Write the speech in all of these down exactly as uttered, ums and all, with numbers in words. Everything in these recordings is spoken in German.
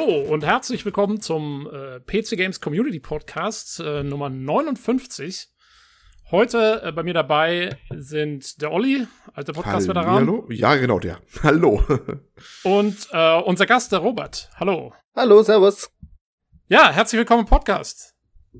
Hallo und herzlich willkommen zum äh, P C Games Community Podcast äh, Nummer neunundfünfzig. Heute äh, bei mir dabei sind der Olli, alter Podcast-Veteran. Hallo? Ja, genau, der. Hallo. Und äh, unser Gast, der Robert. Hallo. Hallo, servus. Ja, herzlich willkommen im Podcast.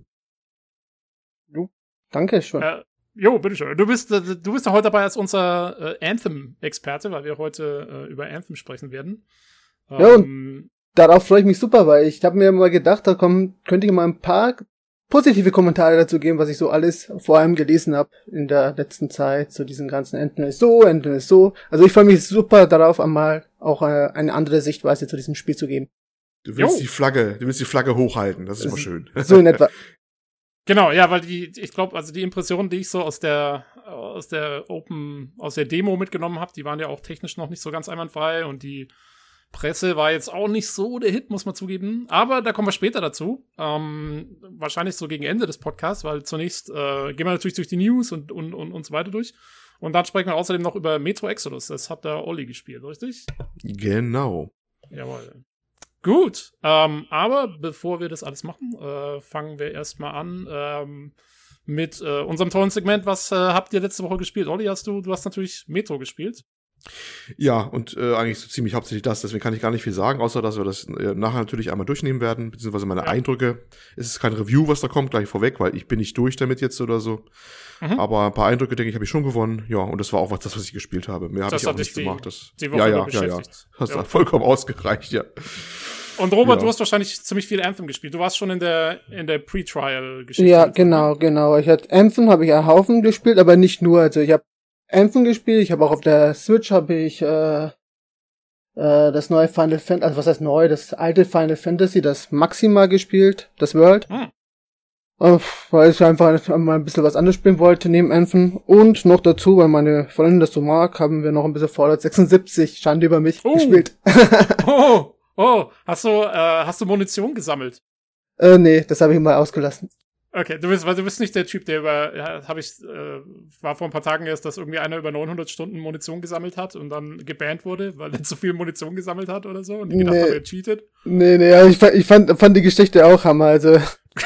Du, danke schon. Äh, jo, bitteschön. Du bist, äh, du bist ja heute dabei als unser äh, Anthem-Experte, weil wir heute äh, über Anthem sprechen werden. Ähm, ja, und darauf freue ich mich super, weil ich habe mir mal gedacht, da kommen, könnte ich mal ein paar positive Kommentare dazu geben, was ich so alles vor allem gelesen habe in der letzten Zeit, zu diesen ganzen Enden ist so, Enden ist so. Also ich freue mich super darauf, einmal auch äh, eine andere Sichtweise zu diesem Spiel zu geben. Du willst Jo. die Flagge, du willst die Flagge hochhalten, das ist immer schön. So in etwa. Genau, ja, weil die, ich glaube, also die Impressionen, die ich so aus der, aus der Open, aus der Demo mitgenommen habe, die waren ja auch technisch noch nicht so ganz einwandfrei und die Presse war jetzt auch nicht so der Hit, muss man zugeben. Aber da kommen wir später dazu. Ähm, wahrscheinlich so gegen Ende des Podcasts, weil zunächst äh, gehen wir natürlich durch die News und, und, und, und so weiter durch. Und dann sprechen wir außerdem noch über Metro Exodus. Das hat der Olli gespielt, richtig? Genau. Jawohl. Gut, ähm, aber bevor wir das alles machen, äh, fangen wir erstmal an ähm, mit äh, unserem tollen Segment. Was äh, habt ihr letzte Woche gespielt? Olli, hast du, du hast natürlich Metro gespielt. Ja, und äh, eigentlich so ziemlich hauptsächlich das, deswegen kann ich gar nicht viel sagen, außer dass wir das äh, nachher natürlich einmal durchnehmen werden, beziehungsweise meine Ja. Eindrücke. Es ist kein Review, was da kommt, gleich vorweg, weil ich bin nicht durch damit jetzt oder so. Mhm. Aber ein paar Eindrücke, denke ich, habe ich schon gewonnen. Ja, und das war auch was, das, was ich gespielt habe. Mehr habe Das ich auch hat dich nicht die- gemacht. Das, die Woche ja, über ja, ja, ja. beschäftigt. Das Ja. hat vollkommen ausgereicht, ja. Und Robert, Ja. du hast wahrscheinlich ziemlich viel Anthem gespielt. Du warst schon in der in der Pre-Trial-Geschichte. Ja, genau, genau. Ich hatte Anthem, habe ich einen Haufen gespielt, aber nicht nur. Also ich habe Anthem gespielt, ich habe auch auf der Switch habe ich äh, äh, das neue Final Fantasy, also was heißt neu, das alte Final Fantasy, das Maxima gespielt, das World. Hm. Äh, weil ich einfach mal ein bisschen was anderes spielen wollte neben Anthem. Und noch dazu, weil meine Freundin das so mag, haben wir noch ein bisschen Fallout sechsundsiebzig, Schande über mich, Oh. gespielt. Oh, oh, hast du, äh, hast du Munition gesammelt? äh, nee, das habe ich mal ausgelassen. Okay, du bist, weil du bist nicht der Typ, der über, ja, habe ich, äh, war vor ein paar Tagen erst, dass irgendwie einer über neunhundert Stunden Munition gesammelt hat und dann gebannt wurde, weil er zu viel Munition gesammelt hat oder so und die gedacht Nee. haben, er cheatet. Nee, nee, aber ich, fa- ich fand, fand die Geschichte auch Hammer, also.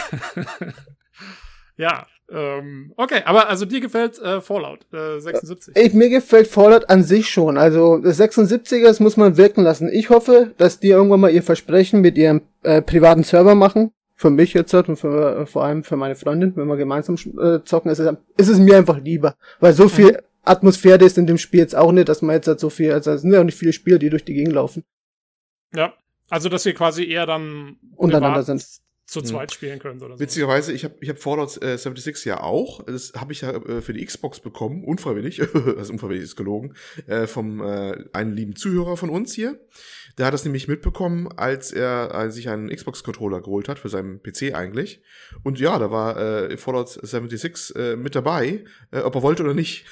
Ja, ähm, okay, aber also dir gefällt äh, Fallout äh, sechsundsiebzig. Ich, mir gefällt Fallout an sich schon. Also das sechsundsiebziger, das muss man wirken lassen. Ich hoffe, dass die irgendwann mal ihr Versprechen mit ihrem äh, privaten Server machen. Für mich jetzt halt und für, äh, vor allem für meine Freundin, wenn wir gemeinsam äh, zocken, ist es, ist es mir einfach lieber. Weil so viel Mhm. Atmosphäre ist in dem Spiel jetzt auch nicht, dass man jetzt halt so viel, also es sind ja auch nicht viele Spieler, die durch die Gegend laufen. Ja, also dass wir quasi eher dann Untereinander privat sind. zu Mhm. zweit spielen können oder so. Witzigerweise, ich habe ich hab Fallout äh, sechsundsiebzig ja auch. Das habe ich ja äh, für die Xbox bekommen, unfreiwillig, also unfreiwillig ist gelogen, äh, vom äh, einen lieben Zuhörer von uns hier. Der hat das nämlich mitbekommen, als er äh, sich einen Xbox-Controller geholt hat, für seinen P C eigentlich. Und ja, da war äh, Fallout sechsundsiebzig äh, mit dabei, äh, ob er wollte oder nicht.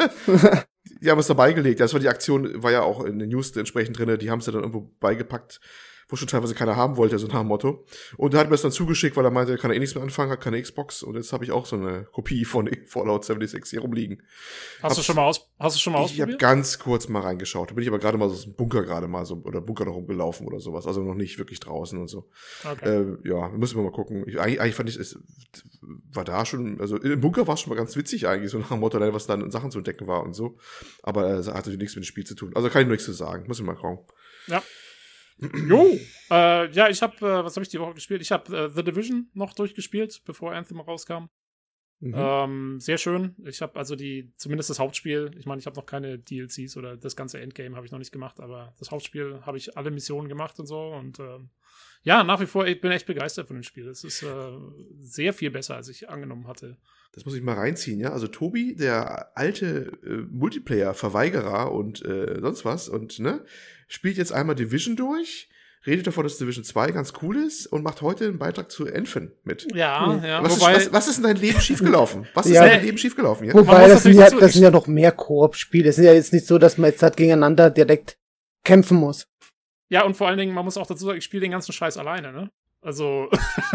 Die haben es dabei gelegt. Das war die Aktion, war ja auch in den News entsprechend drin, die haben es ja dann irgendwo beigepackt, wo schon teilweise keiner haben wollte, so nach dem Motto. Und er hat mir das dann zugeschickt, weil er meinte, er kann eh nichts mehr anfangen, hat keine Xbox. Und jetzt habe ich auch so eine Kopie von Fallout sechsundsiebzig hier rumliegen. Hast du Hab's- schon mal aus, hast du schon mal Ich habe ausprobiert? ganz kurz mal reingeschaut. Da bin ich aber gerade mal so aus dem Bunker gerade mal so, oder Bunker noch rumgelaufen oder sowas. Also noch nicht wirklich draußen und so. Okay. Äh, ja, müssen wir mal gucken. Ich, eigentlich, eigentlich fand ich, es war da schon, also im Bunker war es schon mal ganz witzig eigentlich, so nach dem Motto, was da an Sachen zu entdecken war und so. Aber äh, es hat natürlich nichts mit dem Spiel zu tun. Also kann ich nur nichts zu sagen. Müssen wir mal gucken. Ja. Jo, äh, ja, ich habe, äh, was habe ich die Woche gespielt? Ich habe äh, The Division noch durchgespielt, bevor Anthem rauskam. Mhm. Ähm, sehr schön. Ich habe also die, zumindest das Hauptspiel, ich meine, ich habe noch keine D L Cs oder das ganze Endgame habe ich noch nicht gemacht, aber das Hauptspiel habe ich alle Missionen gemacht und so und ähm, ja, nach wie vor, ich bin echt begeistert von dem Spiel. Es ist äh, sehr viel besser, als ich angenommen hatte. Das muss ich mal reinziehen, ja. Also Tobi, der alte äh, Multiplayer-Verweigerer und äh, sonst was und ne, spielt jetzt einmal Division durch, redet davon, dass Division zwei ganz cool ist und macht heute einen Beitrag zu Anthem mit. Ja, ja, Was, wobei, ist, was, was ist in deinem Leben schiefgelaufen? Was ist Ja. in deinem Leben schiefgelaufen? Ja? Man Wobei, muss das sind, natürlich ja, dazu- das sind ja noch mehr Koop-Spiele. Es ist ja jetzt nicht so, dass man jetzt halt gegeneinander direkt kämpfen muss. ja, und vor allen Dingen, man muss auch dazu sagen, ich spiele den ganzen Scheiß alleine, ne? Also,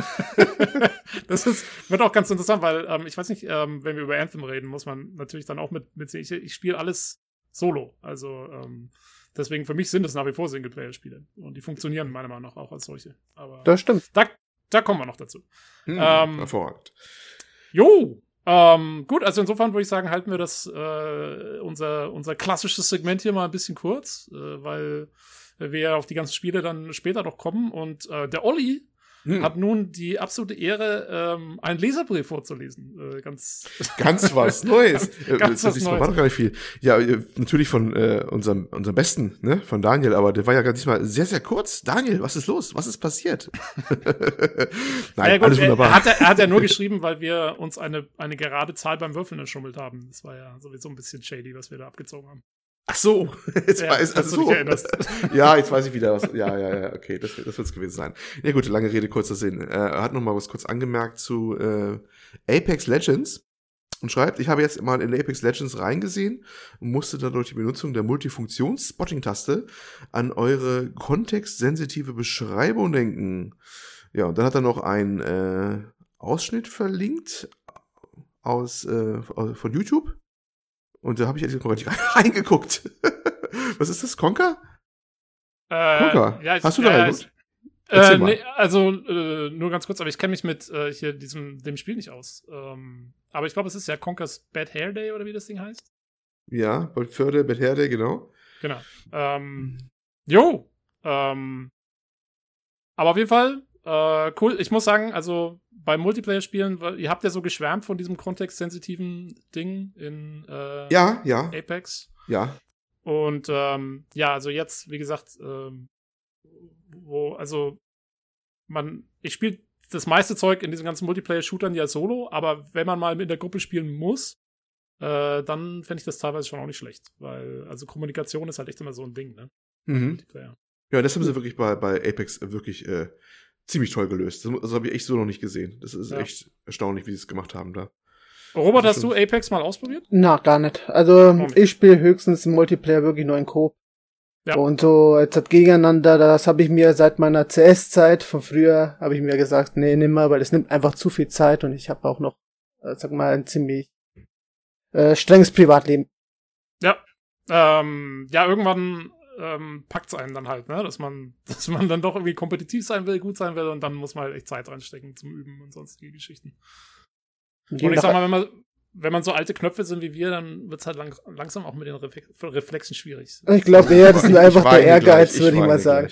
das ist, wird auch ganz interessant, weil ähm, ich weiß nicht, ähm, wenn wir über Anthem reden, muss man natürlich dann auch mit, mit ich, ich spiele alles solo. Also, ähm, Deswegen für mich sind es nach wie vor Singleplayer-Spiele. Und die funktionieren meiner Meinung nach auch als solche. Aber Das stimmt. Da, da kommen wir noch dazu. Hm, ähm, hervorragend. Jo, ähm, gut, also insofern würde ich sagen, halten wir das, äh, unser, unser klassisches Segment hier mal ein bisschen kurz, äh, weil wir ja auf die ganzen Spiele dann später noch kommen. Und äh, der Olli hm. hat nun die absolute Ehre, ähm, einen Leserbrief vorzulesen. Äh, ganz, ganz was Neues. ganz, ganz das was Neues. War doch gar nicht viel. Ja, natürlich von äh, unserem, unserem Besten, ne, von Daniel, aber der war ja gar diesmal sehr, sehr kurz. Daniel, was ist los? Was ist passiert? Nein, ja, gut, alles wunderbar. Er hat, er hat ja nur geschrieben, weil wir uns eine, eine gerade Zahl beim Würfeln erschummelt haben. Das war ja sowieso ein bisschen shady, was wir da abgezogen haben. Ach so, jetzt ja, weiß also so. so. Ja, jetzt weiß ich wieder was. Ja, ja, ja, okay, das, das wird's gewesen sein. Ja gut, lange Rede, kurzer Sinn. Äh, er hat noch mal was kurz angemerkt zu äh, Apex Legends und schreibt, ich habe jetzt mal in Apex Legends reingesehen und musste dadurch die Benutzung der Multifunktions-Spotting-Taste an eure kontextsensitive Beschreibung denken. Ja, und dann hat er noch einen äh, Ausschnitt verlinkt aus, äh, von YouTube. Und da habe ich jetzt mal reingeguckt. Was ist das? Conker? Äh, Conker? Ja, ich, Hast du ja, da ja, reingeguckt? Äh, nee, also äh, nur ganz kurz, aber ich kenne mich mit äh, hier diesem dem Spiel nicht aus. Ähm, aber ich glaube, es ist ja Conker's Bad Hair Day oder wie das Ding heißt. Ja, Förde, Bad Hair Day, genau. Genau. Ähm, jo. Ähm, aber auf jeden Fall äh, cool. Ich muss sagen, also bei Multiplayer-Spielen, ihr habt ja so geschwärmt von diesem kontextsensitiven Ding in äh, ja, ja. Apex. Ja. Und ähm, ja, also jetzt, wie gesagt, ähm, wo, also man, ich spiele das meiste Zeug in diesen ganzen Multiplayer-Shootern ja solo, aber wenn man mal in der Gruppe spielen muss, äh, dann fände ich das teilweise schon auch nicht schlecht, weil, also Kommunikation ist halt echt immer so ein Ding, ne? Mhm. Multiplayer. Ja, das haben sie wirklich bei, bei Apex wirklich äh, ziemlich toll gelöst. Das, das habe ich echt so noch nicht gesehen. Das ist ja. echt erstaunlich, wie sie es gemacht haben da. Robert, hast du Apex mal ausprobiert? Na, gar nicht. Also, nicht. Ich spiele höchstens im Multiplayer wirklich nur in Coop. Ja. Und so, jetzt hat gegeneinander, das habe ich mir seit meiner C S-Zeit von früher, habe ich mir gesagt, nee, nimm mal, weil es nimmt einfach zu viel Zeit und ich habe auch noch, äh, sag mal, ein ziemlich äh, strenges Privatleben. Ja, ähm, ja, irgendwann ähm, packt's einen dann halt, ne, dass man, dass man dann doch irgendwie kompetitiv sein will, gut sein will und dann muss man halt echt Zeit reinstecken zum Üben und sonstige Geschichten. Und ich sag mal, wenn man, wenn man so alte Knöpfe sind wie wir, dann wird's halt lang, langsam auch mit den Refle- Reflexen schwierig. Ich glaube eher, das ist einfach der Ehrgeiz, würde ich mal sagen.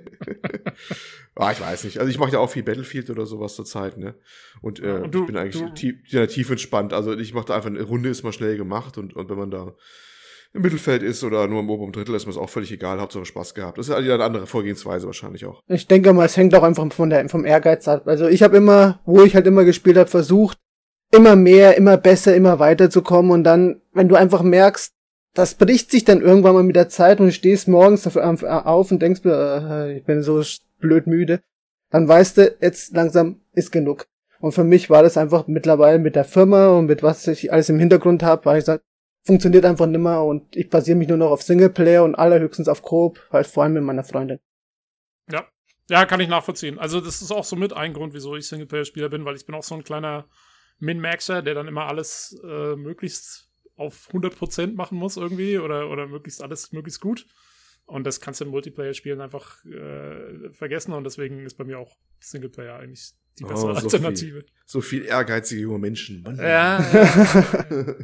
ah, ich weiß nicht. Also ich mache ja auch viel Battlefield oder sowas zur Zeit, ne? Und, äh, und du, ich bin eigentlich du, tief, ja, tief entspannt. Also ich mache da einfach eine Runde, ist mal schnell gemacht und, und wenn man da im Mittelfeld ist oder nur im oberen Drittel, ist mir das auch völlig egal, Hauptsache Spaß gehabt. Das ist halt eine andere Vorgehensweise wahrscheinlich auch. Ich denke mal, es hängt auch einfach von der, vom Ehrgeiz ab. Also ich habe immer, wo ich halt immer gespielt habe, versucht, immer mehr, immer besser, immer weiterzukommen und dann, wenn du einfach merkst, das bricht sich dann irgendwann mal mit der Zeit und du stehst morgens auf und denkst, äh, ich bin so blöd müde, dann weißt du, jetzt langsam ist genug. Und für mich war das einfach mittlerweile mit der Firma und mit was ich alles im Hintergrund habe, weil ich sage, funktioniert einfach nimmer und ich basiere mich nur noch auf Singleplayer und allerhöchstens auf Coop, halt vor allem mit meiner Freundin. Ja, ja, kann ich nachvollziehen. Also das ist auch so mit ein Grund, wieso ich Singleplayer-Spieler bin, weil ich bin auch so ein kleiner Min-Maxer, der dann immer alles äh, möglichst auf hundert Prozent machen muss irgendwie oder, oder möglichst alles möglichst gut. Und das kannst du in Multiplayer-Spielen einfach äh, vergessen und deswegen ist bei mir auch Singleplayer eigentlich die bessere oh, so Alternative. Viel, so viel ehrgeizige junge Menschen. Mann. Ja. ja.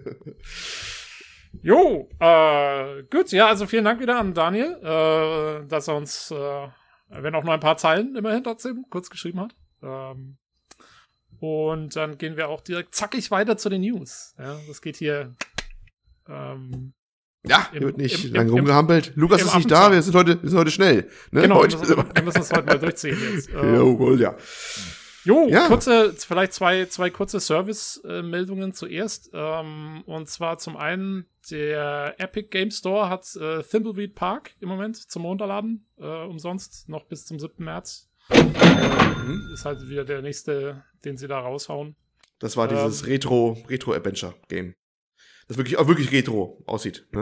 Jo, äh, gut, ja, also vielen Dank wieder an Daniel, äh, dass er uns, äh, wenn auch nur ein paar Zeilen immerhin trotzdem kurz geschrieben hat. Ähm, Und dann gehen wir auch direkt zackig weiter zu den News. Ja, das geht hier. Ähm, ja, im, hier wird nicht im, lange im, rumgehampelt. Lukas im ist nicht da, wir sind heute, wir sind heute schnell. Ne? Genau, heute. Wir, müssen, wir müssen es heute mal durchziehen jetzt. Ähm, Jawohl, ja. Jo, ja. kurze, vielleicht zwei, zwei kurze Service-Meldungen zuerst. Ähm, und zwar zum einen, der Epic Game Store hat äh, Thimbleweed Park im Moment zum Runterladen. Äh, umsonst, noch bis zum siebten März. Mhm. Ist halt wieder der nächste, den sie da raushauen. Das war dieses ähm, Retro, Retro-Adventure-Game. Das wirklich, auch wirklich retro aussieht, ne?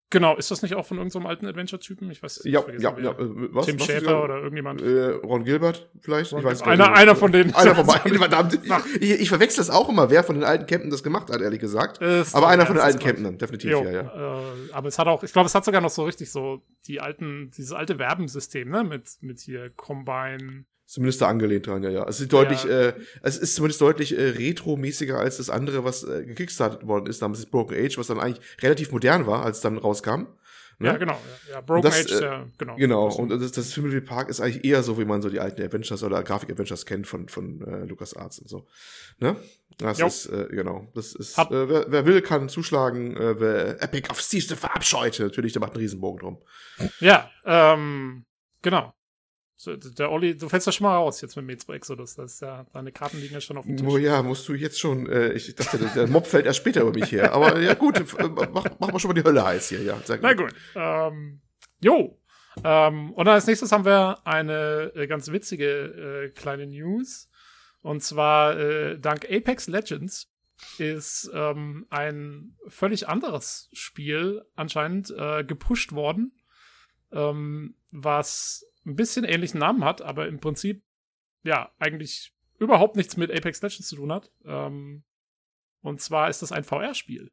Genau, ist das nicht auch von irgendeinem so alten Adventure-Typen? Ich weiß ja, nicht. Ja, ja, ja. Was, Tim was Schäfer oder irgendjemand? Äh, Ron Gilbert vielleicht? Ron ich weiß einer, nicht. einer von denen. Einer von beiden, verdammt. Ich, ich verwechsel das auch immer, wer von den alten Captain das gemacht hat, ehrlich gesagt. Ist aber einer ja, von den alten Captain, definitiv, jo, ja, ja. Äh, aber es hat auch, ich glaube, es hat sogar noch so richtig so die alten, dieses alte Werbensystem, ne, mit, mit hier Combine. Zumindest da angelehnt dran, ja, ja. Es ist deutlich, ja. äh, es ist zumindest deutlich äh, retro-mäßiger als das andere, was äh, gekickstartet worden ist. Damals ist Broken Age, was dann eigentlich relativ modern war, als es dann rauskam. Ne? Ja, genau. Ja, ja. Broken das, Age, äh, ja, genau. Genau, und das, das Family Park ist eigentlich eher so, wie man so die alten Adventures oder Grafik-Adventures kennt von, von äh, LucasArts und so. Ne? Das jo. ist, äh, genau, das ist, äh, wer, wer will, kann zuschlagen. Äh, wer Epic aufs tiefste verabscheut, natürlich, der macht einen Riesenbogen drum. Ja, ähm, genau. So, der Olli, du fällst ja schon mal raus jetzt mit Metro Exodus. Das ist ja, deine Karten liegen ja schon auf dem Tisch. Oh ja, musst du jetzt schon, äh, ich dachte, der, der Mob fällt erst später über mich her. Aber ja gut, mach, mach mal schon mal die Hölle heiß hier, ja. Sehr gut. Na gut. Ähm, jo. Ähm, und dann als nächstes haben wir eine äh, ganz witzige äh, kleine News. Und zwar, äh, dank Apex Legends ist ähm, ein völlig anderes Spiel anscheinend äh, gepusht worden, ähm, was ein bisschen ähnlichen Namen hat, aber im Prinzip, ja, eigentlich überhaupt nichts mit Apex Legends zu tun hat. Ähm, und zwar ist das ein V R-Spiel.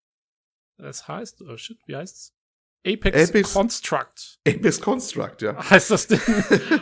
Es heißt, oh shit, wie heißt's? Apex, Apex Construct. Apex Construct, ja. Heißt das Ding.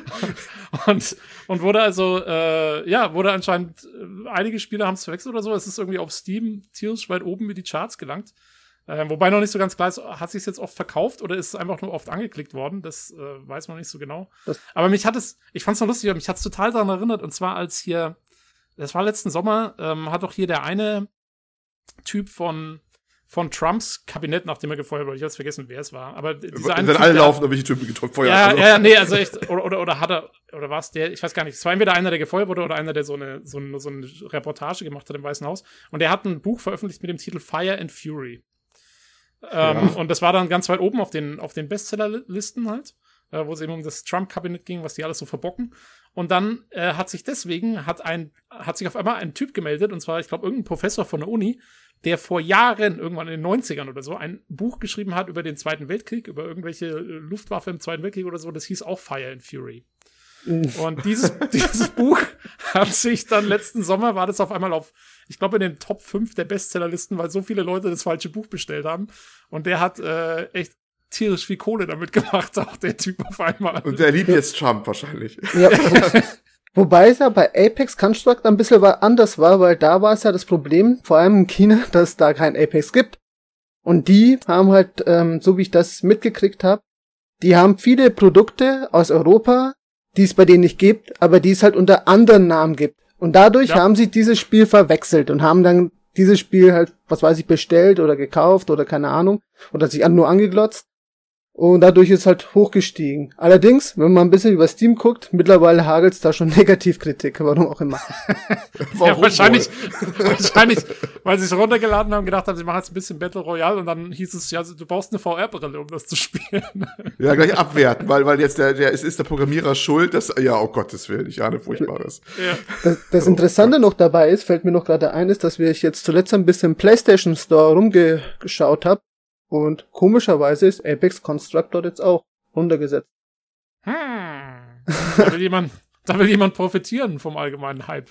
und, und wurde also, äh, ja, wurde anscheinend, äh, einige Spieler haben es verwechselt oder so. Es ist irgendwie auf Steam tierisch weit oben in die Charts gelangt. Äh, wobei noch nicht so ganz klar ist, hat sich jetzt oft verkauft oder ist es einfach nur oft angeklickt worden? Das äh, weiß man nicht so genau. Das aber mich hat es, ich fand's noch lustig, mich hat's total daran erinnert. Und zwar als hier, das war letzten Sommer, ähm, hat doch hier der eine Typ von von Trumps Kabinett, nachdem er gefeuert wurde. Ich hab's vergessen, wer es war. Aber dieser eine Wenn Typ, alle der, laufen, dann welche Typen gefeuert. Ja, also. ja, nee, also echt, oder, oder, oder hat er, oder war es der, ich weiß gar nicht, es war entweder einer, der gefeuert wurde, oder einer, der so eine, so eine, so eine Reportage gemacht hat im Weißen Haus. Und der hat ein Buch veröffentlicht mit dem Titel Fire and Fury. Ja. Ähm, und das war dann ganz weit oben auf den, auf den Bestsellerlisten halt, äh, wo es eben um das Trump-Kabinett ging, was die alles so verbocken. Und dann äh, hat sich deswegen, hat ein, hat sich auf einmal ein Typ gemeldet, und zwar, ich glaube, irgendein Professor von der Uni, der vor Jahren, irgendwann in den neunzigern oder so, ein Buch geschrieben hat über den Zweiten Weltkrieg, über irgendwelche Luftwaffe im Zweiten Weltkrieg oder so, das hieß auch Fire and Fury. Und dieses, dieses Buch hat sich dann letzten Sommer, war das auf einmal auf, ich glaube, in den Top fünf der Bestsellerlisten, weil so viele Leute das falsche Buch bestellt haben. Und der hat äh, echt tierisch viel Kohle damit gemacht, auch der Typ auf einmal. Und der liebt jetzt Trump wahrscheinlich. Ja. Wobei es ja bei Apex Construct ein bisschen anders war, weil da war es ja das Problem, vor allem in China, dass es da kein Apex gibt. Und die haben halt, ähm, so wie ich das mitgekriegt habe, die haben viele Produkte aus Europa, die es bei denen nicht gibt, aber die es halt unter anderen Namen gibt. Und dadurch ja. haben sie dieses Spiel verwechselt und haben dann dieses Spiel halt, was weiß ich, bestellt oder gekauft oder keine Ahnung, oder sich nur angeglotzt. Und dadurch ist halt hochgestiegen. Allerdings, wenn man ein bisschen über Steam guckt, mittlerweile hagelt's da schon Negativkritik, warum auch immer. warum ja, wahrscheinlich, wahrscheinlich, weil sie es runtergeladen haben, gedacht haben, sie machen jetzt ein bisschen Battle Royale und dann hieß es, ja, du brauchst eine V R-Brille, um das zu spielen. Ja, gleich abwerten, weil, weil jetzt der, der, ist, ist der Programmierer schuld, dass, ja, oh Gottes Willen, ich ahne Furchtbares. Ja. Das, das Interessante oh, noch dabei ist, fällt mir noch gerade ein, ist, dass wir jetzt zuletzt ein bisschen im PlayStation Store rumgeschaut haben. Und komischerweise ist Apex Construct dort jetzt auch runtergesetzt. Hm. Da will jemand, da will jemand profitieren vom allgemeinen Hype.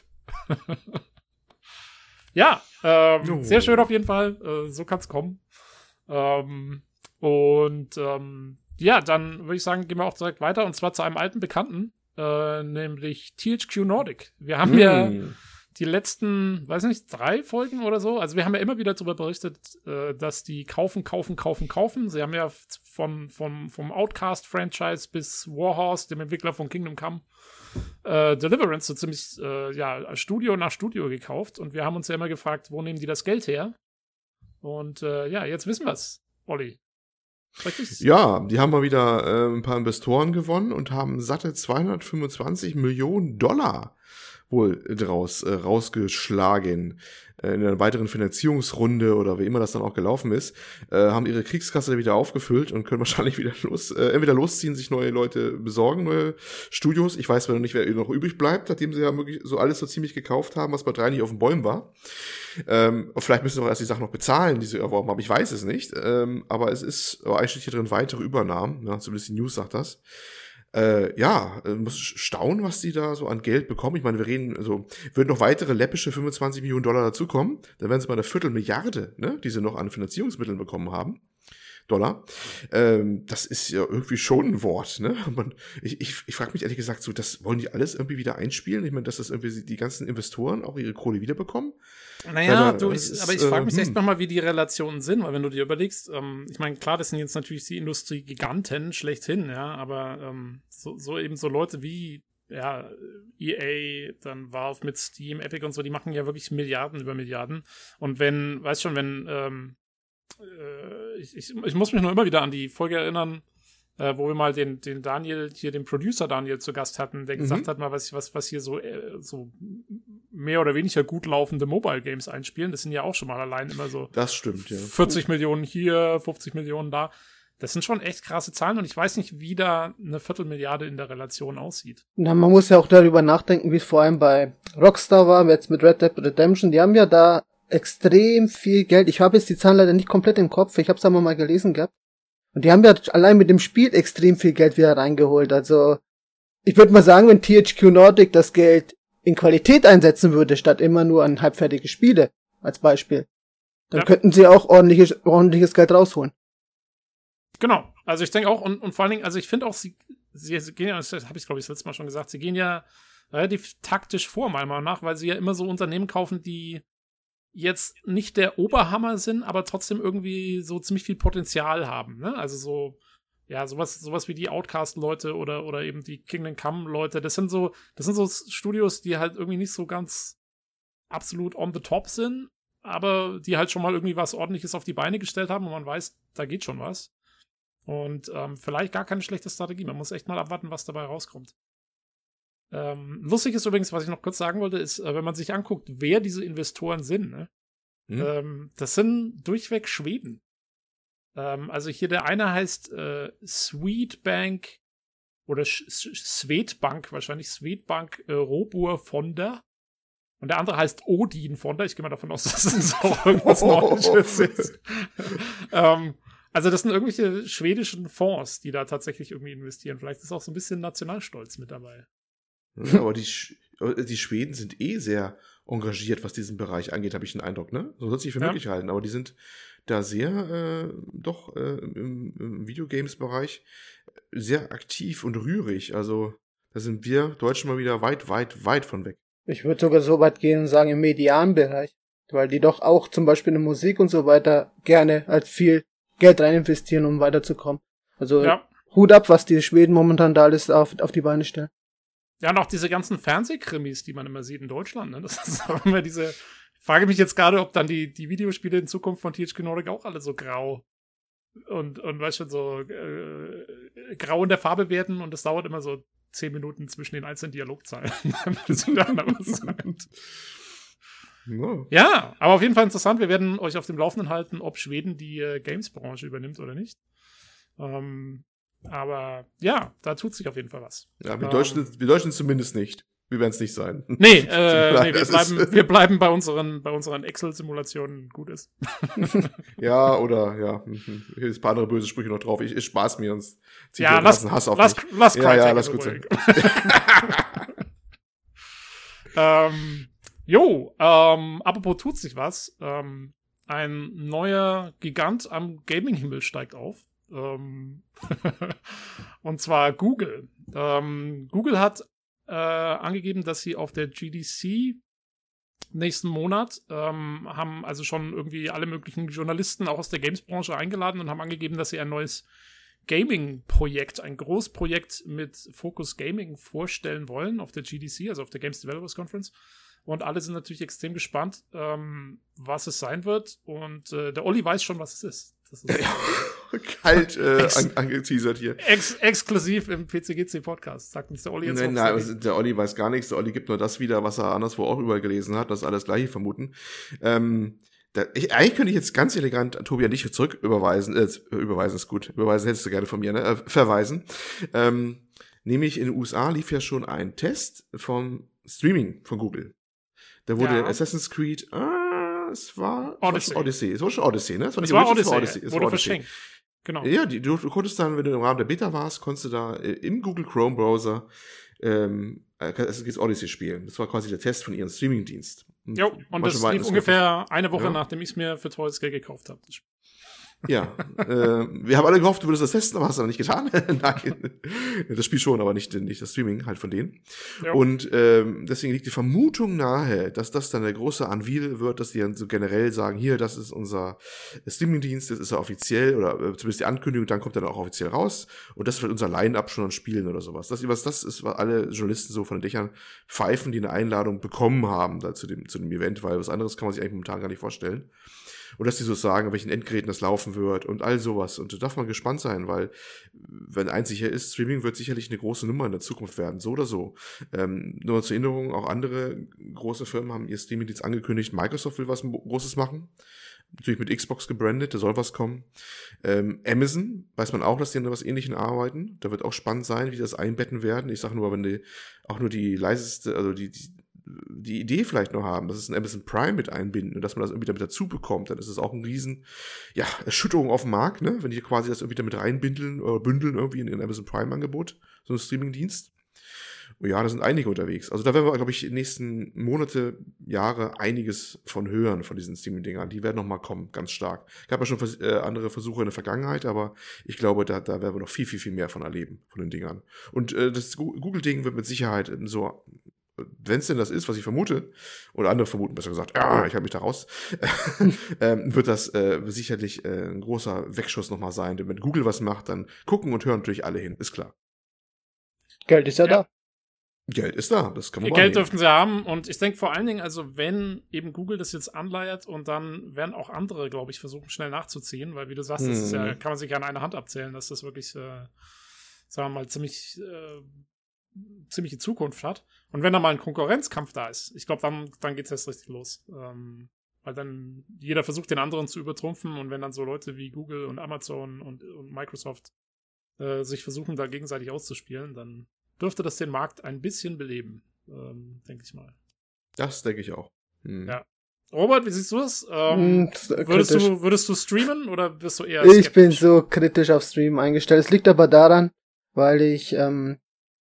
ja, ähm, oh. sehr schön auf jeden Fall. Äh, so kann's kommen. Ähm, und ähm, ja, dann würde ich sagen, gehen wir auch direkt weiter. Und zwar zu einem alten Bekannten, äh, nämlich T H Q Nordic. Wir haben mm. ja die letzten, weiß nicht, drei Folgen oder so. Also wir haben ja immer wieder darüber berichtet, äh, dass die kaufen, kaufen, kaufen, kaufen. Sie haben ja von, von, vom Outcast-Franchise bis Warhorse, dem Entwickler von Kingdom Come, äh, Deliverance, so ziemlich äh, ja, Studio nach Studio gekauft. Und wir haben uns ja immer gefragt, wo nehmen die das Geld her? Und äh, ja, jetzt wissen wir es, Olli. Richtig? Ja, die haben mal wieder äh, ein paar Investoren gewonnen und haben satte zweihundertfünfundzwanzig Millionen Dollar wohl draus äh, rausgeschlagen. Äh, in einer weiteren Finanzierungsrunde oder wie immer das dann auch gelaufen ist, äh, haben ihre Kriegskasse wieder aufgefüllt und können wahrscheinlich wieder los, äh, entweder losziehen, sich neue Leute besorgen, neue Studios. Ich weiß aber noch nicht, wer noch übrig bleibt, nachdem sie ja wirklich so alles so ziemlich gekauft haben, was bei drei nicht auf den Bäumen war. Ähm, vielleicht müssen sie auch erst die Sachen noch bezahlen, die sie erworben haben. Ich weiß es nicht. Ähm, aber es ist, aber eigentlich steht hier drin weitere Übernahmen. Ja, zumindest die News sagt das. Äh, ja, äh, muss staunen, was die da so an Geld bekommen. Ich meine, wir reden, also, würden noch weitere läppische fünfundzwanzig Millionen Dollar dazukommen, dann wären es mal eine Viertelmilliarde, ne, die sie noch an Finanzierungsmitteln bekommen haben. Dollar. Ähm, das ist ja irgendwie schon ein Wort, ne? Man, ich ich, ich frage mich ehrlich gesagt so, das wollen die alles irgendwie wieder einspielen? Ich meine, dass das irgendwie die ganzen Investoren auch ihre Kohle wiederbekommen? Naja, Weil, du, ich, ich, aber ich frage mich äh, echt hm. nochmal, wie die Relationen sind, weil wenn du dir überlegst, ähm, ich meine, klar, das sind jetzt natürlich die Industriegiganten schlechthin, ja, aber ähm, so, so eben so Leute wie ja, E A, dann Valve mit Steam, Epic und so, die machen ja wirklich Milliarden über Milliarden. Und wenn, weißt schon, wenn ähm, äh, ich, ich, ich muss mich nur immer wieder an die Folge erinnern, äh, wo wir mal den, den Daniel, hier den Producer Daniel zu Gast hatten, der Mhm. gesagt hat, mal was, was, was hier so, äh, so mehr oder weniger gut laufende Mobile Games einspielen. Das sind ja auch schon mal allein immer so Das stimmt, ja. vierzig Millionen hier, fünfzig Millionen da. Das sind schon echt krasse Zahlen und ich weiß nicht, wie da eine Viertelmilliarde in der Relation aussieht. Na, man muss ja auch darüber nachdenken, wie es vor allem bei Rockstar war, jetzt mit Red Dead Redemption. Die haben ja da extrem viel Geld. Ich habe jetzt die Zahlen leider nicht komplett im Kopf. Ich habe es aber mal gelesen gehabt. Und die haben ja allein mit dem Spiel extrem viel Geld wieder reingeholt. Also, ich würde mal sagen, wenn T H Q Nordic das Geld in Qualität einsetzen würde, statt immer nur an halbfertige Spiele, als Beispiel, dann Ja. könnten sie auch ordentliches, ordentliches Geld rausholen. Genau. Also ich denke auch, und, und vor allen Dingen, also ich finde auch, sie, sie, sie gehen ja, das habe ich glaube ich das letzte Mal schon gesagt, sie gehen ja relativ taktisch vor, meiner Meinung nach, weil sie ja immer so Unternehmen kaufen, die jetzt nicht der Oberhammer sind, aber trotzdem irgendwie so ziemlich viel Potenzial haben, ne? Also so, ja, sowas, sowas wie die Outcast-Leute oder, oder eben die Kingdom Come-Leute, das sind so, das sind so Studios, die halt irgendwie nicht so ganz absolut on the top sind, aber die halt schon mal irgendwie was Ordentliches auf die Beine gestellt haben und man weiß, da geht schon was. Und ähm, vielleicht gar keine schlechte Strategie. Man muss echt mal abwarten, was dabei rauskommt. Ähm, lustig ist übrigens, was ich noch kurz sagen wollte, ist, äh, wenn man sich anguckt, wer diese Investoren sind, ne? Hm? ähm, das sind durchweg Schweden. Ähm, also hier der eine heißt äh, Swedbank oder Sch- Sch- Swedbank, wahrscheinlich Swedbank äh, Robur Fonda. Und der andere heißt Odin Fonda. Ich gehe mal davon aus, dass das auch irgendwas Nordisches ist. ähm, Also das sind irgendwelche schwedischen Fonds, die da tatsächlich irgendwie investieren. Vielleicht ist auch so ein bisschen Nationalstolz mit dabei. Ja, aber die, Sch die Schweden sind eh sehr engagiert, was diesen Bereich angeht, habe ich den Eindruck, ne? So soll es nicht für Ja. möglich halten, aber die sind da sehr, äh, doch äh, im, im Videogames-Bereich sehr aktiv und rührig. Also da sind wir Deutschen mal wieder weit, weit, weit von weg. Ich würde sogar so weit gehen und sagen im medialen Bereich. Weil die doch auch zum Beispiel in Musik und so weiter gerne als viel Geld rein investieren, um weiterzukommen. Also Ja. Hut ab, was die Schweden momentan da alles auf, auf die Beine stellen. Ja, und auch diese ganzen Fernsehkrimis, die man immer sieht in Deutschland, ne? Das ist auch immer diese. Ich frage mich jetzt gerade, ob dann die, die Videospiele in Zukunft von T H Q Nordic auch alle so grau und, und weißt schon, so äh, grau in der Farbe werden und es dauert immer so zehn Minuten zwischen den einzelnen Dialogzeilen, bis sie dann was sagt. Ja. Ja, aber auf jeden Fall interessant. Wir werden euch auf dem Laufenden halten, ob Schweden die äh, Games-Branche übernimmt oder nicht. Ähm, aber ja, da tut sich auf jeden Fall was. Ja, wir, Ähm, Deutschen, wir Deutschen zumindest nicht. Wir werden es nicht sein. Nee, äh, Nein, nee wir, das bleiben, ist- wir bleiben bei unseren, bei unseren Excel-Simulationen gut ist. Ja, oder, ja, mhm. hier ist ein paar andere böse Sprüche noch drauf. Ich, ich spaß mir und zieh Ja, den lass, ganzen Hass auf lass, mich. lass Ja, Crytek ja, lass in gut Ruhe. sein. ähm, jo, ähm, apropos tut sich was. Ähm, ein neuer Gigant am Gaming-Himmel steigt auf. Ähm, und zwar Google. Ähm, Google hat äh, angegeben, dass sie auf der G D C nächsten Monat ähm, haben also schon irgendwie alle möglichen Journalisten auch aus der Games-Branche eingeladen und haben angegeben, dass sie ein neues Gaming-Projekt, ein Großprojekt mit Focus Gaming vorstellen wollen auf der G D C, also auf der Games Developers Conference. Und alle sind natürlich extrem gespannt, ähm, was es sein wird. Und äh, der Olli weiß schon, was es ist. Das ist kalt äh, an, angeteasert hier. Ex exklusiv im P C G C-Podcast, sagt uns der Olli jetzt. Nein, nein, also der Olli weiß gar nichts. Der Olli gibt nur das wieder, was er anderswo auch überall gelesen hat. Das ist alles Gleiche vermuten. Ähm, da, ich, eigentlich könnte ich jetzt ganz elegant Tobi an dich zurück überweisen. Äh, überweisen ist gut. Überweisen hättest du gerne von mir, ne? Äh, verweisen. Ähm, nämlich in den U S A lief ja schon ein Test vom Streaming von Google. Da wurde ja. Assassin's Creed, ah, es war Odyssey. Es war Odyssey. Es war schon Odyssey, ne? Es war, nicht es war Odyssey. Es war Odyssey. Es wurde war Odyssey. verschenkt. Genau. Ja, die, du, du konntest dann, wenn du im Rahmen der Beta warst, konntest du da äh, im Google Chrome Browser ähm, Assassin's Odyssey spielen. Das war quasi der Test von ihrem Streaming-Dienst. Jo, und das lief das ungefähr eine Woche, ja. nachdem ich es mir für teures Geld gekauft habe. Ja, äh, wir haben alle gehofft, du würdest das testen, aber hast du noch nicht getan. Nein, das Spiel schon, aber nicht, nicht das Streaming halt von denen. Ja. Und ähm, deswegen liegt die Vermutung nahe, dass das dann der große Unveil wird, dass die dann so generell sagen, hier, das ist unser Streaming-Dienst, das ist ja offiziell, oder äh, zumindest die Ankündigung, dann kommt er dann auch offiziell raus. Und das wird unser Line-Up schon an Spielen oder sowas. Das, was das ist, was alle Journalisten so von den Dächern pfeifen, die eine Einladung bekommen haben da zu dem, zu dem Event, weil was anderes kann man sich eigentlich momentan gar nicht vorstellen. Und dass die so sagen, an welchen Endgeräten das laufen wird und all sowas. Und da darf man gespannt sein, weil, wenn eins sicher ist, Streaming wird sicherlich eine große Nummer in der Zukunft werden, so oder so. Ähm, nur zur Erinnerung, auch andere große Firmen haben ihr Streaming-Dienst angekündigt. Microsoft will was Großes machen. Natürlich mit Xbox gebrandet, da soll was kommen. Ähm, Amazon, weiß man auch, dass die an was Ähnlichem arbeiten. Da wird auch spannend sein, wie die das einbetten werden. Ich sage nur, wenn die auch nur die leiseste, also die, die die Idee vielleicht noch haben, dass es ein Amazon Prime mit einbinden und dass man das irgendwie damit dazu bekommt, dann ist es auch ein riesen, ja, Erschütterung auf dem Markt, ne, wenn die quasi das irgendwie damit reinbindeln oder bündeln irgendwie in ein Amazon Prime Angebot, so ein Streaming-Dienst. Und ja, da sind einige unterwegs. Also da werden wir, glaube ich, in den nächsten Monate, Jahre einiges von hören, von diesen Streaming-Dingern. Die werden noch mal kommen, ganz stark. Ich habe ja schon vers- äh, andere Versuche in der Vergangenheit, aber ich glaube, da, da werden wir noch viel, viel, viel mehr von erleben, von den Dingern. Und äh, das Google-Ding wird mit Sicherheit so, wenn es denn das ist, was ich vermute, oder andere vermuten besser gesagt, ja, ich halte mich da raus, ähm, wird das äh, sicherlich äh, ein großer Wegschuss nochmal sein. Denn wenn Google was macht, dann gucken und hören natürlich alle hin, ist klar. Geld ist ja, ja. da. Geld ist da, das kann man Geld wahrnehmen. Dürften sie haben und ich denke vor allen Dingen, also wenn eben Google das jetzt anleiert und dann werden auch andere, glaube ich, versuchen schnell nachzuziehen, weil wie du sagst, hm. das ist ja, kann man sich an einer Hand abzählen, dass das wirklich, äh, sagen wir mal, ziemlich äh, ziemliche Zukunft hat. Und wenn da mal ein Konkurrenzkampf da ist, ich glaube, dann, dann geht es erst richtig los. Ähm, weil dann jeder versucht, den anderen zu übertrumpfen und wenn dann so Leute wie Google und Amazon und, und Microsoft äh, sich versuchen, da gegenseitig auszuspielen, dann dürfte das den Markt ein bisschen beleben, ähm, denke ich mal. Das denke ich auch. Hm. Ja. Robert, wie siehst du das? Ähm, das würdest, du, würdest du streamen oder bist du eher skeptisch? Ich bin so kritisch auf Streamen eingestellt. Es liegt aber daran, weil ich ähm,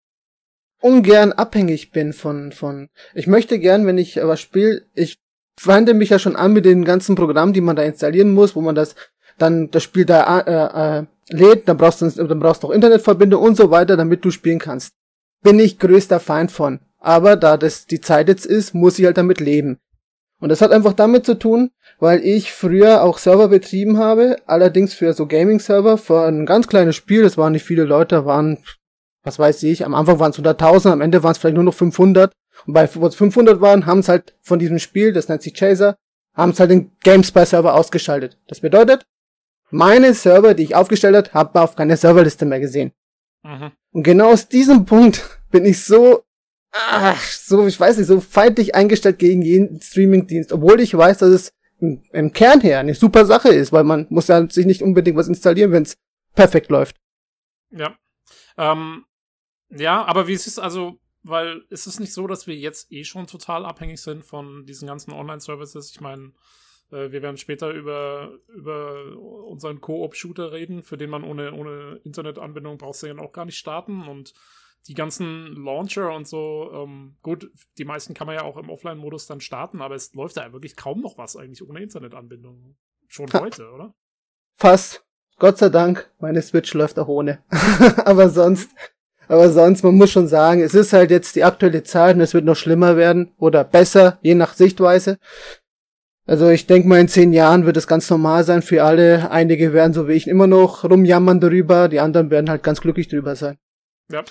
ungern abhängig bin von, von, ich möchte gern, wenn ich aber spiele, ich freunde mich ja schon an mit den ganzen Programmen, die man da installieren muss, wo man das, dann das Spiel da äh, äh, lädt, dann brauchst du, dann brauchst du noch Internetverbindung und so weiter, damit du spielen kannst. Bin ich größter Feind von. Aber da das die Zeit jetzt ist, muss ich halt damit leben. Und das hat einfach damit zu tun, weil ich früher auch Server betrieben habe, allerdings für so Gaming-Server, für ein ganz kleines Spiel, das waren nicht viele Leute, waren was weiß ich, am Anfang waren es hunderttausend, am Ende waren es vielleicht nur noch fünfhundert. Und bei, wo es fünfhundert waren, haben es halt von diesem Spiel, das nennt sich Chaser, haben es halt den GameSpy-Server ausgeschaltet. Das bedeutet, meine Server, die ich aufgestellt habe, habe auf keine Serverliste mehr gesehen. Mhm. Und genau aus diesem Punkt bin ich so, ach, so, ich weiß nicht, so feindlich eingestellt gegen jeden Streaming-Dienst, obwohl ich weiß, dass es im, im Kern her eine super Sache ist, weil man muss ja sich nicht unbedingt was installieren, wenn es perfekt läuft. Ja. Ähm, Ja, aber wie ist es also, weil ist es nicht so, dass wir jetzt eh schon total abhängig sind von diesen ganzen Online-Services? Ich meine, äh, wir werden später über, über unseren Koop-Shooter reden, für den man ohne, ohne Internetanbindung brauchst du ja auch gar nicht starten und die ganzen Launcher und so, ähm, gut, die meisten kann man ja auch im Offline-Modus dann starten, aber es läuft da ja wirklich kaum noch was eigentlich ohne Internetanbindung. Schon ha. heute, oder? Fast. Gott sei Dank, meine Switch läuft auch ohne. aber sonst... Aber sonst, man muss schon sagen, es ist halt jetzt die aktuelle Zeit und es wird noch schlimmer werden oder besser, je nach Sichtweise. Also ich denke mal, in zehn Jahren wird es ganz normal sein für alle. Einige werden so wie ich immer noch rumjammern darüber, die anderen werden halt ganz glücklich drüber sein. Ja.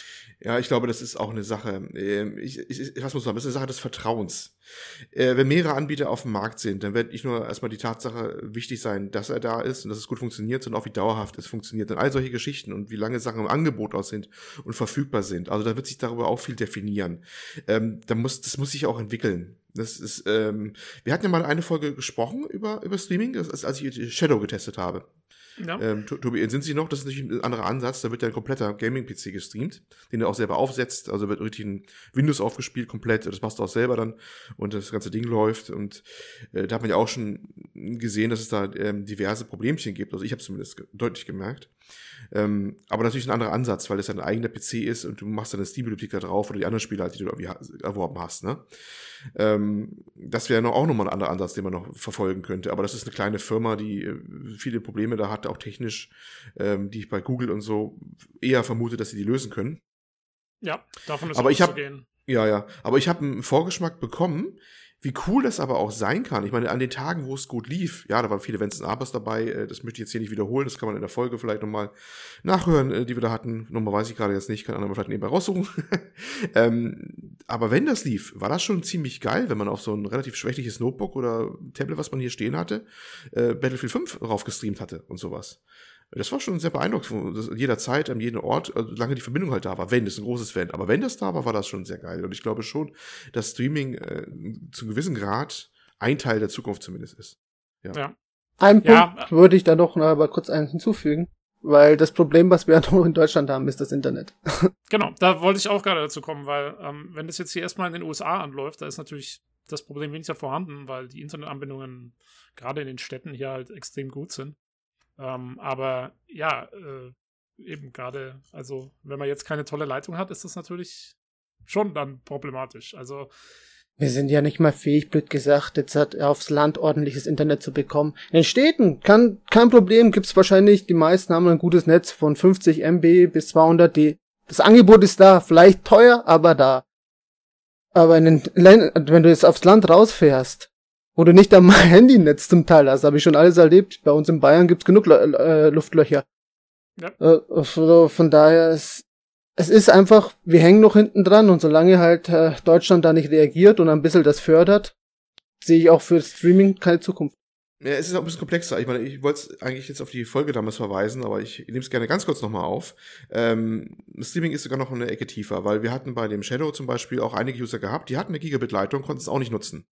Ja, ich glaube, das ist auch eine Sache, äh, ich, ich, was muss ich sagen, das ist eine Sache des Vertrauens. Äh, wenn mehrere Anbieter auf dem Markt sind, dann wird nicht nur erstmal die Tatsache wichtig sein, dass er da ist und dass es gut funktioniert, sondern auch wie dauerhaft es funktioniert und all solche Geschichten und wie lange Sachen im Angebot aus sind und verfügbar sind. Also da wird sich darüber auch viel definieren. Ähm, da muss, das muss sich auch entwickeln. Das ist, ähm, wir hatten ja mal eine Folge gesprochen über, über Streaming, das ist, als ich Shadow getestet habe. Ja. Ähm, Tobi, sind Sie noch? Das ist natürlich ein anderer Ansatz. Da wird ja ein kompletter Gaming-P C gestreamt, den du auch selber aufsetzt. Also wird richtig ein Windows aufgespielt komplett. Das machst du auch selber dann und das ganze Ding läuft. Und äh, da hat man ja auch schon gesehen, dass es da ähm, diverse Problemchen gibt. Also ich habe es zumindest ge- deutlich gemerkt. Ähm, aber natürlich ein anderer Ansatz, weil es ja ein eigener P C ist und du machst dann eine Steam-Bibliothek da drauf oder die anderen Spiele halt, die du irgendwie ha- erworben hast. Ne? Ähm, das wäre noch auch nochmal ein anderer Ansatz, den man noch verfolgen könnte. Aber das ist eine kleine Firma, die äh, viele Probleme da hat, auch technisch, ähm, die ich bei Google und so eher vermute, dass sie die lösen können. Ja, davon ist aber ich hab, auszugehen. Ja, ja. Aber ich habe einen Vorgeschmack bekommen, wie cool das aber auch sein kann. Ich meine, an den Tagen, wo es gut lief, ja, da waren viele Wenns und Abers dabei, das möchte ich jetzt hier nicht wiederholen, das kann man in der Folge vielleicht nochmal nachhören, die wir da hatten. Nochmal weiß ich gerade jetzt nicht, kann einer vielleicht nebenbei raussuchen. ähm, aber wenn das lief, war das schon ziemlich geil, wenn man auf so ein relativ schwächliches Notebook oder Tablet, was man hier stehen hatte, äh, Battlefield fünf raufgestreamt hatte und sowas. Das war schon sehr beeindruckend, jederzeit, an jedem Ort, solange die Verbindung halt da war, wenn, das ist ein großes Wenn, aber wenn das da war, war das schon sehr geil und ich glaube schon, dass Streaming äh, zu einem gewissen Grad ein Teil der Zukunft zumindest ist. Ja. ja. Ein Punkt Ja. würde ich da noch aber kurz einen hinzufügen, weil das Problem, was wir noch in Deutschland haben, ist das Internet. Genau, da wollte ich auch gerade dazu kommen, weil ähm, wenn das jetzt hier erstmal in den U S A anläuft, da ist natürlich das Problem weniger vorhanden, weil die Internetanbindungen gerade in den Städten hier halt extrem gut sind. Ähm, aber ja, äh, eben gerade, also wenn man jetzt keine tolle Leitung hat, ist das natürlich schon dann problematisch. Also wir sind ja nicht mal fähig, blöd gesagt, jetzt hat aufs Land ordentliches Internet zu bekommen. In den Städten kann kein Problem, gibt's wahrscheinlich, die meisten haben ein gutes Netz von fünfzig Megabyte bis zweihundert. Die, das Angebot ist da, vielleicht teuer, aber da. Aber in den Ländern, wenn du jetzt aufs Land rausfährst, wo du nicht am Handynetz zum Teil hast, habe ich schon alles erlebt. Bei uns in Bayern gibt's genug äh, Luftlöcher. Ja. Äh, von, von daher ist es ist einfach, wir hängen noch hinten dran und solange halt äh, Deutschland da nicht reagiert und ein bisschen das fördert, sehe ich auch für Streaming keine Zukunft. Ja, es ist auch ein bisschen komplexer. Ich meine, ich wollte eigentlich jetzt auf die Folge damals verweisen, aber ich nehme es gerne ganz kurz nochmal auf. Ähm, Streaming ist sogar noch eine Ecke tiefer, weil wir hatten bei dem Shadow zum Beispiel auch einige User gehabt, die hatten eine Gigabit-Leitung, konnten es auch nicht nutzen.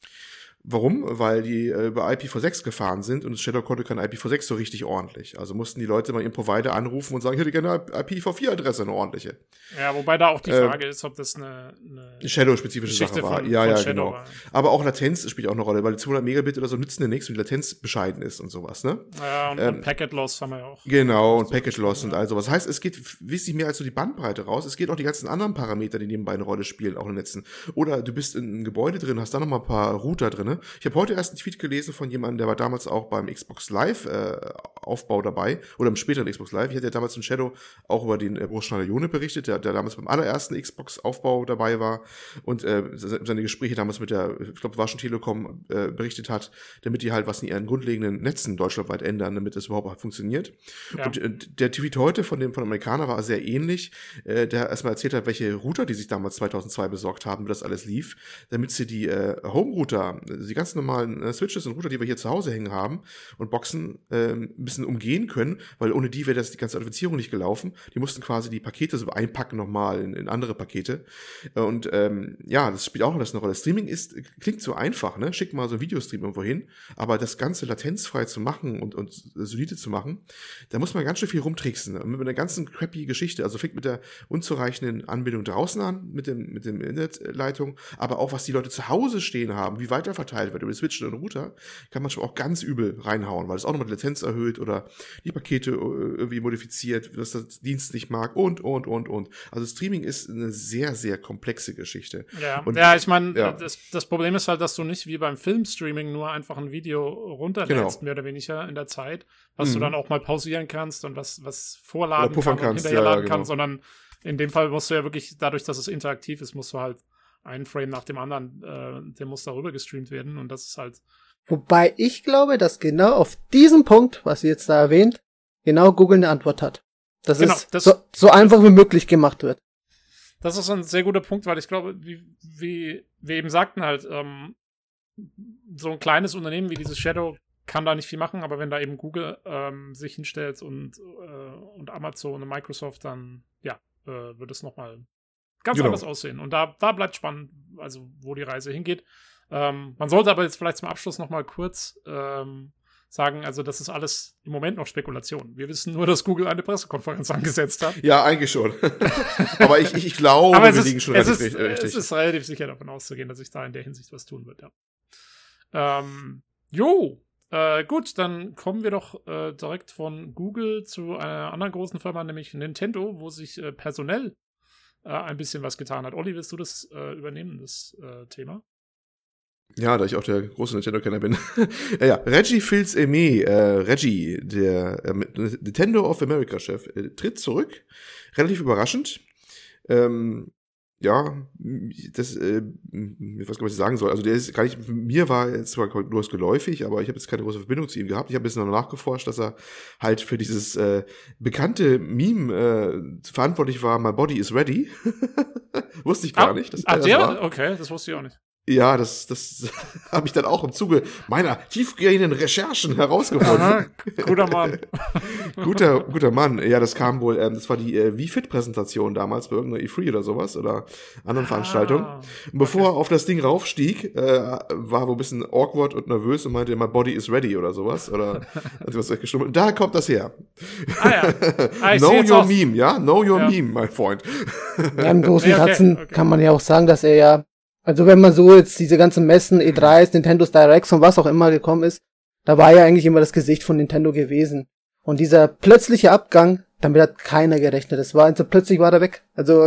Warum? Weil die äh, über I P v sechs gefahren sind und das Shadow konnte kein I P v sechs so richtig ordentlich. Also mussten die Leute mal ihren Provider anrufen und sagen, ich hätte gerne eine I P v vier Adresse, eine ordentliche. Ja, wobei da auch die äh, Frage ist, ob das eine, eine Shadow-spezifische Sache war. Von, ja, von ja, Shadow genau. war. Aber auch Latenz spielt auch eine Rolle, weil die zweihundert Megabit oder so nützen ja nichts, wenn die Latenz bescheiden ist und sowas, ne? Ja, und, ähm, und Packet Loss haben wir ja auch. Genau, und Packet Loss und all sowas. Das heißt, es geht wesentlich mehr als so die Bandbreite raus. Es geht auch die ganzen anderen Parameter, die nebenbei eine Rolle spielen, auch in Netzen. Oder du bist in einem Gebäude drin, hast da noch mal ein paar Router drin. Ich habe heute erst einen Tweet gelesen von jemandem, der war damals auch beim Xbox Live äh, Aufbau dabei oder im späteren Xbox Live. Ich hatte ja damals in Shadow auch über den äh, Bruce Schneider-Jone berichtet, der, der damals beim allerersten Xbox Aufbau dabei war und äh, seine Gespräche damals mit der, ich glaube, war schon Telekom äh, berichtet hat, damit die halt was in ihren grundlegenden Netzen deutschlandweit ändern, damit das überhaupt funktioniert. Ja. Und äh, der Tweet heute von dem von dem Amerikaner war sehr ähnlich, äh, der erstmal erzählt hat, welche Router die sich damals zweitausendzwei besorgt haben, wie das alles lief, damit sie die äh, Home-Router, die ganz normalen äh, Switches und Router, die wir hier zu Hause hängen haben und Boxen äh, ein bisschen umgehen können, weil ohne die wäre das die ganze Authentifizierung nicht gelaufen. Die mussten quasi die Pakete so einpacken nochmal in, in andere Pakete. Und ähm, ja, das spielt auch alles eine Rolle. Streaming ist, klingt so einfach, ne? Schick mal so ein Videostream irgendwo hin, aber das Ganze latenzfrei zu machen und, und solide zu machen, da muss man ganz schön viel rumtricksen. Mit einer ganzen crappy Geschichte. Also fängt mit der unzureichenden Anbindung draußen an, mit dem, mit dem Internetleitung, aber auch was die Leute zu Hause stehen haben, wie weiter verteilt wird über die Switch und Router, kann man schon auch ganz übel reinhauen, weil es auch nochmal die Latenz erhöht oder die Pakete irgendwie modifiziert, was der Dienst nicht mag und, und, und, und. Also Streaming ist eine sehr, sehr komplexe Geschichte. Ja, und, ja ich meine, ja. das, das Problem ist halt, dass du nicht wie beim Filmstreaming nur einfach ein Video runterlädst, genau. mehr oder weniger in der Zeit, was mhm. du dann auch mal pausieren kannst und was, was vorladen kann und kannst, hinterher ja, laden genau. kann, sondern in dem Fall musst du ja wirklich, dadurch, dass es interaktiv ist, musst du halt einen Frame nach dem anderen, äh, der muss darüber gestreamt werden und das ist halt. Wobei ich glaube, dass genau auf diesen Punkt, was sie jetzt da erwähnt, genau Google eine Antwort hat. Dass genau, es das, so, so einfach wie möglich gemacht wird. das ist ein sehr guter Punkt, weil ich glaube, wie, wie wir eben sagten halt, ähm, so ein kleines Unternehmen wie dieses Shadow kann da nicht viel machen, aber wenn da eben Google ähm, sich hinstellt und, äh, und Amazon und Microsoft, dann ja, äh, wird es nochmal ganz genau. anders aussehen. Und da, da bleibt spannend, also wo die Reise hingeht. Ähm, man sollte aber jetzt vielleicht zum Abschluss nochmal kurz ähm, sagen, also das ist alles im Moment noch Spekulation. Wir wissen nur, dass Google eine Pressekonferenz angesetzt hat. Ja, eigentlich schon. Aber ich, ich, ich glaube, aber wir ist, liegen schon es relativ ist, richtig. Es ist relativ sicher davon auszugehen, dass sich da in der Hinsicht was tun wird, ja. Ähm, jo, äh, gut, dann kommen wir doch äh, direkt von Google zu einer anderen großen Firma, nämlich Nintendo, wo sich äh, personell äh, ein bisschen was getan hat. Olli, willst du das äh, übernehmen, das äh, Thema? Ja, da ich auch der große Nintendo-Kenner bin. ja, ja, Reggie Fils-Aimé, äh, Reggie, der äh, Nintendo of America-Chef, äh, tritt zurück. Relativ überraschend. Ähm, ja, das, äh, ich weiß gar nicht, was ich sagen soll. Also der ist gar nicht, mir war jetzt zwar nur geläufig, aber ich habe jetzt keine große Verbindung zu ihm gehabt. Ich habe ein bisschen nachgeforscht, dass er halt für dieses äh, bekannte Meme äh, verantwortlich war, My Body is Ready. Wusste ich gar ah, nicht. Dass ah, der der? das war. Okay, das wusste ich auch nicht. Ja, das, das habe ich dann auch im Zuge meiner tiefgehenden Recherchen herausgefunden. Aha, guter Mann. guter, guter Mann. Ja, das kam wohl, ähm, das war die äh, Wii Fit-Präsentation damals bei irgendeiner E drei oder sowas oder anderen ah, Veranstaltungen. Und bevor okay. er auf das Ding raufstieg, äh, war wohl ein bisschen awkward und nervös und meinte, my body is ready oder sowas. Oder hat was weggestummelt. Da kommt das her. Ah ja. Ah, know your aus. Meme, ja? Know your ja. Meme, mein Freund. Ja, im Großen und Ganzen okay, okay. kann man ja auch sagen, dass er ja Also wenn man so jetzt diese ganzen Messen, E drei, Nintendo's Directs und was auch immer gekommen ist, da war ja eigentlich immer das Gesicht von Nintendo gewesen. Und dieser plötzliche Abgang, damit hat keiner gerechnet. Das war, also plötzlich war er weg. Also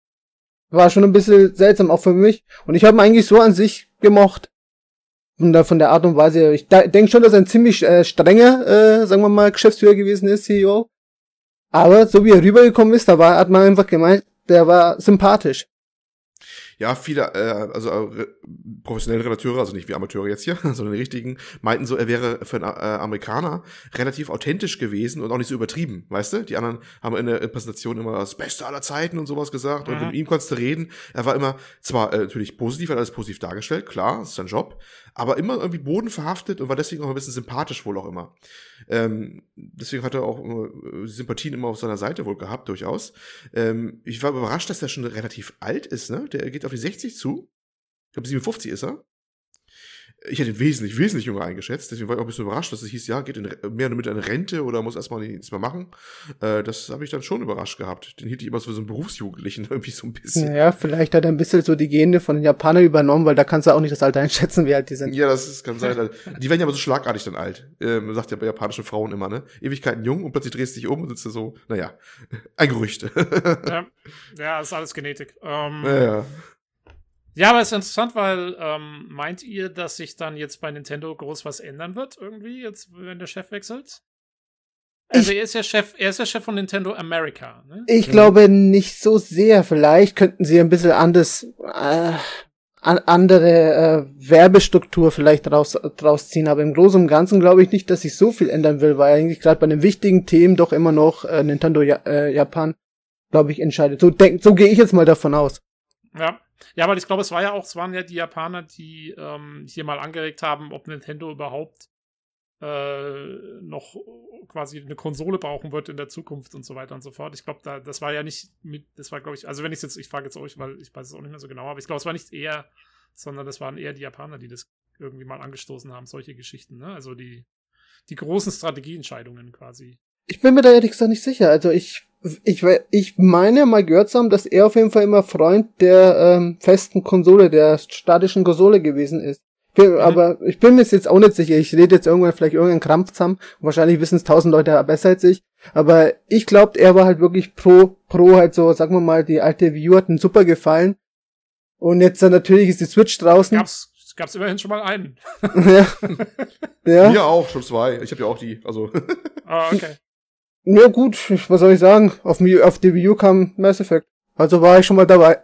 war schon ein bisschen seltsam, auch für mich. Und ich habe ihn eigentlich so an sich gemocht. Und da von der Art und Weise, ich da, denke schon, dass er ein ziemlich äh, strenger, äh, sagen wir mal, Geschäftsführer gewesen ist, C E O. Aber so wie er rübergekommen ist, da war, hat man einfach gemeint, der war sympathisch. Ja, viele, äh, also äh, professionelle Redakteure, also nicht wie Amateure jetzt hier, sondern die richtigen, meinten so, er wäre für einen äh, Amerikaner relativ authentisch gewesen und auch nicht so übertrieben, weißt du? Die anderen haben in der Präsentation immer das Beste aller Zeiten und sowas gesagt, mhm. und mit ihm konntest du reden. Er war immer zwar äh, natürlich positiv, hat alles positiv dargestellt, klar, das ist sein Job, aber immer irgendwie bodenverhaftet und war deswegen auch ein bisschen sympathisch wohl auch immer. Ähm, deswegen hat er auch äh, Sympathien immer auf seiner Seite wohl gehabt, durchaus. Ähm, ich war überrascht, dass er schon relativ alt ist, ne? Der geht auf die sechzig zu. Ich glaube, siebenundfünfzig ist er. Ich hätte ihn wesentlich, wesentlich jünger eingeschätzt. Deswegen war ich auch ein bisschen überrascht, dass es hieß, ja, geht in, mehr oder mit in Rente oder muss erstmal nichts mehr machen. Äh, das habe ich dann schon überrascht gehabt. Den hielt ich immer so für so einen Berufsjugendlichen irgendwie so ein bisschen. Ja, vielleicht hat er ein bisschen so die Gene von den Japanern übernommen, weil da kannst du auch nicht das Alter einschätzen, wie alt die sind. Ja, das ist, kann sein. Die werden ja aber so schlagartig dann alt. Ähm, sagt ja bei japanischen Frauen immer, ne? Ewigkeiten jung und plötzlich drehst du dich um und sitzt du so, naja, ein Gerücht. ja. ja, ist alles Genetik. Ähm, ja, ja. Ja, aber es ist interessant, weil ähm, meint ihr, dass sich dann jetzt bei Nintendo groß was ändern wird irgendwie, jetzt wenn der Chef wechselt? Also ich, er ist ja Chef, er ist ja Chef von Nintendo America, ne? Ich mhm. glaube nicht so sehr. Vielleicht könnten sie ein bisschen anders, äh, andere äh, Werbestruktur vielleicht draus, draus ziehen, aber im Großen und Ganzen glaube ich nicht, dass sich so viel ändern will, weil eigentlich gerade bei den wichtigen Themen doch immer noch äh, Nintendo ja, äh, Japan, glaube ich, entscheidet. So denk, so gehe ich jetzt mal davon aus. Ja. Ja, weil ich glaube, es war ja auch, es waren ja die Japaner, die ähm, hier mal angeregt haben, ob Nintendo überhaupt äh, noch quasi eine Konsole brauchen wird in der Zukunft und so weiter und so fort. Ich glaube, da, das war ja nicht mit, das war, glaube ich, also wenn ich jetzt, ich frage jetzt euch, weil ich weiß es auch nicht mehr so genau, aber ich glaube, es war nicht er, sondern das waren eher die Japaner, die das irgendwie mal angestoßen haben, solche Geschichten, ne? Also die, die großen Strategieentscheidungen quasi. Ich bin mir da ehrlich gesagt nicht sicher. Also ich, ich, ich meine mal gehört zu haben, dass er auf jeden Fall immer Freund der ähm, festen Konsole, der statischen Konsole gewesen ist. Bin, mhm. Aber ich bin mir jetzt auch nicht sicher. Ich rede jetzt irgendwann vielleicht irgendeinen Krampf zusammen. Wahrscheinlich wissen es tausend Leute besser als ich. Aber ich glaube, er war halt wirklich pro, pro halt so, sagen wir mal, die alte Wii U hat ihm super gefallen. Und jetzt dann natürlich ist die Switch draußen. Gab's, gab's immerhin schon mal einen. ja. ja. Mir auch, schon zwei. Ich habe ja auch die, also. Ah, okay. Ja gut, was soll ich sagen? Auf, auf die Wii U kam Mass Effect. Also war ich schon mal dabei.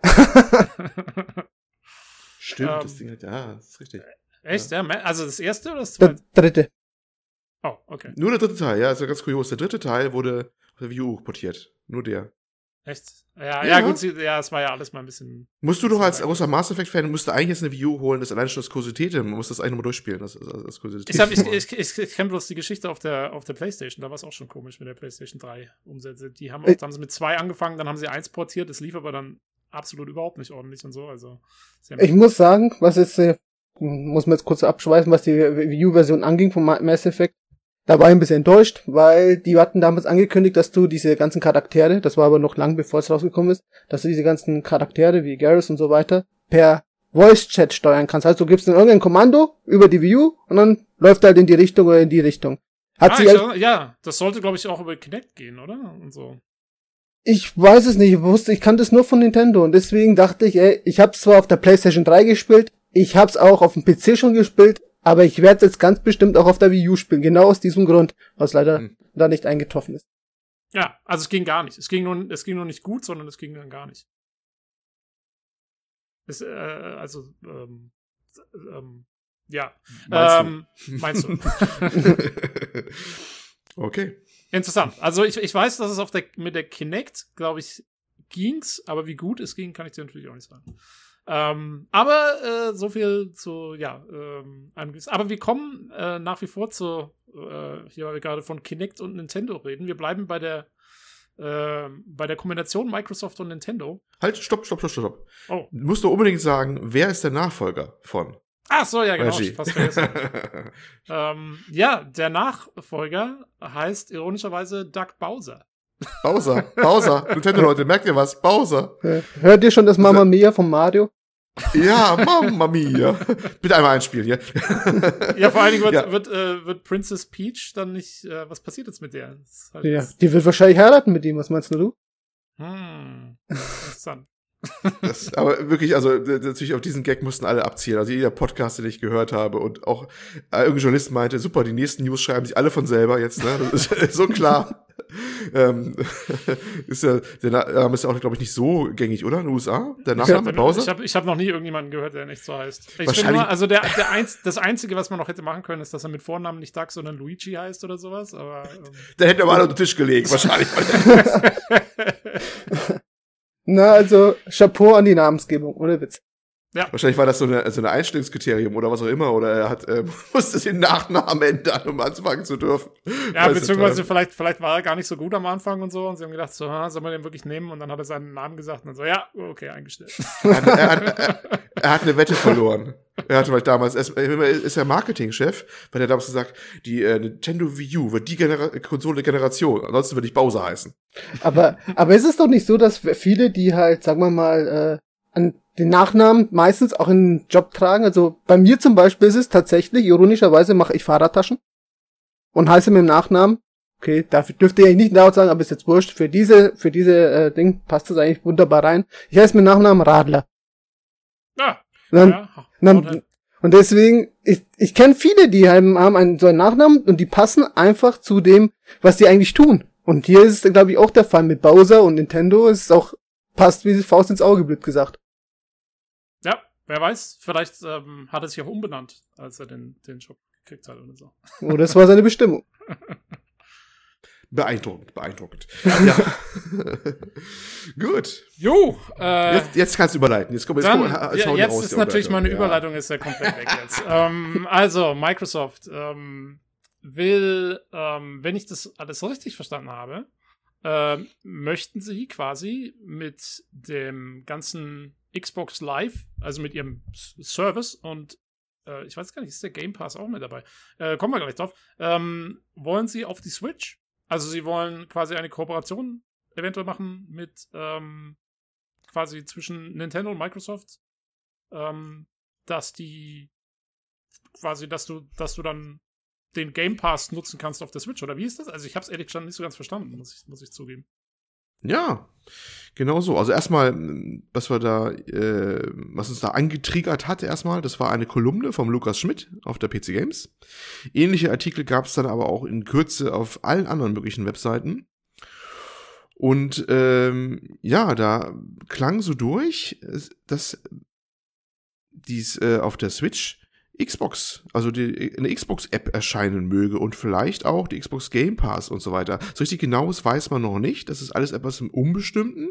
Stimmt, ähm, das Ding hat, ja, das ist richtig. Echt, ja? ja? Also das erste oder das zweite? Der dritte. Oh, okay. Nur der dritte Teil, ja, ist ja ganz kurios. Der dritte Teil wurde auf der Wii U portiert. Nur der. Echt? Ja, ja, Ja. gut, sie, ja, es war ja alles mal ein bisschen. Musst du doch als großer Mass Effect-Fan, musst du eigentlich jetzt eine Wii U holen, das allein schon das Kuriosität, man muss das eigentlich nochmal durchspielen. Das, das, das Kuriosität. Ich, hab, ich, ich, ich, ich kenne bloß die Geschichte auf der, auf der PlayStation, da war es auch schon komisch mit der PlayStation drei Umsätze. Die haben, auch, da haben sie mit zwei angefangen, dann haben sie eins portiert, es lief aber dann absolut überhaupt nicht ordentlich und so. Also, sie haben Ich muss sagen, was jetzt, äh, muss man jetzt kurz abschweifen, was die Wii U-Version anging von Mass Effect. Da war ich ein bisschen enttäuscht, weil die hatten damals angekündigt, dass du diese ganzen Charaktere, das war aber noch lang bevor es rausgekommen ist, dass du diese ganzen Charaktere wie Garrus und so weiter per Voice-Chat steuern kannst. Also du gibst dann irgendein Kommando über die Wii U und dann läuft er halt in die Richtung oder in die Richtung. Hat ah, sie ich, halt, ja, das sollte, glaube ich, auch über Kinect gehen, oder? Und so. ich weiß es nicht, ich wusste, ich kannte es nur von Nintendo und deswegen dachte ich, ey, ich hab's zwar auf der PlayStation drei gespielt, ich hab's auch auf dem P C schon gespielt, aber ich werde es jetzt ganz bestimmt auch auf der Wii U spielen. Genau aus diesem Grund, was leider hm. da nicht eingetroffen ist. Ja, also es ging gar nicht. Es ging nur, es ging nur nicht gut, sondern es ging dann gar nicht. Es, äh, also, ähm, ähm, ja. Meinst ähm, du? Meinst du? Okay. Interessant. Also ich, ich weiß, dass es auf der, mit der Kinect, glaube ich, ging's, aber wie gut es ging, kann ich dir natürlich auch nicht sagen. Ähm, aber äh, so viel zu, ja, ähm, aber wir kommen äh, nach wie vor zu, äh, hier, weil wir gerade von Kinect und Nintendo reden, wir bleiben bei der äh, bei der Kombination Microsoft und Nintendo. Halt, stopp, stopp, stopp, stopp. Oh. Du musst doch unbedingt sagen, wer ist der Nachfolger von? Ach so, ja, genau, Reggie. ich fast vergessen. ähm, ja, der Nachfolger heißt ironischerweise Doug Bowser. Bowser, Bowser, Nintendo-Leute, merkt ihr was? Bowser. Hört ihr schon das Mamma Mia von Mario? Ja, Mamma Mia. Bitte einmal einspielen, ja? Ja, vor allen Dingen wird, Ja. wird, äh, wird Princess Peach dann nicht, äh, was passiert jetzt mit der? Das ist halt Ja, das- die wird wahrscheinlich heiraten mit ihm, was meinst du? Hm, interessant. Das, aber wirklich, also d- natürlich auf diesen Gag mussten alle abzielen. Also jeder Podcast, den ich gehört habe und auch äh, irgendein Journalist meinte, super, die nächsten News schreiben sich alle von selber jetzt, ne? Das ist so klar. ähm, ist ja, der Name ist ja auch, glaube ich, nicht so gängig, oder? In den U S A? Der Nachname Ich Bowser? habe ich hab noch nie irgendjemanden gehört, der nicht so heißt. Ich finde Wahrscheinlich- nur, also der, der Einz, das Einzige, was man noch hätte machen können, ist, dass er mit Vornamen nicht Doug, sondern Luigi heißt oder sowas. Aber ähm, Der hätte aber alle unter den Tisch gelegt, wahrscheinlich. Na, also, Chapeau an die Namensgebung, ohne Witz. Wahrscheinlich war das so eine, so eine Einstellungskriterium oder was auch immer. Oder er hat ähm, musste den Nachnamen ändern, um anfangen zu dürfen. ja, Weiß beziehungsweise nicht, vielleicht, vielleicht war er gar nicht so gut am Anfang und so. Und sie haben gedacht, so, ha, soll man den wirklich nehmen? Und dann hat er seinen Namen gesagt und dann so, ja, okay, eingestellt. Er hat, er, hat, er, er hat eine Wette verloren. Er hatte vielleicht damals, er ist, er ist ja Marketingchef, weil er damals gesagt, die äh, Nintendo Wii U wird die Genera Konsole der Generation. Ansonsten würde ich Bowser heißen. Aber, aber ist es doch nicht so, dass viele, die halt, sagen wir mal, äh, an den Nachnamen meistens auch in den Job tragen? Also bei mir zum Beispiel ist es tatsächlich, ironischerweise mache ich Fahrradtaschen und heiße mit dem Nachnamen, okay, dafür dürfte ich nicht laut sagen, aber ist jetzt wurscht, für diese, für diese äh, Ding passt das eigentlich wunderbar rein. Ich heiße mit Nachnamen Radler. Ja, Und dann, ja. und dann, und deswegen, ich, ich kenne viele, die haben, haben einen, so einen Nachnamen und die passen einfach zu dem, was die eigentlich tun. Und hier ist es, glaube ich, auch der Fall mit Bowser und Nintendo. Es ist auch, passt wie die Faust ins Auge, blöd gesagt. Ja, wer weiß, vielleicht ähm, hat er sich auch umbenannt, als er den, den Job gekriegt hat oder so. Oh, das war seine Bestimmung. Beeindruckend, beeindruckend. Ja. Gut. Jo, äh, Jetzt, jetzt kannst du überleiten. Jetzt, komm, jetzt, dann, komm, ja, hau die jetzt raus, ist die natürlich meine Ja. Überleitung ist ja komplett weg jetzt. ähm, also, Microsoft ähm, will, ähm, wenn ich das alles richtig verstanden habe, ähm, möchten sie quasi mit dem ganzen Xbox Live, also mit ihrem S- Service und äh, ich weiß gar nicht, ist der Game Pass auch mit dabei? Äh, kommen wir gleich drauf. Ähm, wollen sie auf die Switch? Also sie wollen quasi eine Kooperation eventuell machen mit ähm, quasi zwischen Nintendo und Microsoft, ähm, dass die quasi, dass du, dass du dann den Game Pass nutzen kannst auf der Switch, oder wie ist das? Also ich habe es ehrlich gesagt nicht so ganz verstanden, muss ich, muss ich zugeben. Ja, genau so. Also erstmal, was wir da, äh, was uns da angetriggert hat erstmal, das war eine Kolumne vom Lukas Schmidt auf der P C Games. Ähnliche Artikel gab es dann aber auch in Kürze auf allen anderen möglichen Webseiten. Und ähm, ja, da klang so durch, dass dies äh, auf der Switch Xbox, also die, eine Xbox-App erscheinen möge und vielleicht auch die Xbox Game Pass und so weiter. So richtig genaues weiß man noch nicht. Das ist alles etwas im Unbestimmten.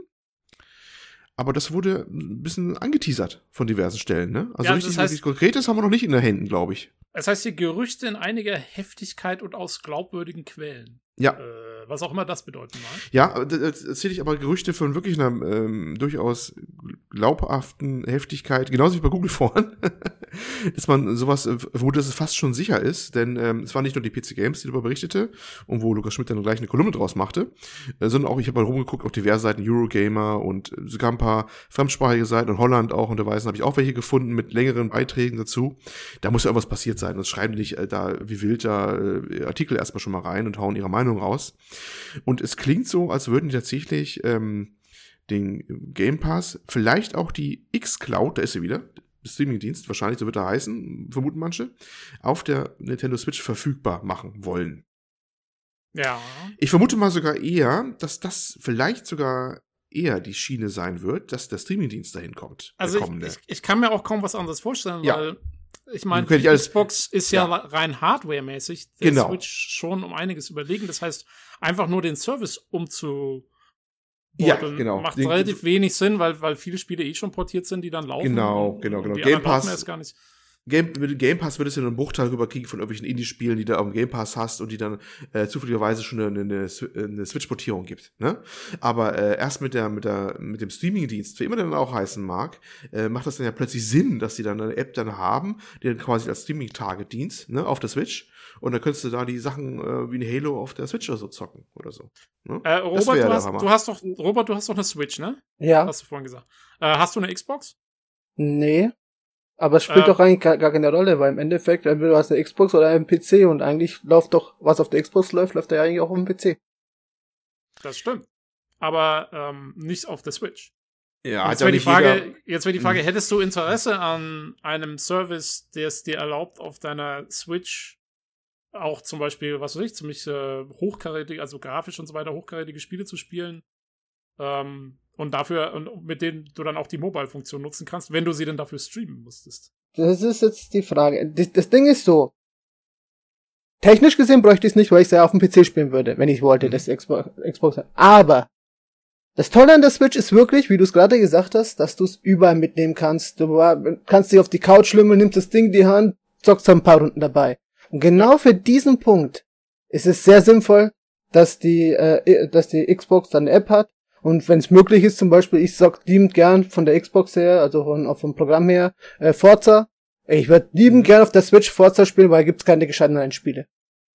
Aber das wurde ein bisschen angeteasert von diversen Stellen, ne? Also ja, richtig, das heißt, richtig Konkretes haben wir noch nicht in den Händen, glaube ich. Das heißt hier Gerüchte in einiger Heftigkeit und aus glaubwürdigen Quellen. Ja. Äh, was auch immer das bedeuten mag. Ja, da erzähle ich aber Gerüchte von wirklich einer ähm, durchaus glaubhaften Heftigkeit, genauso wie bei Google vorhin, dass man sowas äh, vermutet, dass es fast schon sicher ist, denn ähm, es war nicht nur die P C Games, die darüber berichtete und wo Lukas Schmidt dann gleich eine Kolumne draus machte, äh, sondern auch, ich habe mal rumgeguckt auf diverse Seiten, Eurogamer und äh, sogar ein paar fremdsprachige Seiten und Holland auch und da habe ich auch welche gefunden mit längeren Beiträgen dazu. Da muss ja irgendwas passiert sein, sonst schreiben die nicht äh, da wie wild da äh, Artikel erstmal schon mal rein und hauen ihre Meinung raus. Und es klingt so, als würden die tatsächlich ähm, den Game Pass, vielleicht auch die xCloud, da ist sie wieder, Streamingdienst, wahrscheinlich, so wird er heißen, vermuten manche, auf der Nintendo Switch verfügbar machen wollen. Ja. Ich vermute mal sogar eher, dass das vielleicht sogar eher die Schiene sein wird, dass der Streamingdienst dahin kommt. Also ich, ich, ich kann mir auch kaum was anderes vorstellen, ja. weil ich meine, die Xbox ist ja, ja rein hardwaremäßig der genau. Switch schon um einiges überlegen. Das heißt, einfach nur den Service umzu ja, genau. macht den, relativ wenig Sinn, weil, weil viele Spiele eh schon portiert sind, die dann laufen. Genau, genau, genau. Die Game Pass erst gar nicht. Game, mit dem Game Pass würdest du einen Bruchteil rüberkriegen von irgendwelchen Indie-Spielen, die du auf dem Game Pass hast und die dann äh, zufälligerweise schon eine, eine, eine Switch-Portierung gibt. Ne? Aber äh, erst mit der mit der mit dem Streaming-Dienst, wie immer der dann auch heißen mag, äh, macht das dann ja plötzlich Sinn, dass die dann eine App dann haben, die dann quasi als Streaming-Target dient, ne, auf der Switch. Und dann könntest du da die Sachen äh, wie ein Halo auf der Switch oder so zocken oder so. Ne? Äh, Robert, du hast, du hast doch Robert, du hast doch eine Switch, ne? Ja. Hast du vorhin gesagt. Äh, hast du eine Xbox? Nee. Aber es spielt äh, doch eigentlich gar, gar keine Rolle, weil im Endeffekt, entweder du hast eine Xbox oder einen P C und eigentlich läuft doch, was auf der Xbox läuft, läuft ja eigentlich auch auf dem P C. Das stimmt. Aber ähm, nicht auf der Switch. Ja, jetzt wäre die Frage, jetzt wäre die Frage, hättest du Interesse an einem Service, der es dir erlaubt, auf deiner Switch auch zum Beispiel, was weiß ich, ziemlich äh, hochkarätig, also grafisch und so weiter, hochkarätige Spiele zu spielen? Ähm, und dafür, und mit denen du dann auch die Mobile-Funktion nutzen kannst, wenn du sie denn dafür streamen musstest. Das ist jetzt die Frage. Das, das Ding ist so. Technisch gesehen bräuchte ich es nicht, weil ich es ja auf dem P C spielen würde, wenn ich wollte, das Xbox, Xbox. Aber das Tolle an der Switch ist wirklich, wie du es gerade gesagt hast, dass du es überall mitnehmen kannst. Du kannst dich auf die Couch schlümmeln, nimmst das Ding in die Hand, zockst ein paar Runden dabei. Und genau für diesen Punkt ist es sehr sinnvoll, dass die, äh, dass die Xbox dann eine App hat. Und wenn es möglich ist, zum Beispiel, ich sag liebend gern von der Xbox her, also von, auch vom Programm her, äh, Forza. Ich würde liebend gern auf der Switch Forza spielen, weil gibt's keine gescheiten Rennspiele.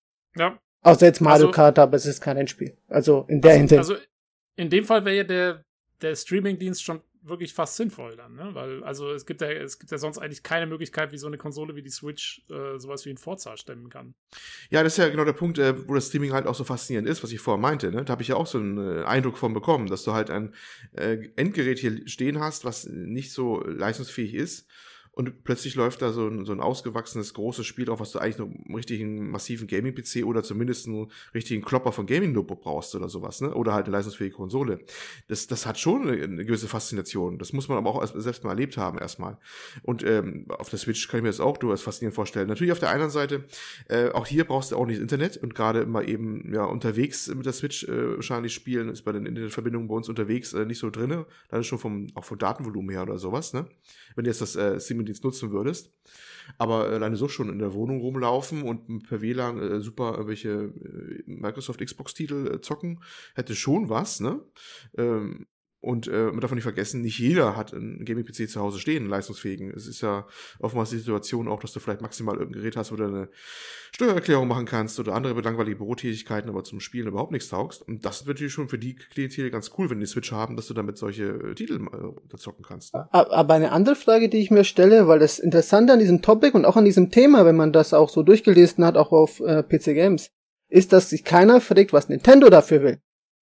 Ja. Außer jetzt Mario also, Kart, aber es ist kein Rennspiel. Also in der also, Hinsicht. Also in dem Fall wäre ja der, der Streaming-Dienst schon wirklich fast sinnvoll dann, ne? Weil, also es gibt ja, es gibt ja sonst eigentlich keine Möglichkeit, wie so eine Konsole wie die Switch äh, sowas wie ein Forza stemmen kann. Ja, das ist ja genau der Punkt, äh, wo das Streaming halt auch so faszinierend ist, was ich vorher meinte, ne? Da habe ich ja auch so einen äh, Eindruck von bekommen, dass du halt ein äh, Endgerät hier stehen hast, was nicht so leistungsfähig ist. Und plötzlich läuft da so ein, so ein ausgewachsenes, großes Spiel drauf, was du eigentlich nur einen richtigen, massiven Gaming-P C oder zumindest einen richtigen Klopper von Gaming-Notebook brauchst oder sowas, ne? Oder halt eine leistungsfähige Konsole. Das, das hat schon eine, eine gewisse Faszination. Das muss man aber auch selbst mal erlebt haben erstmal. Und ähm, auf der Switch kann ich mir das auch durchaus faszinierend vorstellen. Natürlich auf der einen Seite, äh, auch hier brauchst du auch nicht das Internet und gerade immer eben ja unterwegs mit der Switch äh, wahrscheinlich spielen, ist bei den Internetverbindungen bei uns unterwegs äh, nicht so drin. Dann ist schon vom, auch vom Datenvolumen her oder sowas, ne? Wenn du jetzt das äh, Streaming-Dienst nutzen würdest. Aber alleine so schon in der Wohnung rumlaufen und per W L A N äh, super irgendwelche äh, Microsoft Xbox-Titel äh, zocken, hätte schon was, ne? Ähm, und äh, man darf nicht vergessen, nicht jeder hat einen Gaming-P C zu Hause stehen, einen leistungsfähigen. Es ist ja oftmals die Situation auch, dass du vielleicht maximal irgendein Gerät hast, wo du eine Steuererklärung machen kannst oder andere langweilige Bürotätigkeiten, aber zum Spielen überhaupt nichts taugst. Und das ist natürlich schon für die Klientel ganz cool, wenn die Switch haben, dass du damit solche äh, Titel äh, zocken kannst. Ne? Aber eine andere Frage, die ich mir stelle, weil das Interessante an diesem Topic und auch an diesem Thema, wenn man das auch so durchgelesen hat, auch auf äh, P C Games, ist, dass sich keiner fragt, was Nintendo dafür will.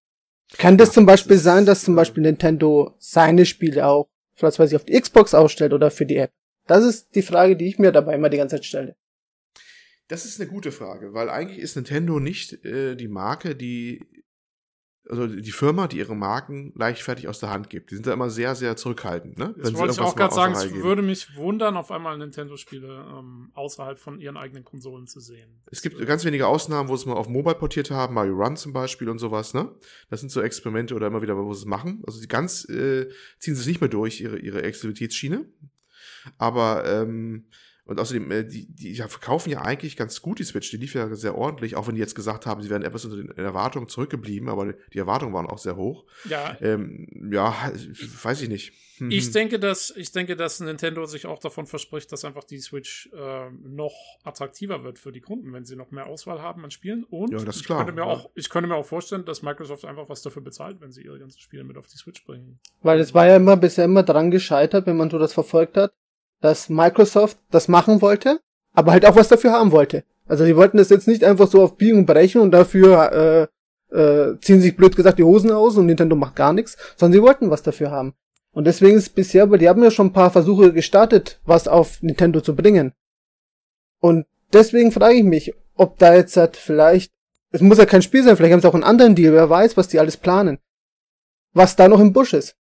Kann das ja, zum Beispiel das sein, dass zum Beispiel Nintendo seine Spiele auch, vielleicht weiß ich, auf die Xbox ausstellt oder für die App? Das ist die Frage, die ich mir dabei immer die ganze Zeit stelle. Das ist eine gute Frage, weil eigentlich ist Nintendo nicht äh, die Marke, die also die Firma, die ihre Marken leichtfertig aus der Hand gibt. Die sind da immer sehr, sehr zurückhaltend, ne? Das wollte ich auch gerade sagen, es würde mich wundern, auf einmal Nintendo-Spiele ähm, außerhalb von ihren eigenen Konsolen zu sehen. Es gibt ganz wenige Ausnahmen, wo sie es mal auf Mobile portiert haben, Mario Run zum Beispiel und sowas, ne? Das sind so Experimente oder immer wieder, wo sie es machen. Also die ganz äh, ziehen sie es nicht mehr durch, ihre, ihre Exklusivitätsschiene. Aber, ähm, und außerdem, äh, die, die ja, verkaufen ja eigentlich ganz gut die Switch. Die lief ja sehr ordentlich, auch wenn die jetzt gesagt haben, sie wären etwas unter den Erwartungen zurückgeblieben, aber die Erwartungen waren auch sehr hoch. Ja, ähm, ja weiß ich nicht. Hm. Ich denke, dass, ich denke, dass Nintendo sich auch davon verspricht, dass einfach die Switch äh, noch attraktiver wird für die Kunden, wenn sie noch mehr Auswahl haben an Spielen. Und ja, das ist ich, klar. Könnte mir auch, ich könnte mir auch vorstellen, dass Microsoft einfach was dafür bezahlt, wenn sie ihre ganzen Spiele mit auf die Switch bringen. Weil es war ja immer bisher immer dran gescheitert, wenn man so das verfolgt hat, dass Microsoft das machen wollte, aber halt auch was dafür haben wollte. Also die wollten das jetzt nicht einfach so auf Biegen und Brechen und dafür äh, äh, ziehen sich blöd gesagt die Hosen aus und Nintendo macht gar nichts, sondern sie wollten was dafür haben. Und deswegen ist bisher, aber die haben ja schon ein paar Versuche gestartet, was auf Nintendo zu bringen. Und deswegen frage ich mich, ob da jetzt halt vielleicht, es muss ja kein Spiel sein, vielleicht haben sie auch einen anderen Deal, wer weiß, was die alles planen. Was da noch im Busch ist.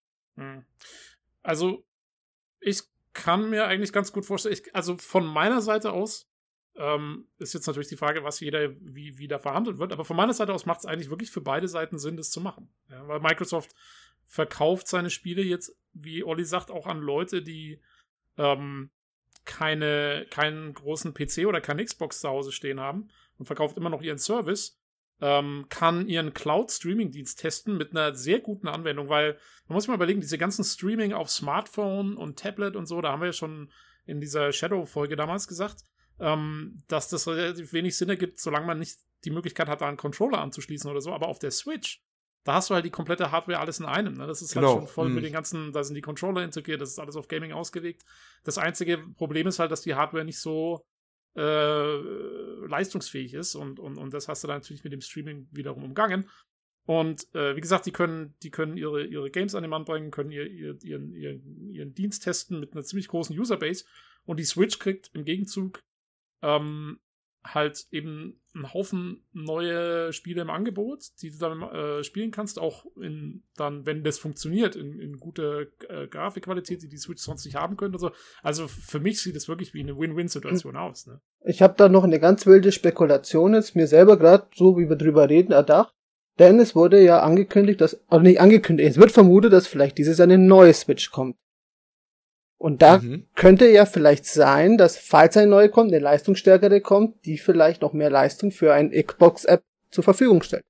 Also, ich kann mir eigentlich ganz gut vorstellen, ich, also von meiner Seite aus, ähm, ist jetzt natürlich die Frage, was jeder, wie, wie da verhandelt wird, aber von meiner Seite aus macht es eigentlich wirklich für beide Seiten Sinn, das zu machen. Ja, weil Microsoft verkauft seine Spiele jetzt, wie Olli sagt, auch an Leute, die ähm, keine, keinen großen P C oder keine Xbox zu Hause stehen haben und verkauft immer noch ihren Service, ähm, kann ihren Cloud-Streaming-Dienst testen mit einer sehr guten Anwendung, weil man muss sich mal überlegen, diese ganzen Streaming auf Smartphone und Tablet und so, da haben wir ja schon in dieser Shadow-Folge damals gesagt, ähm, dass das relativ wenig Sinn ergibt, solange man nicht die Möglichkeit hat, da einen Controller anzuschließen oder so, aber auf der Switch, da hast du halt die komplette Hardware alles in einem. Ne? Das ist genau. halt schon voll mhm. mit den ganzen, da sind die Controller integriert, das ist alles auf Gaming ausgelegt. Das einzige Problem ist halt, dass die Hardware nicht so äh, leistungsfähig ist und, und, und das hast du dann natürlich mit dem Streaming wiederum umgangen. Und äh, wie gesagt, die können, die können ihre, ihre Games an den Mann bringen, können ihr, ihr, ihren, ihren, ihren Dienst testen mit einer ziemlich großen Userbase und die Switch kriegt im Gegenzug ähm, halt eben einen Haufen neue Spiele im Angebot, die du dann äh, spielen kannst, auch in dann, wenn das funktioniert, in, in gute äh, Grafikqualität, die die Switch sonst nicht haben könnte. Also, also für mich sieht es wirklich wie eine Win-Win-Situation mhm. aus. Ne? Ich habe da noch eine ganz wilde Spekulation jetzt mir selber gerade, so wie wir drüber reden, erdacht, denn es wurde ja angekündigt, dass, also nicht angekündigt, es wird vermutet, dass vielleicht dieses Jahr eine neue Switch kommt. Und da mhm. könnte ja vielleicht sein, dass, falls eine neue kommt, eine leistungsstärkere kommt, die vielleicht noch mehr Leistung für ein Xbox-App zur Verfügung stellt.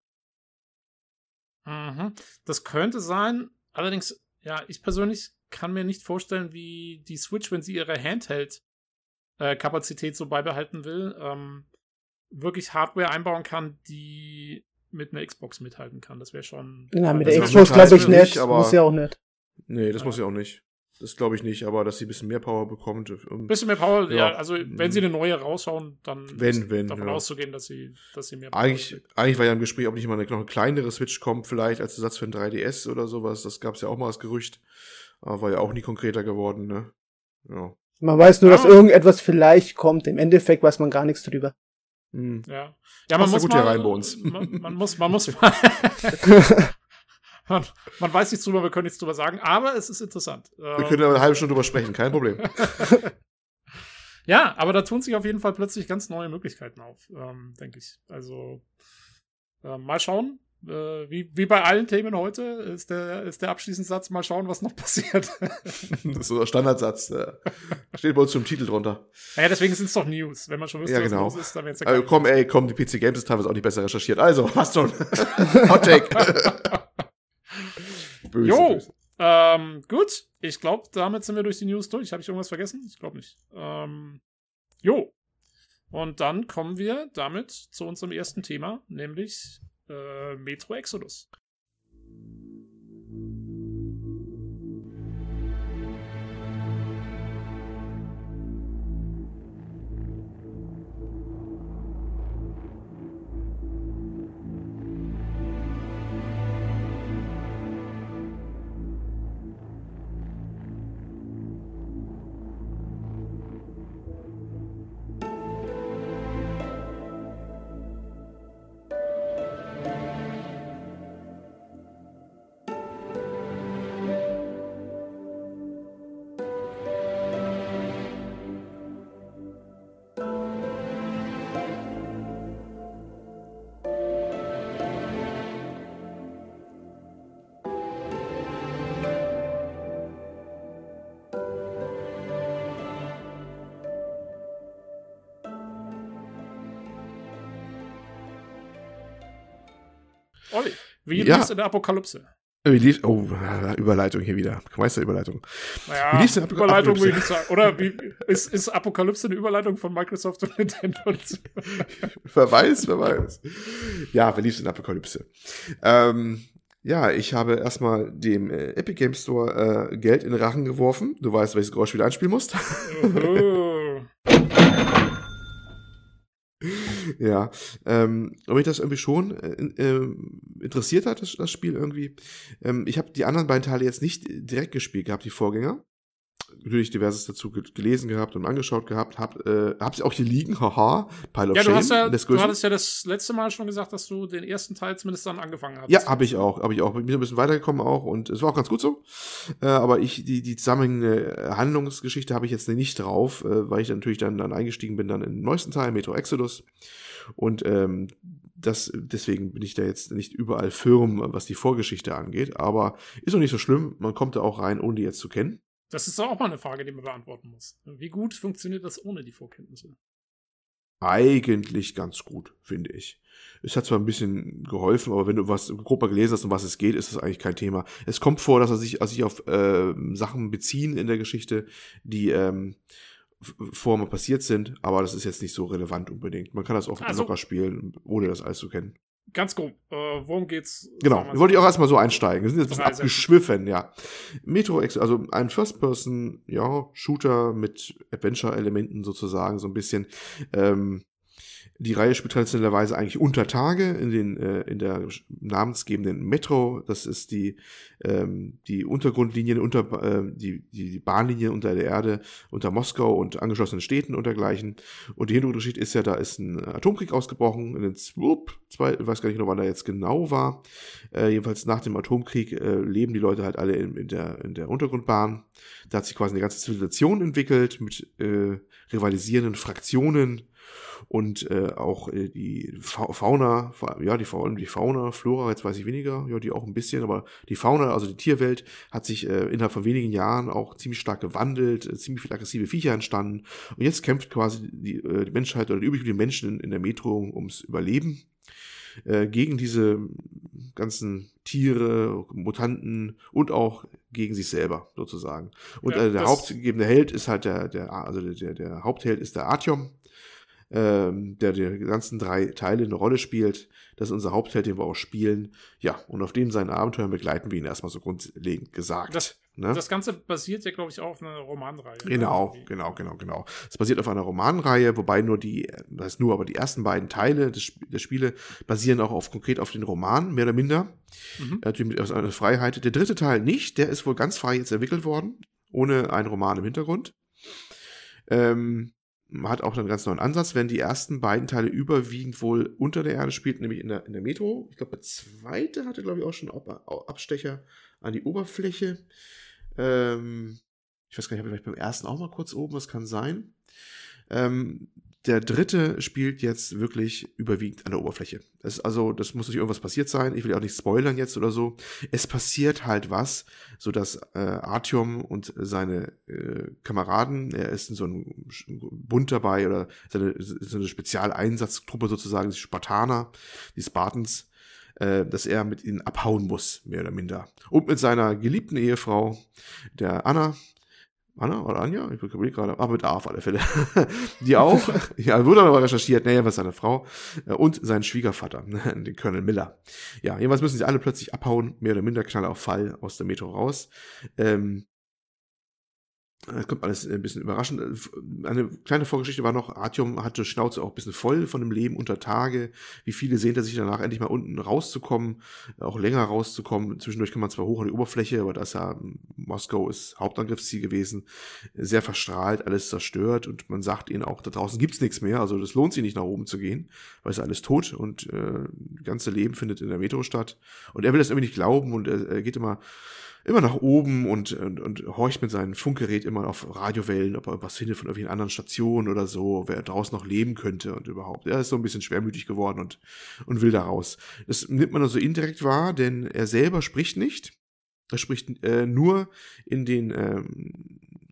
Mhm. Das könnte sein. Allerdings, ja, ich persönlich kann mir nicht vorstellen, wie die Switch, wenn sie ihre Handheld-Kapazität so beibehalten will, ähm, wirklich Hardware einbauen kann, die mit einer Xbox mithalten kann. Das wäre schon... Ja, mit der Xbox glaube ich nicht, aber muss ja auch nicht. Nee, das ja. muss ja auch nicht. Das glaube ich nicht, aber dass sie ein bisschen mehr Power bekommt. Ein bisschen mehr Power, ja. ja also wenn sie eine neue raushauen, dann wenn, ist wenn, davon ja. auszugehen, dass sie, dass sie mehr Power eigentlich, kriegt. Eigentlich war ja im Gespräch, ob nicht mal eine, noch eine kleinere Switch kommt, vielleicht als Ersatz für ein drei D S oder sowas. Das gab es ja auch mal als Gerücht. Aber war ja auch nie konkreter geworden, ne? Ja. Man weiß nur, ja. dass irgendetwas vielleicht kommt. Im Endeffekt weiß man gar nichts drüber. Hm. Ja. Ja, man muss gut mal, hier rein bei uns. Man, man muss, man muss mal Man, man weiß nichts drüber, wir können nichts drüber sagen, aber es ist interessant. Wir können eine halbe Stunde drüber sprechen, kein Problem. Ja, aber da tun sich auf jeden Fall plötzlich ganz neue Möglichkeiten auf, ähm, denke ich. Also äh, mal schauen, äh, wie, wie bei allen Themen heute ist der, ist der abschließende Satz, mal schauen, was noch passiert. Das ist so der Standardsatz. Ja. Steht bei uns zum Titel drunter. Naja, deswegen sind es doch News. Wenn man schon wüsste, ja, genau. was los ist, dann wäre es ja also, komm, ey, komm, die P C Games ist teilweise auch nicht besser recherchiert. Also, passt schon. Hot Take. Böse, jo, böse. Ähm, gut. Ich glaube, damit sind wir durch die News durch. Habe ich irgendwas vergessen? Ich glaube nicht. Ähm, jo. Und dann kommen wir damit zu unserem ersten Thema, nämlich äh, Metro Exodus. Olli, wie Ja. lief's in der Apokalypse? Wie lief, oh, Überleitung hier wieder. Meisterüberleitung. Naja, Wie lief's in der Überleitung Apokalypse? will ich nicht sagen. Oder wie, ist, ist Apokalypse eine Überleitung von Microsoft und Nintendo? Wer weiß, wer weiß. Ja, wie lief's in der Apokalypse? Ähm, ja, ich habe erstmal dem äh, Epic Game Store äh, Geld in den Rachen geworfen. Du weißt, welches Geräusch wieder einspielen musst. Oh. Ja, ähm, ob mich das irgendwie schon äh, äh, interessiert hat, das, das Spiel irgendwie. Ähm, ich habe die anderen beiden Teile jetzt nicht direkt gespielt gehabt, die Vorgänger. Natürlich diverses dazu ge- gelesen gehabt und angeschaut gehabt, hab, äh, hab's auch hier liegen, haha, Pile of Ja, du, Shame. hast ja, des du Größten. hattest ja das letzte Mal schon gesagt, dass du den ersten Teil zumindest dann angefangen hast. Ja, habe ich auch, habe ich auch. Bin ein bisschen weitergekommen auch und es war auch ganz gut so. Äh, aber ich, die, die zusammenhängende Handlungsgeschichte habe ich jetzt nicht drauf, äh, weil ich dann natürlich dann, dann eingestiegen bin dann in den neuesten Teil, Metro Exodus. Und ähm, das, deswegen bin ich da jetzt nicht überall firm, was die Vorgeschichte angeht. Aber ist auch nicht so schlimm, man kommt da auch rein, ohne die jetzt zu kennen. Das ist doch auch mal eine Frage, die man beantworten muss. Wie gut funktioniert das ohne die Vorkenntnisse? Eigentlich ganz gut, finde ich. Es hat zwar ein bisschen geholfen, aber wenn du was grob mal gelesen hast, um was es geht, ist das eigentlich kein Thema. Es kommt vor, dass er sich, also sich auf äh, Sachen beziehen in der Geschichte, die ähm, f- vorher mal passiert sind, aber das ist jetzt nicht so relevant unbedingt. Man kann das auch Also- locker spielen, ohne das alles zu kennen. Ganz grob, äh, worum geht's? Genau, Sagen wir wir wollte ich auch so. erstmal so einsteigen. Wir sind jetzt ein bisschen Drei Sätze. abgeschwiffen, ja. Metro Exodus, also ein First-Person, ja, Shooter mit Adventure-Elementen sozusagen, so ein bisschen. Ähm, die Reihe spielt traditionellerweise eigentlich unter Tage in den äh, in der namensgebenden Metro. Das ist die ähm, die Untergrundlinien unter äh, die die die Bahnlinie unter der Erde unter Moskau und angeschlossenen Städten und dergleichen. Und die Hintergrundgeschichte ist ja, da ist ein Atomkrieg ausgebrochen in den Swoop, zwei, ich weiß gar nicht noch, wann er jetzt genau war. Äh, jedenfalls nach dem Atomkrieg äh, leben die Leute halt alle in, in der in der Untergrundbahn. Da hat sich quasi eine ganze Zivilisation entwickelt mit äh, rivalisierenden Fraktionen. Und äh, auch äh, die Fa- Fauna, fa- ja, die, vor allem die Fauna, Flora, jetzt weiß ich weniger, ja, die auch ein bisschen, aber die Fauna, also die Tierwelt, hat sich äh, innerhalb von wenigen Jahren auch ziemlich stark gewandelt, äh, ziemlich viele aggressive Viecher entstanden. Und jetzt kämpft quasi die, äh, die Menschheit oder die übrigen Menschen in, in der Metro ums Überleben äh, gegen diese ganzen Tiere, Mutanten und auch gegen sich selber sozusagen. Und Ja, äh, der das- hauptgebende Held ist halt der, der also der, der, der Hauptheld ist der Artyom, ähm, der die ganzen drei Teile eine Rolle spielt. Das ist unser Hauptheld, den wir auch spielen. Ja, und auf dem seinen Abenteuern begleiten wir ihn erstmal so grundlegend gesagt. Das, ne? das Ganze basiert ja, glaube ich, auch auf einer Romanreihe. Genau, Irgendwie. genau, genau, genau. Es basiert auf einer Romanreihe, wobei nur die, das heißt nur, aber die ersten beiden Teile des, Sp- der Spiele basieren auch auf konkret auf den Roman, mehr oder minder. Mhm. Natürlich mit aus einer Freiheit. Der dritte Teil nicht, der ist wohl ganz frei jetzt entwickelt worden, ohne einen Roman im Hintergrund. Ähm, hat auch einen ganz neuen Ansatz, wenn die ersten beiden Teile überwiegend wohl unter der Erde spielten, nämlich in der, in der Metro. Ich glaube, der zweite hatte, glaube ich, auch schon Ab Abstecher an die Oberfläche. Ähm, ich weiß gar nicht, habe ich vielleicht beim ersten auch mal kurz oben, was kann sein. Ähm, der dritte spielt jetzt wirklich überwiegend an der Oberfläche. Das, also, das muss nicht irgendwas passiert sein. Ich will ja auch nicht spoilern jetzt oder so. Es passiert halt was, sodass äh, Artyom und seine äh, Kameraden, er ist in so einem Bund dabei oder seine, so eine Spezialeinsatztruppe sozusagen, die Spartaner, die Spartans, äh, dass er mit ihnen abhauen muss, mehr oder minder. Und mit seiner geliebten Ehefrau, der Anna, Anna oder Anja? Ich überlege gerade, aber mit A auf alle Fälle. Die auch, ja, wurde aber recherchiert, naja, was seine Frau äh, und sein Schwiegervater, den Colonel Miller. Ja, jedenfalls müssen sie alle plötzlich abhauen, mehr oder minder Knall auf Fall aus der Metro raus. Ähm, Das kommt alles ein bisschen überraschend. Eine kleine Vorgeschichte war noch, Artyom hatte Schnauze auch ein bisschen voll von dem Leben unter Tage. Wie viele sehnt er sich danach, endlich mal unten rauszukommen, auch länger rauszukommen. Zwischendurch kann man zwar hoch an die Oberfläche, aber das ja, Moskau ist Hauptangriffsziel gewesen, sehr verstrahlt, alles zerstört und man sagt ihnen auch, da draußen gibt's nichts mehr, also das lohnt sich nicht nach oben zu gehen, weil es ist alles tot und äh, das ganze Leben findet in der Metro statt. Und er will das irgendwie nicht glauben und er, er geht immer immer nach oben und, und, und horcht mit seinem Funkgerät immer auf Radiowellen, ob er was findet von irgendwelchen anderen Stationen oder so, wer draußen noch leben könnte und überhaupt. Er ist so ein bisschen schwermütig geworden und, und will da raus. Das nimmt man also indirekt wahr, denn er selber spricht nicht. Er spricht äh, nur in den ähm,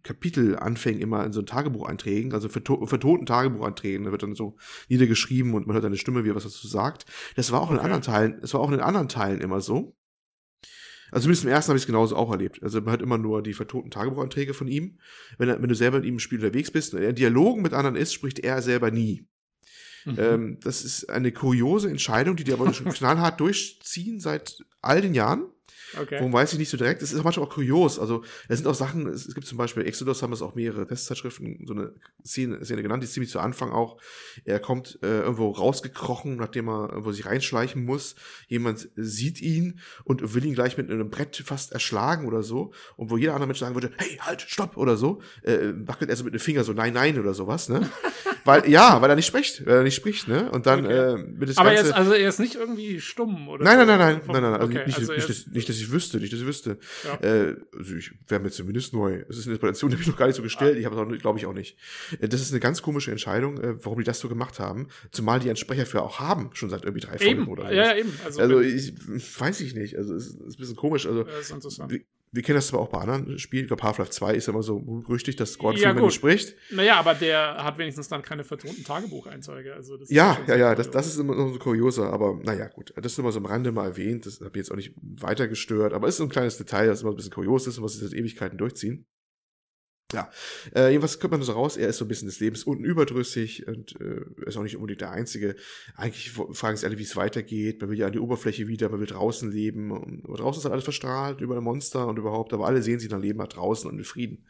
Kapitelanfängen immer in so Tagebucheinträgen, also verto- vertonten Tagebucheinträgen, da wird dann so niedergeschrieben und man hört eine Stimme, wie er was dazu sagt. Das war auch okay. in anderen Teilen, das war auch in den anderen Teilen immer so. Also zumindest im ersten habe ich es genauso auch erlebt. Also man hört immer nur die vertonten Tagebucheinträge von ihm. Wenn, er, wenn du selber mit ihm im Spiel unterwegs bist und er in Dialogen mit anderen ist, spricht er selber nie. Mhm. Ähm, das ist eine kuriose Entscheidung, die die aber schon knallhart durchziehen seit all den Jahren. Okay. Warum weiß ich nicht so direkt. Es ist auch manchmal auch kurios. Also, es sind auch Sachen, es, es gibt zum Beispiel, Exodus haben es auch mehrere Testzeitschriften, so eine Szene, Szene genannt, die ist ziemlich zu Anfang auch. Er kommt äh, irgendwo rausgekrochen, nachdem er irgendwo sich reinschleichen muss. Jemand sieht ihn und will ihn gleich mit einem Brett fast erschlagen oder so. Und wo jeder andere Mensch sagen würde, hey, halt, stopp oder so, äh, wackelt er so mit dem Finger so, nein, nein oder sowas, ne? weil, ja, weil er nicht spricht, weil er nicht spricht, ne? Und dann, okay. äh, mit das Aber Ganze, er ist, also er ist nicht irgendwie stumm oder nein, so? Nein, nein, nein, Vom, nein, nein, nein, also okay, nicht, also nicht, ist, nicht, nicht, dass ich wüsste, nicht, dass ich wüsste. Ja. Äh, also ich wäre mir zumindest neu. Es ist eine Interpretation, die habe ich noch gar nicht so gestellt. Ah. Ich habe es auch, glaube ich, auch nicht. Das ist eine ganz komische Entscheidung, äh, warum die das so gemacht haben. Zumal die einen Sprecher für auch haben, schon seit irgendwie drei eben. Folgen oder so. Ja, eben. Also, also ich weiß ich nicht. Also es ist, ist ein bisschen komisch. Also das ist interessant. Wir, wir kennen das zwar auch bei anderen Spielen. Ich glaube, Half-Life zwei ist ja immer so berüchtigt, dass Gordon ja, Freeman nicht spricht. Naja, aber der hat wenigstens dann keine vertonten Tagebucheinträge. Also das ja, ist ja, ja, das, das ist immer noch so kurioser. Aber naja, gut. Das ist immer so am Rande mal erwähnt. Das habe ich jetzt auch nicht weiter gestört. Aber es ist so ein kleines Detail, das immer ein bisschen kurios ist und was sich seit Ewigkeiten durchziehen. Ja, äh, jedenfalls kommt man so raus, er ist so ein bisschen des Lebens unten überdrüssig und äh, ist auch nicht unbedingt der Einzige. Eigentlich fragen sich alle, wie es weitergeht. Man will ja an die Oberfläche wieder, man will draußen leben. Und, und draußen ist halt alles verstrahlt, über Monster und überhaupt, aber alle sehen sich dann Leben nach draußen und in Frieden.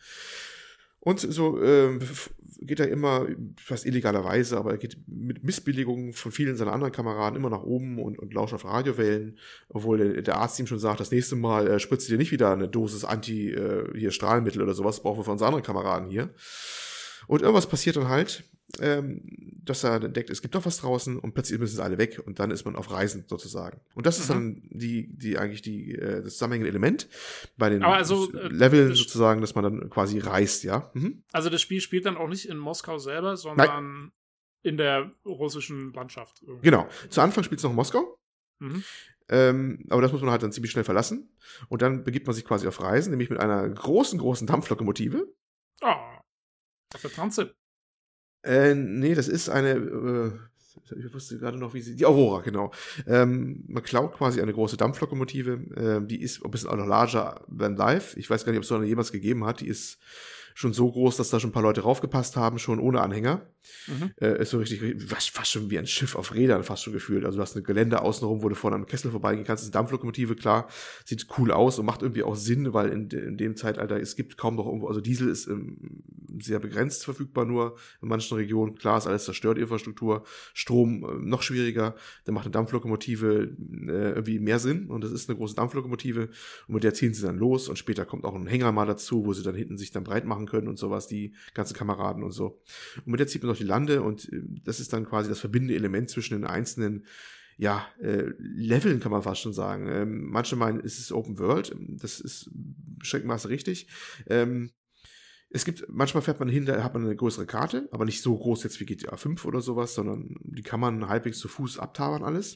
Und so äh, geht er immer, fast illegalerweise, aber er geht mit Missbilligungen von vielen seiner anderen Kameraden immer nach oben und, und lauscht auf Radiowellen, obwohl der, der Arzt ihm schon sagt, das nächste Mal äh, spritzt dir nicht wieder eine Dosis Anti, äh, hier Strahlmittel oder sowas, brauchen wir von unseren anderen Kameraden hier. Und irgendwas passiert dann halt, ähm, dass er entdeckt, es gibt doch was draußen und plötzlich müssen sie alle weg und dann ist man auf Reisen sozusagen. Und das mhm. ist dann die, die eigentlich die, äh, das zusammenhängende Element bei den also, Leveln das sozusagen, dass man dann quasi reist, ja. Mhm. Also das Spiel spielt dann auch nicht in Moskau selber, sondern Nein. in der russischen Landschaft. Irgendwie. Genau. Zu Anfang spielt es noch in Moskau. Mhm. Ähm, aber das muss man halt dann ziemlich schnell verlassen. Und dann begibt man sich quasi auf Reisen, nämlich mit einer großen, großen Dampflokomotive. Oh. Auf der Transit. Äh, nee, das ist eine, äh, ich wusste gerade noch, wie sie, die Aurora, genau. Ähm, man klaut quasi eine große Dampflokomotive, äh, die ist ein bisschen auch noch larger than life. Ich weiß gar nicht, ob es so eine jemals gegeben hat. Die ist schon so groß, dass da schon ein paar Leute raufgepasst haben, schon ohne Anhänger. Mhm. Äh, ist so richtig, fast schon wie ein Schiff auf Rädern, fast schon gefühlt. Also du hast eine Gelände außenrum, wo du vorne am Kessel vorbeigehen kannst. Das ist eine Dampflokomotive, klar, sieht cool aus und macht irgendwie auch Sinn, weil in, de, in dem Zeitalter, es gibt kaum noch irgendwo, also Diesel ist ähm, sehr begrenzt verfügbar nur in manchen Regionen. Klar, ist alles zerstört, Infrastruktur, Strom äh, noch schwieriger. Dann macht eine Dampflokomotive äh, irgendwie mehr Sinn und das ist eine große Dampflokomotive und mit der ziehen sie dann los und später kommt auch ein Hänger mal dazu, wo sie dann hinten sich dann breit machen können und sowas, die ganzen Kameraden und so. Und mit der zieht man noch die Lande und äh, das ist dann quasi das verbindende Element zwischen den einzelnen ja, äh, Leveln kann man fast schon sagen. Ähm, manche meinen, es ist Open World, das ist beschränkenmaßen richtig. Ähm, es gibt, manchmal fährt man hin, da hat man eine größere Karte, aber nicht so groß jetzt wie G T A fünf oder sowas, sondern die kann man halbwegs zu Fuß abtauern alles.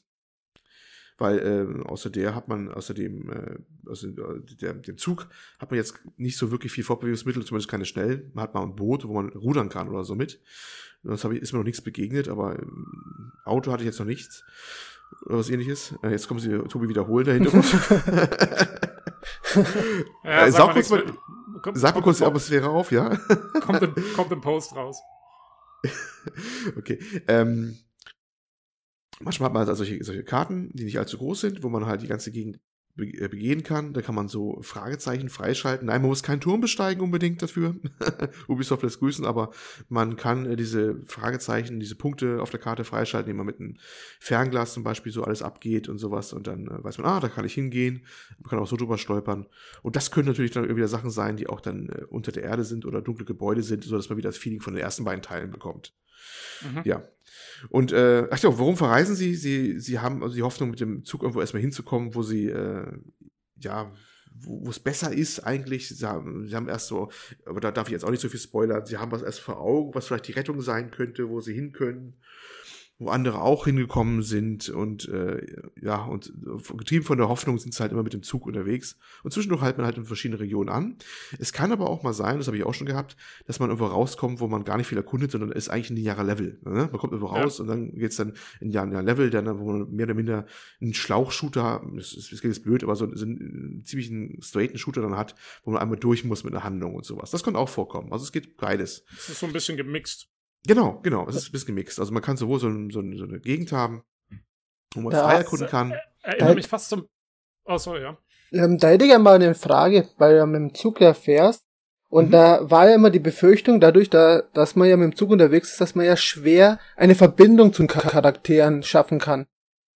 Weil äh, außer der hat man, außerdem, äh, also der, dem Zug hat man jetzt nicht so wirklich viel Fortbewegungsmittel, zumindest keine schnellen. Man hat mal ein Boot, wo man rudern kann oder so mit. Sonst ich, ist mir noch nichts begegnet, aber äh, Auto hatte ich jetzt noch nichts. Oder was ähnliches. Äh, jetzt kommen sie Tobi wiederholen da hinten. ja, äh, sag mal kurz mal, kommt, sag mal kurz die Atmosphäre auf, ja? kommt, im, kommt im Post raus. Okay. Ähm, manchmal hat man also solche, solche Karten, die nicht allzu groß sind, wo man halt die ganze Gegend begehen kann. Da kann man so Fragezeichen freischalten. Nein, man muss keinen Turm besteigen unbedingt dafür. Ubisoft lässt grüßen, aber man kann äh, diese Fragezeichen, diese Punkte auf der Karte freischalten, indem man mit einem Fernglas zum Beispiel so alles abgeht und sowas und dann äh, weiß man, ah, da kann ich hingehen. Man kann auch so drüber stolpern. Und das können natürlich dann wieder Sachen sein, die auch dann äh, unter der Erde sind oder dunkle Gebäude sind, sodass man wieder das Feeling von den ersten beiden Teilen bekommt. Mhm. Ja. Und, äh, ach ja, warum verreisen sie? Sie, sie haben also die Hoffnung, mit dem Zug irgendwo erstmal hinzukommen, wo sie, äh, ja, wo es besser ist eigentlich. Sie haben, sie haben erst so, aber da darf ich jetzt auch nicht so viel spoilern, sie haben was erst vor Augen, was vielleicht die Rettung sein könnte, wo sie hin können. wo andere auch hingekommen sind und äh, ja, und getrieben von der Hoffnung sind sie halt immer mit dem Zug unterwegs und zwischendurch halten man halt in verschiedene Regionen an. Es kann aber auch mal sein, das habe ich auch schon gehabt, dass man irgendwo rauskommt, wo man gar nicht viel erkundet, sondern ist eigentlich ein linearer Level. Ne? Man kommt irgendwo raus ja. und dann geht's dann in ein Level, dann, wo man mehr oder minder einen Schlauchshooter, das ist, das ist jetzt blöd, aber so, so einen ziemlich einen straighten Shooter dann hat, wo man einmal durch muss mit einer Handlung und sowas. Das kann auch vorkommen. Also es geht beides. Es ist so ein bisschen gemixt. Genau, genau. Es ist ein bisschen gemixt. Also man kann sowohl so, so, so eine Gegend haben, wo man frei erkunden kann. Äh, erinnert mich fast zum... Oh, sorry, ja. Ähm, da hätte ich ja mal eine Frage, weil du mit dem Zug ja fährst. Und mhm. da war ja immer die Befürchtung, dadurch, da, dass man ja mit dem Zug unterwegs ist, dass man ja schwer eine Verbindung zu den Charakteren schaffen kann.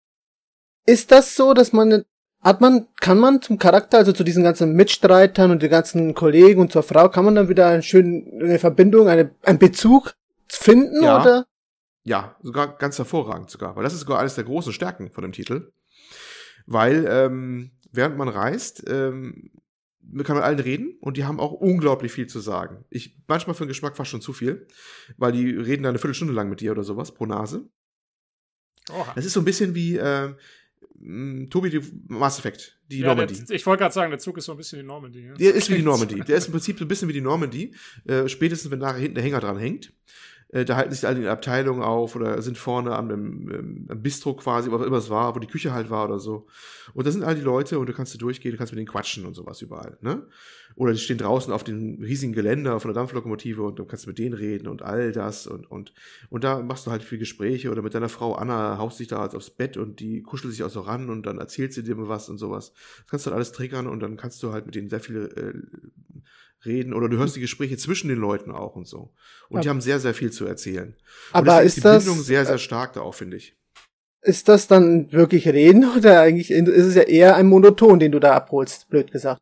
Ist das so, dass man... Hat man, kann man zum Charakter, also zu diesen ganzen Mitstreitern und den ganzen Kollegen und zur Frau, kann man dann wieder eine schöne eine Verbindung, eine, einen Bezug finden, ja. oder? Ja, sogar ganz hervorragend sogar, weil das ist sogar eines der großen Stärken von dem Titel. Weil, ähm, während man reist, ähm, man kann mit allen reden und die haben auch unglaublich viel zu sagen. Ich, manchmal für den Geschmack fast schon zu viel, weil die reden dann eine Viertelstunde lang mit dir oder sowas pro Nase. Oha. Das ist so ein bisschen wie, äh, Tobi, die Mass Effect, die ja, Normandy. Der, ich wollte gerade sagen, der Zug ist so ein bisschen wie Normandy. Ja? Der ist wie die Normandy. Der ist im Prinzip so ein bisschen wie die Normandy. Äh, spätestens, wenn nachher hinten der Hänger dran hängt. Äh, da halten sich alle in der Abteilung auf oder sind vorne am, am, am Bistro quasi, was immer es war, wo die Küche halt war oder so. Und da sind all die Leute und du kannst du durchgehen, du kannst mit denen quatschen und sowas überall, ne? Oder die stehen draußen auf dem riesigen Geländer von der Dampflokomotive und dann kannst du mit denen reden und all das und, und, und da machst du halt viele Gespräche oder mit deiner Frau Anna haust dich da halt aufs Bett und die kuschelt sich auch so ran und dann erzählt sie dir mal was und sowas. Das kannst du dann alles triggern und dann kannst du halt mit denen sehr viel äh, reden oder du hörst die Gespräche zwischen den Leuten auch und so. Und aber die haben sehr, sehr viel zu erzählen. Und aber ist, ist die das, Bindung sehr, äh, sehr stark da auch, finde ich. Ist das dann wirklich Reden oder eigentlich ist es ja eher ein Monoton, den du da abholst, blöd gesagt?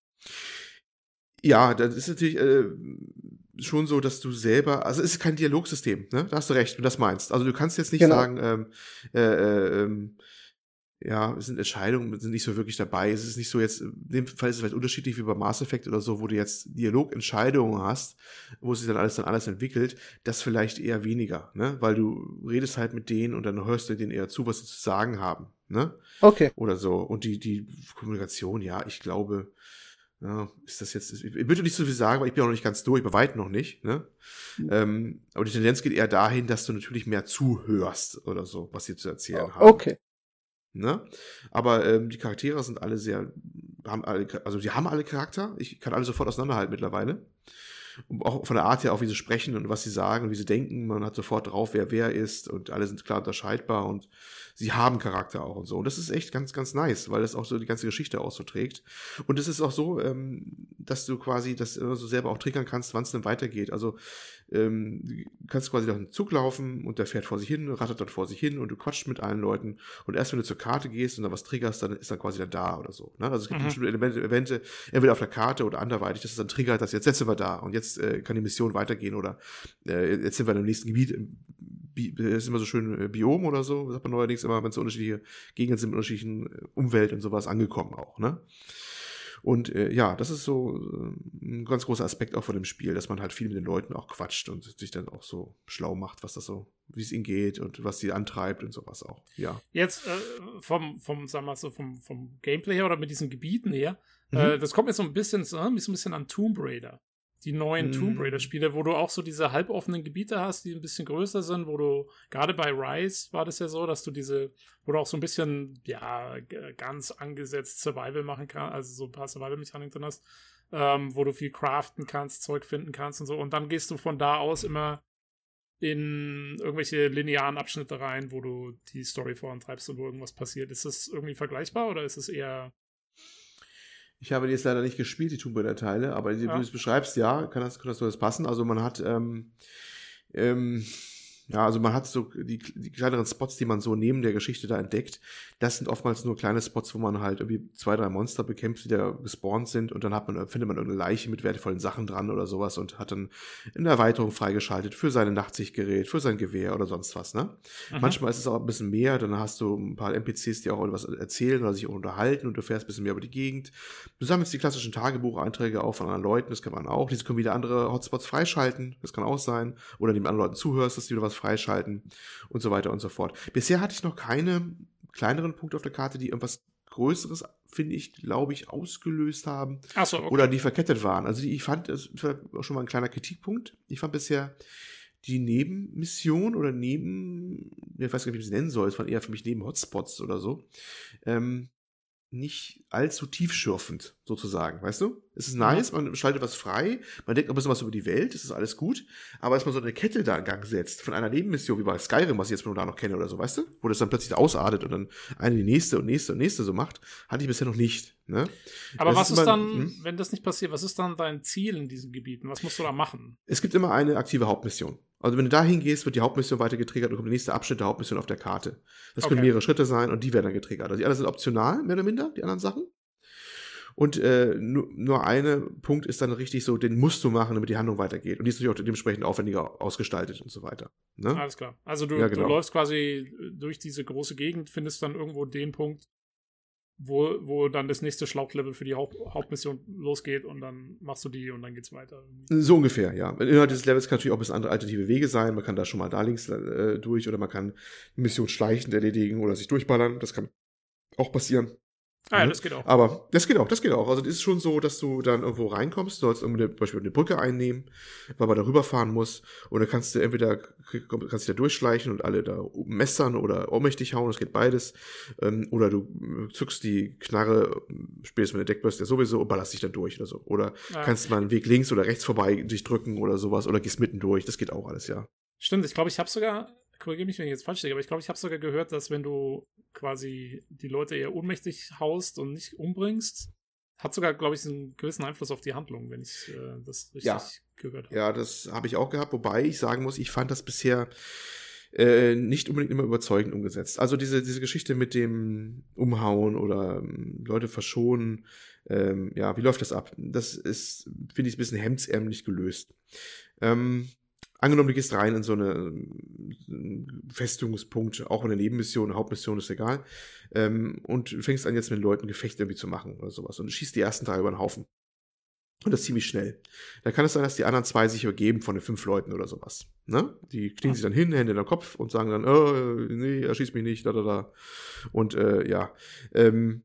Ja, das ist natürlich äh, schon so, dass du selber, also es ist kein Dialogsystem, ne? Da hast du recht, wenn du das meinst. Also du kannst jetzt nicht genau. sagen, ähm, äh, äh, ähm, ja, es sind Entscheidungen, sind nicht so wirklich dabei. Es ist nicht so jetzt, in dem Fall ist es vielleicht unterschiedlich wie bei Mass Effect oder so, wo du jetzt Dialogentscheidungen hast, wo sich dann alles dann alles entwickelt, das vielleicht eher weniger, ne? Weil du redest halt mit denen und dann hörst du denen eher zu, was sie zu sagen haben, ne? Okay. Oder so. Und die, die Kommunikation, ja, ich glaube, ja, ist das jetzt, ich würde nicht so viel sagen, weil ich bin auch noch nicht ganz durch, bei weitem noch nicht, ne? Mhm. Ähm, aber die Tendenz geht eher dahin, dass du natürlich mehr zuhörst oder so, was sie zu erzählen oh, haben. Okay. Ne? Aber ähm, die Charaktere sind alle sehr, haben alle, also die haben alle Charakter. Ich kann alle sofort auseinanderhalten mittlerweile. Und auch von der Art her, auch wie sie sprechen und was sie sagen und wie sie denken. Man hat sofort drauf, wer wer ist und alle sind klar unterscheidbar und sie haben Charakter auch und so. Und das ist echt ganz, ganz nice, weil das auch so die ganze Geschichte auch so trägt. Und es ist auch so, ähm, dass du quasi das so selber auch triggern kannst, wann es denn weitergeht. Also ähm, du kannst quasi durch einen Zug laufen und der fährt vor sich hin, rattert dann vor sich hin und du quatscht mit allen Leuten. Und erst wenn du zur Karte gehst und dann was triggerst, dann ist dann quasi dann da oder so. Ne? Also es gibt mhm. bestimmte Elemente, Evente, entweder auf der Karte oder anderweitig, dass es dann triggert, dass jetzt setzen wir da und jetzt äh, kann die Mission weitergehen oder äh, jetzt sind wir im nächsten Gebiet. Das ist immer so schön äh, Biom oder so, das sagt man neuerdings immer, wenn es so unterschiedliche Gegenden sind, mit unterschiedlichen äh, Umwelt und sowas angekommen auch, ne? Und äh, ja, das ist so äh, ein ganz großer Aspekt auch von dem Spiel, dass man halt viel mit den Leuten auch quatscht und sich dann auch so schlau macht, was das so, wie es ihnen geht und was sie antreibt und sowas auch, ja. Jetzt äh, vom, vom, sagen wir mal so, vom, vom Gameplay her oder mit diesen Gebieten her, mhm. äh, das kommt mir so ein bisschen, so ein bisschen an Tomb Raider. Die neuen mm. Tomb Raider-Spiele, wo du auch so diese halboffenen Gebiete hast, die ein bisschen größer sind, wo du, gerade bei Rise war das ja so, dass du diese, wo du auch so ein bisschen, ja, ganz angesetzt Survival machen kannst, also so ein paar Survival-Mechaniken drin hast, ähm, wo du viel craften kannst, Zeug finden kannst und so. Und dann gehst du von da aus immer in irgendwelche linearen Abschnitte rein, wo du die Story vorantreibst und wo irgendwas passiert. Ist das irgendwie vergleichbar oder ist es eher... Ich habe die jetzt leider nicht gespielt, die Tomb Raider-Teile, aber wie ja. du es beschreibst, ja, kann das, kann das so das passen. Also man hat, ähm, ähm, ja, also man hat so die, die kleineren Spots, die man so neben der Geschichte da entdeckt. Das sind oftmals nur kleine Spots, wo man halt irgendwie zwei, drei Monster bekämpft, die da gespawnt sind und dann hat man, findet man irgendeine Leiche mit wertvollen Sachen dran oder sowas und hat dann eine Erweiterung freigeschaltet für sein Nachtsichtgerät, für sein Gewehr oder sonst was, ne? Mhm. Manchmal ist es auch ein bisschen mehr, dann hast du ein paar N P Cs, die auch etwas erzählen oder sich auch unterhalten und du fährst ein bisschen mehr über die Gegend. Du sammelst die klassischen Tagebucheinträge auch von anderen Leuten, das kann man auch. Diese können wieder andere Hotspots freischalten, das kann auch sein. Oder den anderen Leuten zuhörst, dass die wieder was freischalten und so weiter und so fort. Bisher hatte ich noch keine kleineren Punkte auf der Karte, die irgendwas Größeres, finde ich, glaube ich, ausgelöst haben. Ach so, okay. Oder die verkettet waren. Also die, ich fand, das war auch schon mal ein kleiner Kritikpunkt. Ich fand bisher die Nebenmission oder neben, ich weiß gar nicht, wie ich sie nennen soll, es waren eher für mich Neben-Hotspots oder so, ähm, nicht allzu tiefschürfend, sozusagen, weißt du? Es ist nice, man schaltet was frei, man denkt ein bisschen was über die Welt, es ist alles gut, aber dass man so eine Kette da in Gang setzt, von einer Nebenmission, wie bei Skyrim, was ich jetzt nur da noch kenne oder so, weißt du? Wo das dann plötzlich ausartet und dann eine die nächste und nächste und nächste so macht, hatte ich bisher noch nicht, ne? Aber das was ist, immer, dann, hm? wenn das nicht passiert, was ist dann dein Ziel in diesen Gebieten? Was musst du da machen? Es gibt immer eine aktive Hauptmission. Also wenn du da hingehst, wird die Hauptmission weiter getriggert und kommt der nächste Abschnitt der Hauptmission auf der Karte. Das können Okay. mehrere Schritte sein und die werden dann getriggert. Also die anderen sind optional, mehr oder minder, die anderen Sachen. Und äh, nur, nur ein Punkt ist dann richtig so, den musst du machen, damit die Handlung weitergeht. Und die ist natürlich auch dementsprechend aufwendiger ausgestaltet und so weiter. Ne? Alles klar. Also du, Ja, genau. du läufst quasi durch diese große Gegend, findest dann irgendwo den Punkt, wo, wo dann das nächste Schlauchlevel für die Haupt, Hauptmission losgeht und dann machst du die und dann geht's weiter. So ungefähr, ja. Innerhalb dieses Levels kann natürlich auch ein bisschen andere alternative Wege sein. Man kann da schon mal da links äh, durch oder man kann eine Mission schleichend erledigen oder sich durchballern. Das kann auch passieren. Ah ja, Mhm. das geht auch. Aber das geht auch, das geht auch. Also das ist schon so, dass du dann irgendwo reinkommst, du sollst irgendwie zum Beispiel eine Brücke einnehmen, weil man da rüberfahren muss. Und dann kannst du entweder kannst du da durchschleichen und alle da messern oder ohnmächtig hauen, das geht beides. Ähm, oder du zückst die Knarre, spielst mit der Deckbürste ja sowieso und ballerst dich dann durch oder so. Oder Ah, kannst mal einen Weg links oder rechts vorbei dich drücken oder sowas oder gehst mitten durch. Das geht auch alles, ja. Stimmt, ich glaube, ich habe sogar, korrigiere mich, wenn ich jetzt falsch liege, aber ich glaube, ich habe sogar gehört, dass wenn du quasi die Leute eher ohnmächtig haust und nicht umbringst, hat sogar, glaube ich, einen gewissen Einfluss auf die Handlung, wenn ich äh, das richtig Ja. gehört habe. Ja, das habe ich auch gehabt, wobei ich sagen muss, ich fand das bisher äh, nicht unbedingt immer überzeugend umgesetzt. Also diese, diese Geschichte mit dem Umhauen oder ähm, Leute verschonen, ähm, ja, wie läuft das ab? Das ist, finde ich, ein bisschen hemdsärmlich gelöst. Ähm, Angenommen, du gehst rein in so eine Festungspunkt, auch in der Nebenmission, Hauptmission, ist egal, ähm, und du fängst an, jetzt mit Leuten Gefecht irgendwie zu machen oder sowas und du schießt die ersten drei über den Haufen. Und das ziemlich schnell. Da kann es sein, dass die anderen zwei sich übergeben von den fünf Leuten oder sowas. Ne? Die knien sich dann hin, Hände in den Kopf und sagen dann, oh, nee, er schießt mich nicht, da, da, da. Und äh, ja, ähm,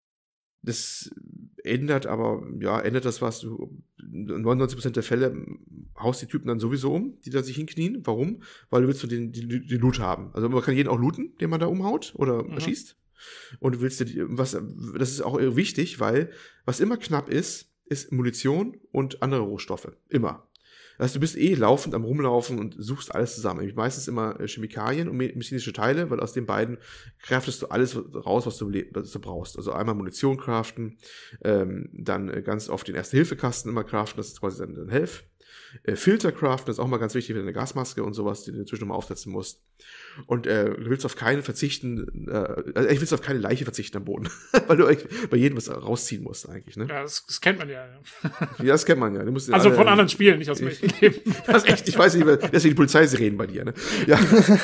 das ändert aber, ja, ändert das was. Du, neunundneunzig Prozent der Fälle haust die Typen dann sowieso um, die da sich hinknien. Warum? Weil du willst du den, den, den Loot haben. Also man kann jeden auch looten, den man da umhaut oder Mhm. erschießt. Und du willst dir, was, das ist auch wichtig, weil was immer knapp ist, ist Munition und andere Rohstoffe. Immer. Also du bist eh laufend am Rumlaufen und suchst alles zusammen. Nämlich meistens immer äh, Chemikalien und medizinische Teile, weil aus den beiden craftest du alles raus, was du, was du brauchst. Also einmal Munition craften, ähm, dann äh, ganz oft den Erste-Hilfe-Kasten immer craften, das ist quasi dein, dein Health. Äh, Filter craften, das ist auch mal ganz wichtig für deine Gasmaske und sowas, die du inzwischen mal aufsetzen musst. Und äh, du willst auf keinen verzichten, äh, also ich willst auf keine Leiche verzichten am Boden, weil du eigentlich bei jedem was rausziehen musst eigentlich, ne? Ja, das, das kennt man ja. ja. Ja, das kennt man ja. Du musst Also alle, von anderen Spielen, nicht aus dem echten Leben. Das ist echt, ich weiß nicht, deswegen die Polizeisirenen bei dir, ne? Ja.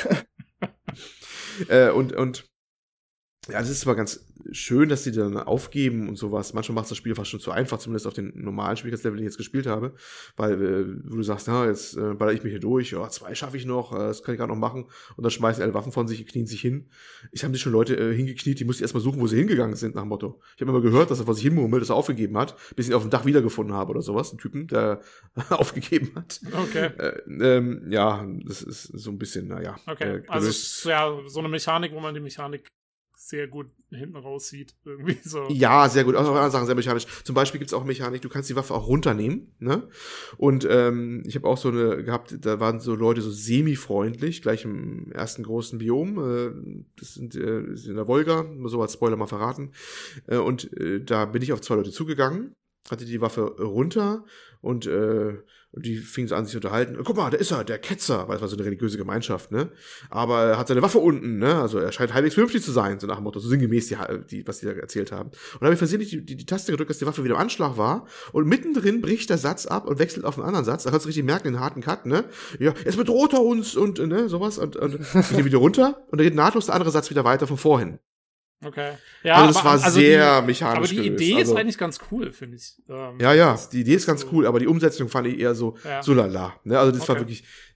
äh, und, und, ja, das ist zwar ganz schön, dass die dann aufgeben und sowas. Manchmal macht das Spiel fast schon zu einfach, zumindest auf den normalen Schwierigkeitslevel, den ich jetzt gespielt habe. Weil, äh, wo du sagst, na, jetzt äh, baller ich mich hier durch, ja, zwei schaffe ich noch, äh, das kann ich gerade noch machen. Und dann schmeißen alle Waffen von sich, knien sich hin. Ich habe sich schon Leute äh, hingekniet, die musste ich erstmal suchen, wo sie hingegangen sind, nach dem Motto. Ich habe immer gehört, dass er vor sich hinmurmelt, dass er aufgegeben hat, bis ich ihn auf dem Dach wiedergefunden habe oder sowas. Ein Typen, der aufgegeben hat. Okay. Äh, ähm, ja, das ist so ein bisschen, naja. Okay. Äh, Also es ist ja so eine Mechanik, wo man die Mechanik sehr gut hinten raus sieht. Irgendwie so. Ja, sehr gut. Auch andere Sachen sehr mechanisch. Zum Beispiel gibt's auch Mechanik, du kannst die Waffe auch runternehmen, ne? Und ähm, ich habe auch so eine gehabt, da waren so Leute so semi-freundlich, gleich im ersten großen Biom. Äh, das sind äh, das ist in der Wolga, nur so als Spoiler mal verraten. Äh, und äh, da bin ich auf zwei Leute zugegangen, hatte die Waffe runter und äh, die fingen so an, sich zu unterhalten. Guck mal, da ist er, der Ketzer, weil es war so eine religiöse Gemeinschaft, ne? Aber er hat seine Waffe unten, ne? Also er scheint halbwegs vernünftig zu sein, so nach dem Motto, so sinngemäß, die, die, was die da erzählt haben. Und dann habe ich versehentlich die, die, die Taste gedrückt, dass die Waffe wieder im Anschlag war. Und mittendrin bricht der Satz ab und wechselt auf einen anderen Satz. Da kannst du richtig merken, den harten Cut, ne? Ja, jetzt bedroht er uns und, ne, sowas. Und, und geht wieder runter und dann geht nahtlos der andere Satz wieder weiter von vorhin. Okay. Ja, also das aber, war also sehr die, mechanisch aber die gelöst. Idee also, ist eigentlich ganz cool, finde ich. Ähm, ja, ja, das, die Idee ist ganz so, cool, aber die Umsetzung fand ich eher so, ja. so lala. Ne? Also das Okay. war wirklich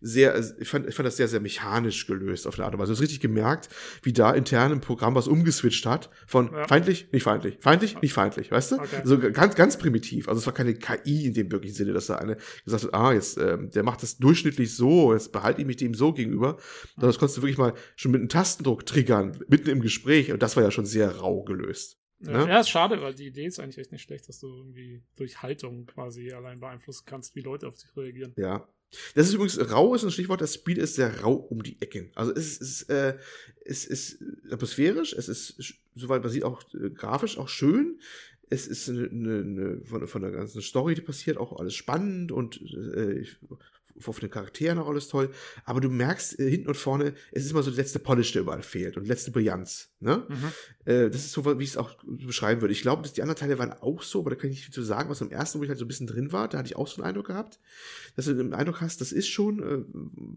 sehr, ich fand, ich fand das sehr, sehr mechanisch gelöst auf eine Art und Weise. Du hast richtig gemerkt, wie da intern im Programm was umgeswitcht hat von ja. feindlich, nicht feindlich, feindlich, nicht feindlich, weißt du? Okay. Also ganz, ganz primitiv. Also es war keine K I in dem wirklichen Sinne, dass da eine gesagt hat, ah, jetzt, ähm, der macht das durchschnittlich so, jetzt behalte ich mich dem so gegenüber. Mhm. Das konntest du wirklich mal schon mit einem Tastendruck triggern, mitten im Gespräch, und das war ja schon sehr rau gelöst. Ja, ja, ist schade, weil die Idee ist eigentlich echt nicht schlecht, dass du irgendwie durch Haltung quasi allein beeinflussen kannst, wie Leute auf dich reagieren. Ja. Das ist übrigens, rau ist ein Stichwort, das Spiel ist sehr rau um die Ecken. Also es ist, äh, es ist atmosphärisch, es ist, soweit man sieht, auch äh, grafisch auch schön. Es ist eine, eine, eine von, von der ganzen Story, die passiert, auch alles spannend und äh, ich, auf den Charakteren auch alles toll, aber du merkst äh, hinten und vorne, es ist immer so der letzte Polish, der überall fehlt und die letzte Brillanz. Ne? Mhm. Äh, das ist so, wie ich es auch beschreiben würde. Ich glaube, dass die anderen Teile waren auch so, aber da kann ich nicht viel zu sagen, was im ersten, wo ich halt so ein bisschen drin war, da hatte ich auch so einen Eindruck gehabt, dass du den Eindruck hast, das ist schon äh,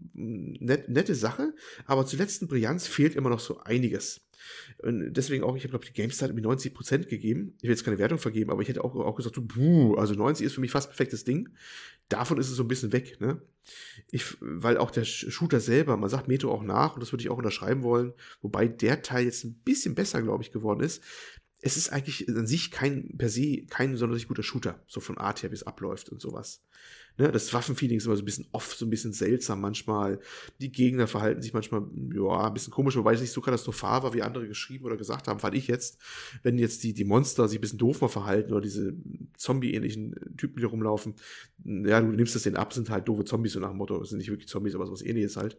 net, nette Sache, aber zur letzten Brillanz fehlt immer noch so einiges. Und deswegen auch, ich habe, glaube ich, die GameStar irgendwie neunzig Prozent gegeben. Ich will jetzt keine Wertung vergeben, aber ich hätte auch, auch gesagt, so, buh, also neunzig ist für mich fast perfektes Ding. Davon ist es so ein bisschen weg, ne? Ich, weil auch der Shooter selber, man sagt Metro auch nach, und das würde ich auch unterschreiben wollen, wobei der Teil jetzt ein bisschen besser, glaube ich, geworden ist. Es ist eigentlich an sich kein, per se, kein sonderlich guter Shooter, so von Art her, wie es abläuft und sowas. Ne, das Waffenfeeling ist immer so ein bisschen off, so ein bisschen seltsam manchmal. Die Gegner verhalten sich manchmal, ja, ein bisschen komisch, wobei es nicht so katastrophal war, wie andere geschrieben oder gesagt haben, fand ich jetzt. Wenn jetzt die, die Monster sich ein bisschen doof mal verhalten oder diese Zombie-ähnlichen Typen, die rumlaufen, ja, du nimmst das denen ab, sind halt doofe Zombies, so nach dem Motto, das sind nicht wirklich Zombies, aber sowas Ähnliches halt.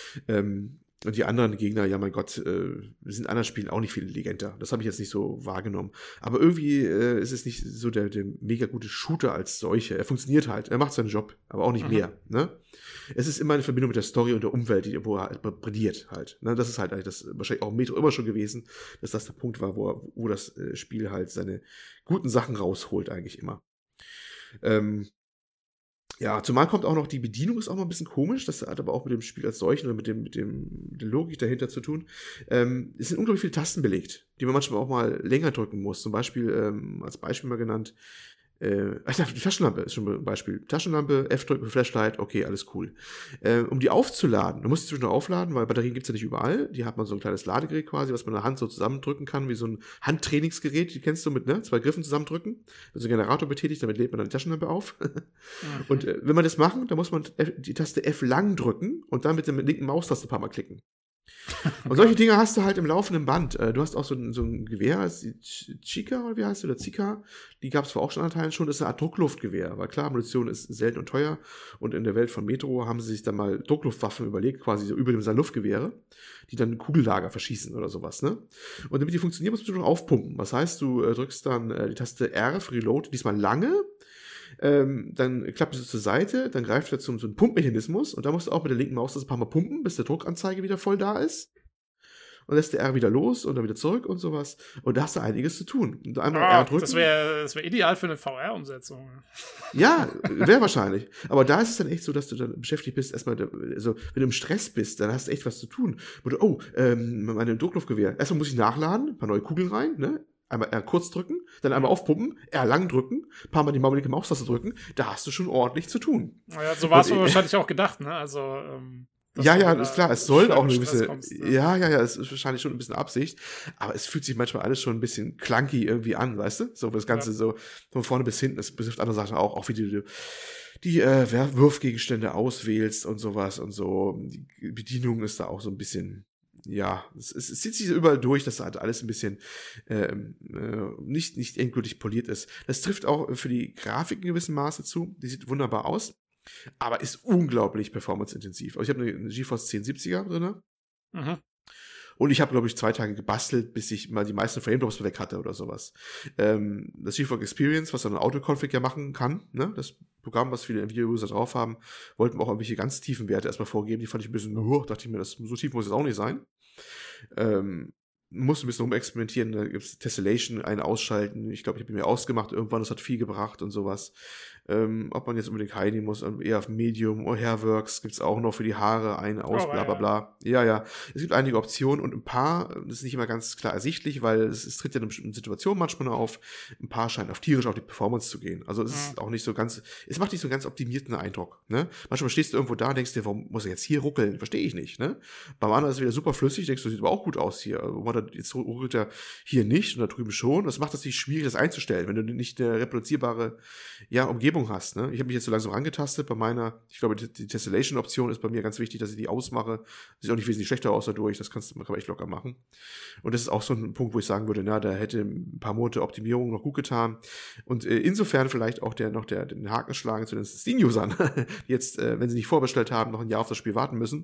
Ähm, Und die anderen Gegner, ja mein Gott, äh, sind in anderen Spielen auch nicht viel intelligenter. Das habe ich jetzt nicht so wahrgenommen. Aber irgendwie äh, ist es nicht so der, der mega gute Shooter als solche. Er funktioniert halt, er macht seinen Job, aber auch nicht mhm. mehr. Ne? Es ist immer eine Verbindung mit der Story und der Umwelt, die, wo er halt brilliert halt. Ne? Das ist halt eigentlich das wahrscheinlich auch im Metro immer schon gewesen, dass das der Punkt war, wo, er, wo das äh, Spiel halt seine guten Sachen rausholt eigentlich immer. Ähm, Ja, zumal kommt auch noch, die Bedienung ist auch mal ein bisschen komisch, das hat aber auch mit dem Spiel als solchen oder mit dem, mit dem, der Logik dahinter zu tun. Ähm, es sind unglaublich viele Tasten belegt, die man manchmal auch mal länger drücken muss. Zum Beispiel, ähm, als Beispiel mal genannt, äh, die Taschenlampe ist schon ein Beispiel. Taschenlampe, F drücken, Flashlight, okay, alles cool. Äh, um die aufzuladen, du musst die zwischendurch aufladen, weil Batterien gibt's ja nicht überall. Die hat man so ein kleines Ladegerät quasi, was man in der Hand so zusammendrücken kann, wie so ein Handtrainingsgerät, die kennst du mit, ne? Zwei Griffen zusammendrücken. Also ein Generator betätigt, damit lädt man dann die Taschenlampe auf. Okay. Und äh, wenn man das machen, dann muss man F, die Taste F lang drücken und dann mit der linken Maustaste ein paar Mal klicken. Und solche Dinge hast du halt im laufenden Band. Du hast auch so ein, so ein Gewehr, das ist die Chica, oder wie heißt es, oder Zika. Die gab es zwar auch schon an Teilen schon, das ist eine Art Druckluftgewehr. Weil klar, Munition ist selten und teuer. Und in der Welt von Metro haben sie sich dann mal Druckluftwaffen überlegt, quasi so über dem Luftgewehre, die dann Kugellager verschießen oder sowas, ne? Und damit die funktionieren, musst du schon aufpumpen. Das heißt, du äh, drückst dann äh, die Taste R für Reload, diesmal lange. Ähm, dann klappt es zur Seite, dann greift er zum so einen Pumpmechanismus und da musst du auch mit der linken Maus das ein paar Mal pumpen, bis der Druckanzeige wieder voll da ist. Und lässt der R wieder los und dann wieder zurück und sowas. Und da hast du einiges zu tun. Und einmal ah, R drücken. Das wäre das wär ideal für eine V R-Umsetzung. Ja, wäre wahrscheinlich. Aber da ist es dann echt so, dass du dann beschäftigt bist, erstmal, also wenn du im Stress bist, dann hast du echt was zu tun. Und du, oh, ähm, meine Druckluftgewehr. Erstmal muss ich nachladen, ein paar neue Kugeln rein, ne? Einmal R kurz drücken, dann einmal aufpumpen, R lang drücken, ein paar Mal die maulige Maustaste drücken, da hast du schon ordentlich zu tun. Naja, so war es wahrscheinlich auch gedacht, ne? Also, ähm, ja, ja, ist klar, es soll auch eine gewisse, kommst, ne? ja, ja, ja, es ist wahrscheinlich schon ein bisschen Absicht, aber es fühlt sich manchmal alles schon ein bisschen clunky irgendwie an, weißt du? So, das Ganze ja. so von vorne bis hinten, es betrifft andere Sachen auch, auch wie du die äh, Wurfgegenstände auswählst und sowas und so. Die Bedienung ist da auch so ein bisschen, ja, es, es, es zieht sich überall durch, dass halt alles ein bisschen ähm, äh, nicht, nicht endgültig poliert ist. Das trifft auch für die Grafik in gewissem Maße zu. Die sieht wunderbar aus, aber ist unglaublich performanceintensiv. Also ich habe eine, eine GeForce zehn siebziger drin. Mhm. Und ich habe, glaube ich, zwei Tage gebastelt, bis ich mal die meisten Frame-Drops weg hatte oder sowas. Ähm, das GeForce Experience, was dann ein Autoconfig ja machen kann, ne? Das Programm, was viele Nvidia-User drauf haben, wollten wir auch irgendwelche ganz tiefen Werte erstmal vorgeben. Die fand ich ein bisschen, oh, dachte ich mir, das, so tief muss es auch nicht sein. Ähm, musste ein bisschen rumexperimentieren, da gibt's Tessellation, ein ausschalten. Ich glaube, ich habe mir ausgemacht irgendwann, das hat viel gebracht und sowas. ähm, ob man jetzt unbedingt High nehmen muss, eher auf Medium oder Hairworks gibt's auch noch für die Haare, ein, aus, Oh, bla bla ja. bla. Ja, ja. Es gibt einige Optionen und ein paar, das ist nicht immer ganz klar ersichtlich, weil es, es tritt ja in einer bestimmten Situation manchmal nur auf, ein paar scheinen auf tierisch auf die Performance zu gehen. Also es ist Mhm. auch nicht so ganz, es macht nicht so einen ganz optimierten Eindruck, ne? Manchmal stehst du irgendwo da und denkst dir, warum muss er jetzt hier ruckeln? Verstehe ich nicht, ne? Beim anderen ist es wieder super flüssig, denkst du, sieht aber auch gut aus hier. Also, jetzt ruckelt er hier nicht und da drüben schon. Das macht es nicht schwierig, das einzustellen, wenn du nicht eine reproduzierbare, ja, Umgebung hast, ne? Ich habe mich jetzt so langsam angetastet bei meiner, ich glaube, die, die Tessellation-Option ist bei mir ganz wichtig, dass ich die ausmache. Sieht auch nicht wesentlich schlechter aus dadurch, das kannst du, man kann man echt locker machen. Und das ist auch so ein Punkt, wo ich sagen würde, na, da hätte ein paar Monate Optimierung noch gut getan. Und äh, insofern vielleicht auch der noch der, den Haken schlagen zu den Steam-Usern, die jetzt, äh, wenn sie nicht vorbestellt haben, noch ein Jahr auf das Spiel warten müssen.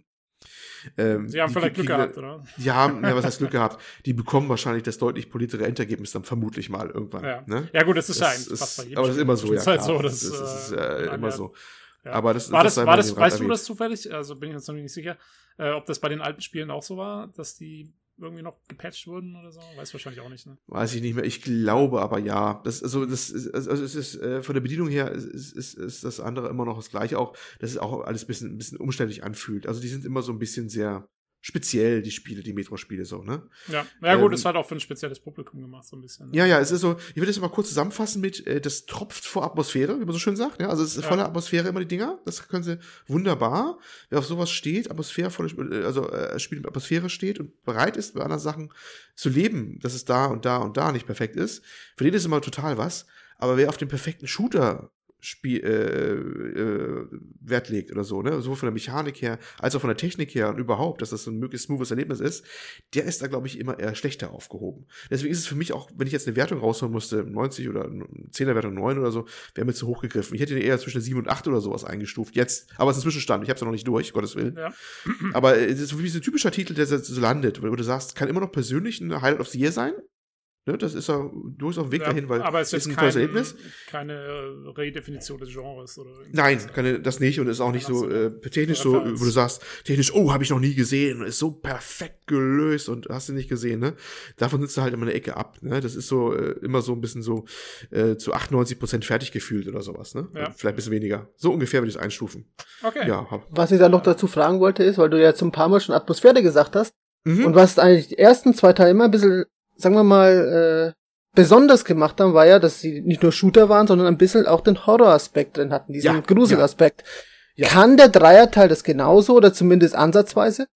Ähm, Sie haben die vielleicht Glück kriegen- gehabt, oder? Die haben, ja, was heißt Glück gehabt? Die bekommen wahrscheinlich das deutlich politere Endergebnis dann vermutlich mal irgendwann. Ja. Ne? Ja, gut, das ist ja Das eigentlich ist, fast bei jedem aber das ist immer Spiel. so, ja. Das ist halt klar. so, dass, das, das ist äh, äh, man immer ja- so. Ja. Aber das, War das, sei war mal das, dem Rat weißt du erwähnt. das zufällig? Also bin ich jetzt noch nicht sicher, äh, ob das bei den alten Spielen auch so war, dass die irgendwie noch gepatcht wurden oder so? Weiß wahrscheinlich auch nicht, ne? Weiß ich nicht mehr. Ich glaube aber ja. Das, also, das ist, also es ist äh, von der Bedienung her ist, ist, ist, ist das andere immer noch das Gleiche. Auch, dass es auch alles ein bisschen, ein bisschen umständlich anfühlt. Also die sind immer so ein bisschen sehr speziell, die Spiele, die Metro-Spiele so, ne? Ja, ja gut, Ähm, ist halt auch für ein spezielles Publikum gemacht, so ein bisschen. Ne? Ja, ja, es ist so, ich würde das mal kurz zusammenfassen mit, äh, das tropft vor Atmosphäre, wie man so schön sagt. Ja, also es ist Ja. voller Atmosphäre immer die Dinger. Das können sie wunderbar. Wer auf sowas steht, Atmosphäre, volle, also äh, Spiel mit Atmosphäre steht und bereit ist, bei anderen Sachen zu leben, dass es da und da und da nicht perfekt ist, für den ist immer total was. Aber wer auf den perfekten Shooter Spiel, äh, äh, Wert legt oder so, ne, sowohl von der Mechanik her, als auch von der Technik her und überhaupt, dass das so ein möglichst smoothes Erlebnis ist, der ist da, glaube ich, immer eher schlechter aufgehoben. Deswegen ist es für mich auch, wenn ich jetzt eine Wertung rausholen musste, neunzig oder zehner Wertung neun oder so, wäre mir zu hoch gegriffen. Ich hätte den eher zwischen sieben und acht oder sowas eingestuft, jetzt, aber es ist ein Zwischenstand, ich habe es ja noch nicht durch, Gottes Willen. Ja. Aber es ist wie so ein typischer Titel, der so landet, wo du sagst, kann immer noch persönlich ein Highlight of the Year sein. Ne, das ist ja durchaus auf dem Weg Ja, dahin, weil aber es ist ein jetzt tolles kein, Erlebnis. keine äh, Redefinition des Genres. Oder irgendwas. Nein, keine, das nicht und ist auch nicht so äh, technisch so, Referenz. wo du sagst, technisch, oh, habe ich noch nie gesehen und ist so perfekt gelöst und hast du nicht gesehen, ne? Davon sitzt du halt immer eine Ecke ab, ne? Das ist so äh, immer so ein bisschen so äh, zu achtundneunzig Prozent fertig gefühlt oder sowas, ne? Ja. Vielleicht ein bisschen weniger. So ungefähr würde ich es einstufen. Okay. Ja. hab- Was ich dann noch dazu fragen wollte, ist, weil du ja jetzt ein paar Mal schon Atmosphäre gesagt hast, Mhm. und was eigentlich die ersten zwei Teile immer ein bisschen, sagen wir mal, äh, besonders gemacht haben, war ja, dass sie nicht nur Shooter waren, sondern ein bisschen auch den Horroraspekt drin hatten, diesen Ja, Gruselaspekt. Ja. Kann der Dreierteil das genauso oder zumindest ansatzweise?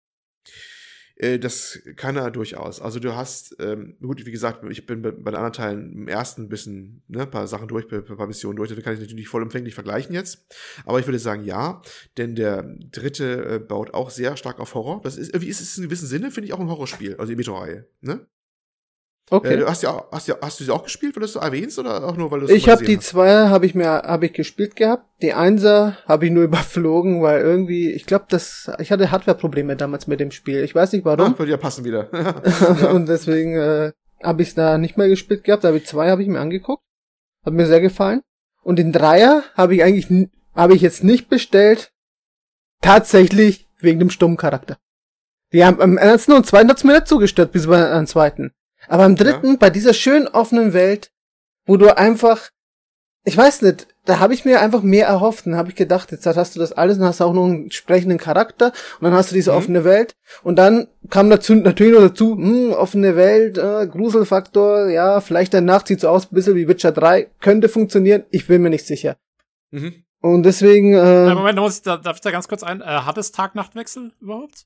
Äh, das kann er durchaus. Also du hast, ähm, gut, wie gesagt, ich bin bei, bei den anderen Teilen im ersten ein bisschen, ne, ein paar Sachen durch, ein paar Missionen durch, das kann ich natürlich nicht vollumfänglich vergleichen jetzt. Aber ich würde sagen, ja, denn der dritte äh, baut auch sehr stark auf Horror. Das ist, irgendwie ist es in gewissem Sinne, finde ich, auch ein Horrorspiel, also die Metro-Reihe, ne? Okay. Äh, du hast ja, hast ja, hast du sie auch gespielt, weil du es so erwähnst, oder auch nur, weil du es Ich mal habe die gesehen hast? Zweier habe ich mir habe ich gespielt gehabt. Die Einser habe ich nur überflogen, weil irgendwie, ich glaube, das ich hatte Hardware-Probleme damals mit dem Spiel. Ich weiß nicht warum. Ah, würde ja passen wieder. Und deswegen äh, habe ich es da nicht mehr gespielt gehabt. Aber die zwei habe ich mir angeguckt. Hat mir sehr gefallen. Und den Dreier habe ich eigentlich n- habe ich jetzt nicht bestellt. Tatsächlich wegen dem stummen Charakter. Die haben am ersten und zweiten hat's mir nicht zugestört, bis bei am zweiten. Aber am dritten, bei dieser schönen offenen Welt, wo du einfach, ich weiß nicht, da habe ich mir einfach mehr erhofft. Dann habe ich gedacht, jetzt hast du das alles und hast auch noch einen entsprechenden Charakter und dann hast du diese Mhm. offene Welt und dann kam dazu natürlich noch dazu, hm, offene Welt, äh, Gruselfaktor, ja, vielleicht danach sieht so aus, ein bisschen wie Witcher drei, könnte funktionieren, ich bin mir nicht sicher. Mhm. Und deswegen, Äh, äh, Moment, da muss ich, da, darf ich da ganz kurz ein? Äh, hat es Tag-Nacht-Wechsel überhaupt?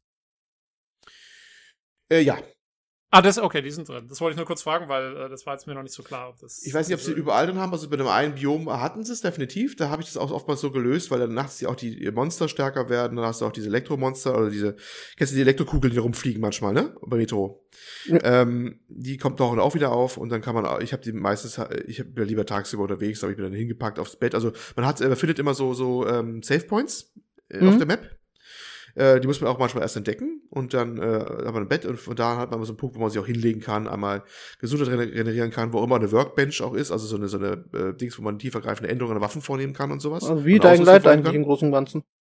Äh, ja. Ah, das, okay, die sind drin. Das wollte ich nur kurz fragen, weil äh, das war jetzt mir noch nicht so klar, ob das. Ich weiß nicht, ob sie überall drin haben, also bei dem einen Biom hatten sie es definitiv, da habe ich das auch oftmals so gelöst, weil dann nachts ja auch die Monster stärker werden, dann hast du auch diese Elektromonster oder diese, kennst du die Elektrokugeln, die rumfliegen manchmal, ne? Bei Metro. Ja. Ähm, die kommt tauchen auch wieder auf und dann kann man, auch- ich habe die meistens, ich bin ja lieber tagsüber unterwegs, habe ich mir dann hingepackt aufs Bett, also man hat, man findet immer so, so ähm, Save Points äh, Mhm. auf der Map. Äh, die muss man auch manchmal erst entdecken und dann äh, hat man ein Bett und von da hat man so einen Punkt, wo man sich auch hinlegen kann, einmal Gesundheit rener- generieren kann, wo immer eine Workbench auch ist, also so eine, so eine äh, Dings, wo man tiefergreifende Änderungen an Waffen vornehmen kann und sowas. also wie Und Dying Ausrüstung Light vornehmen eigentlich im Großen und Ganzen.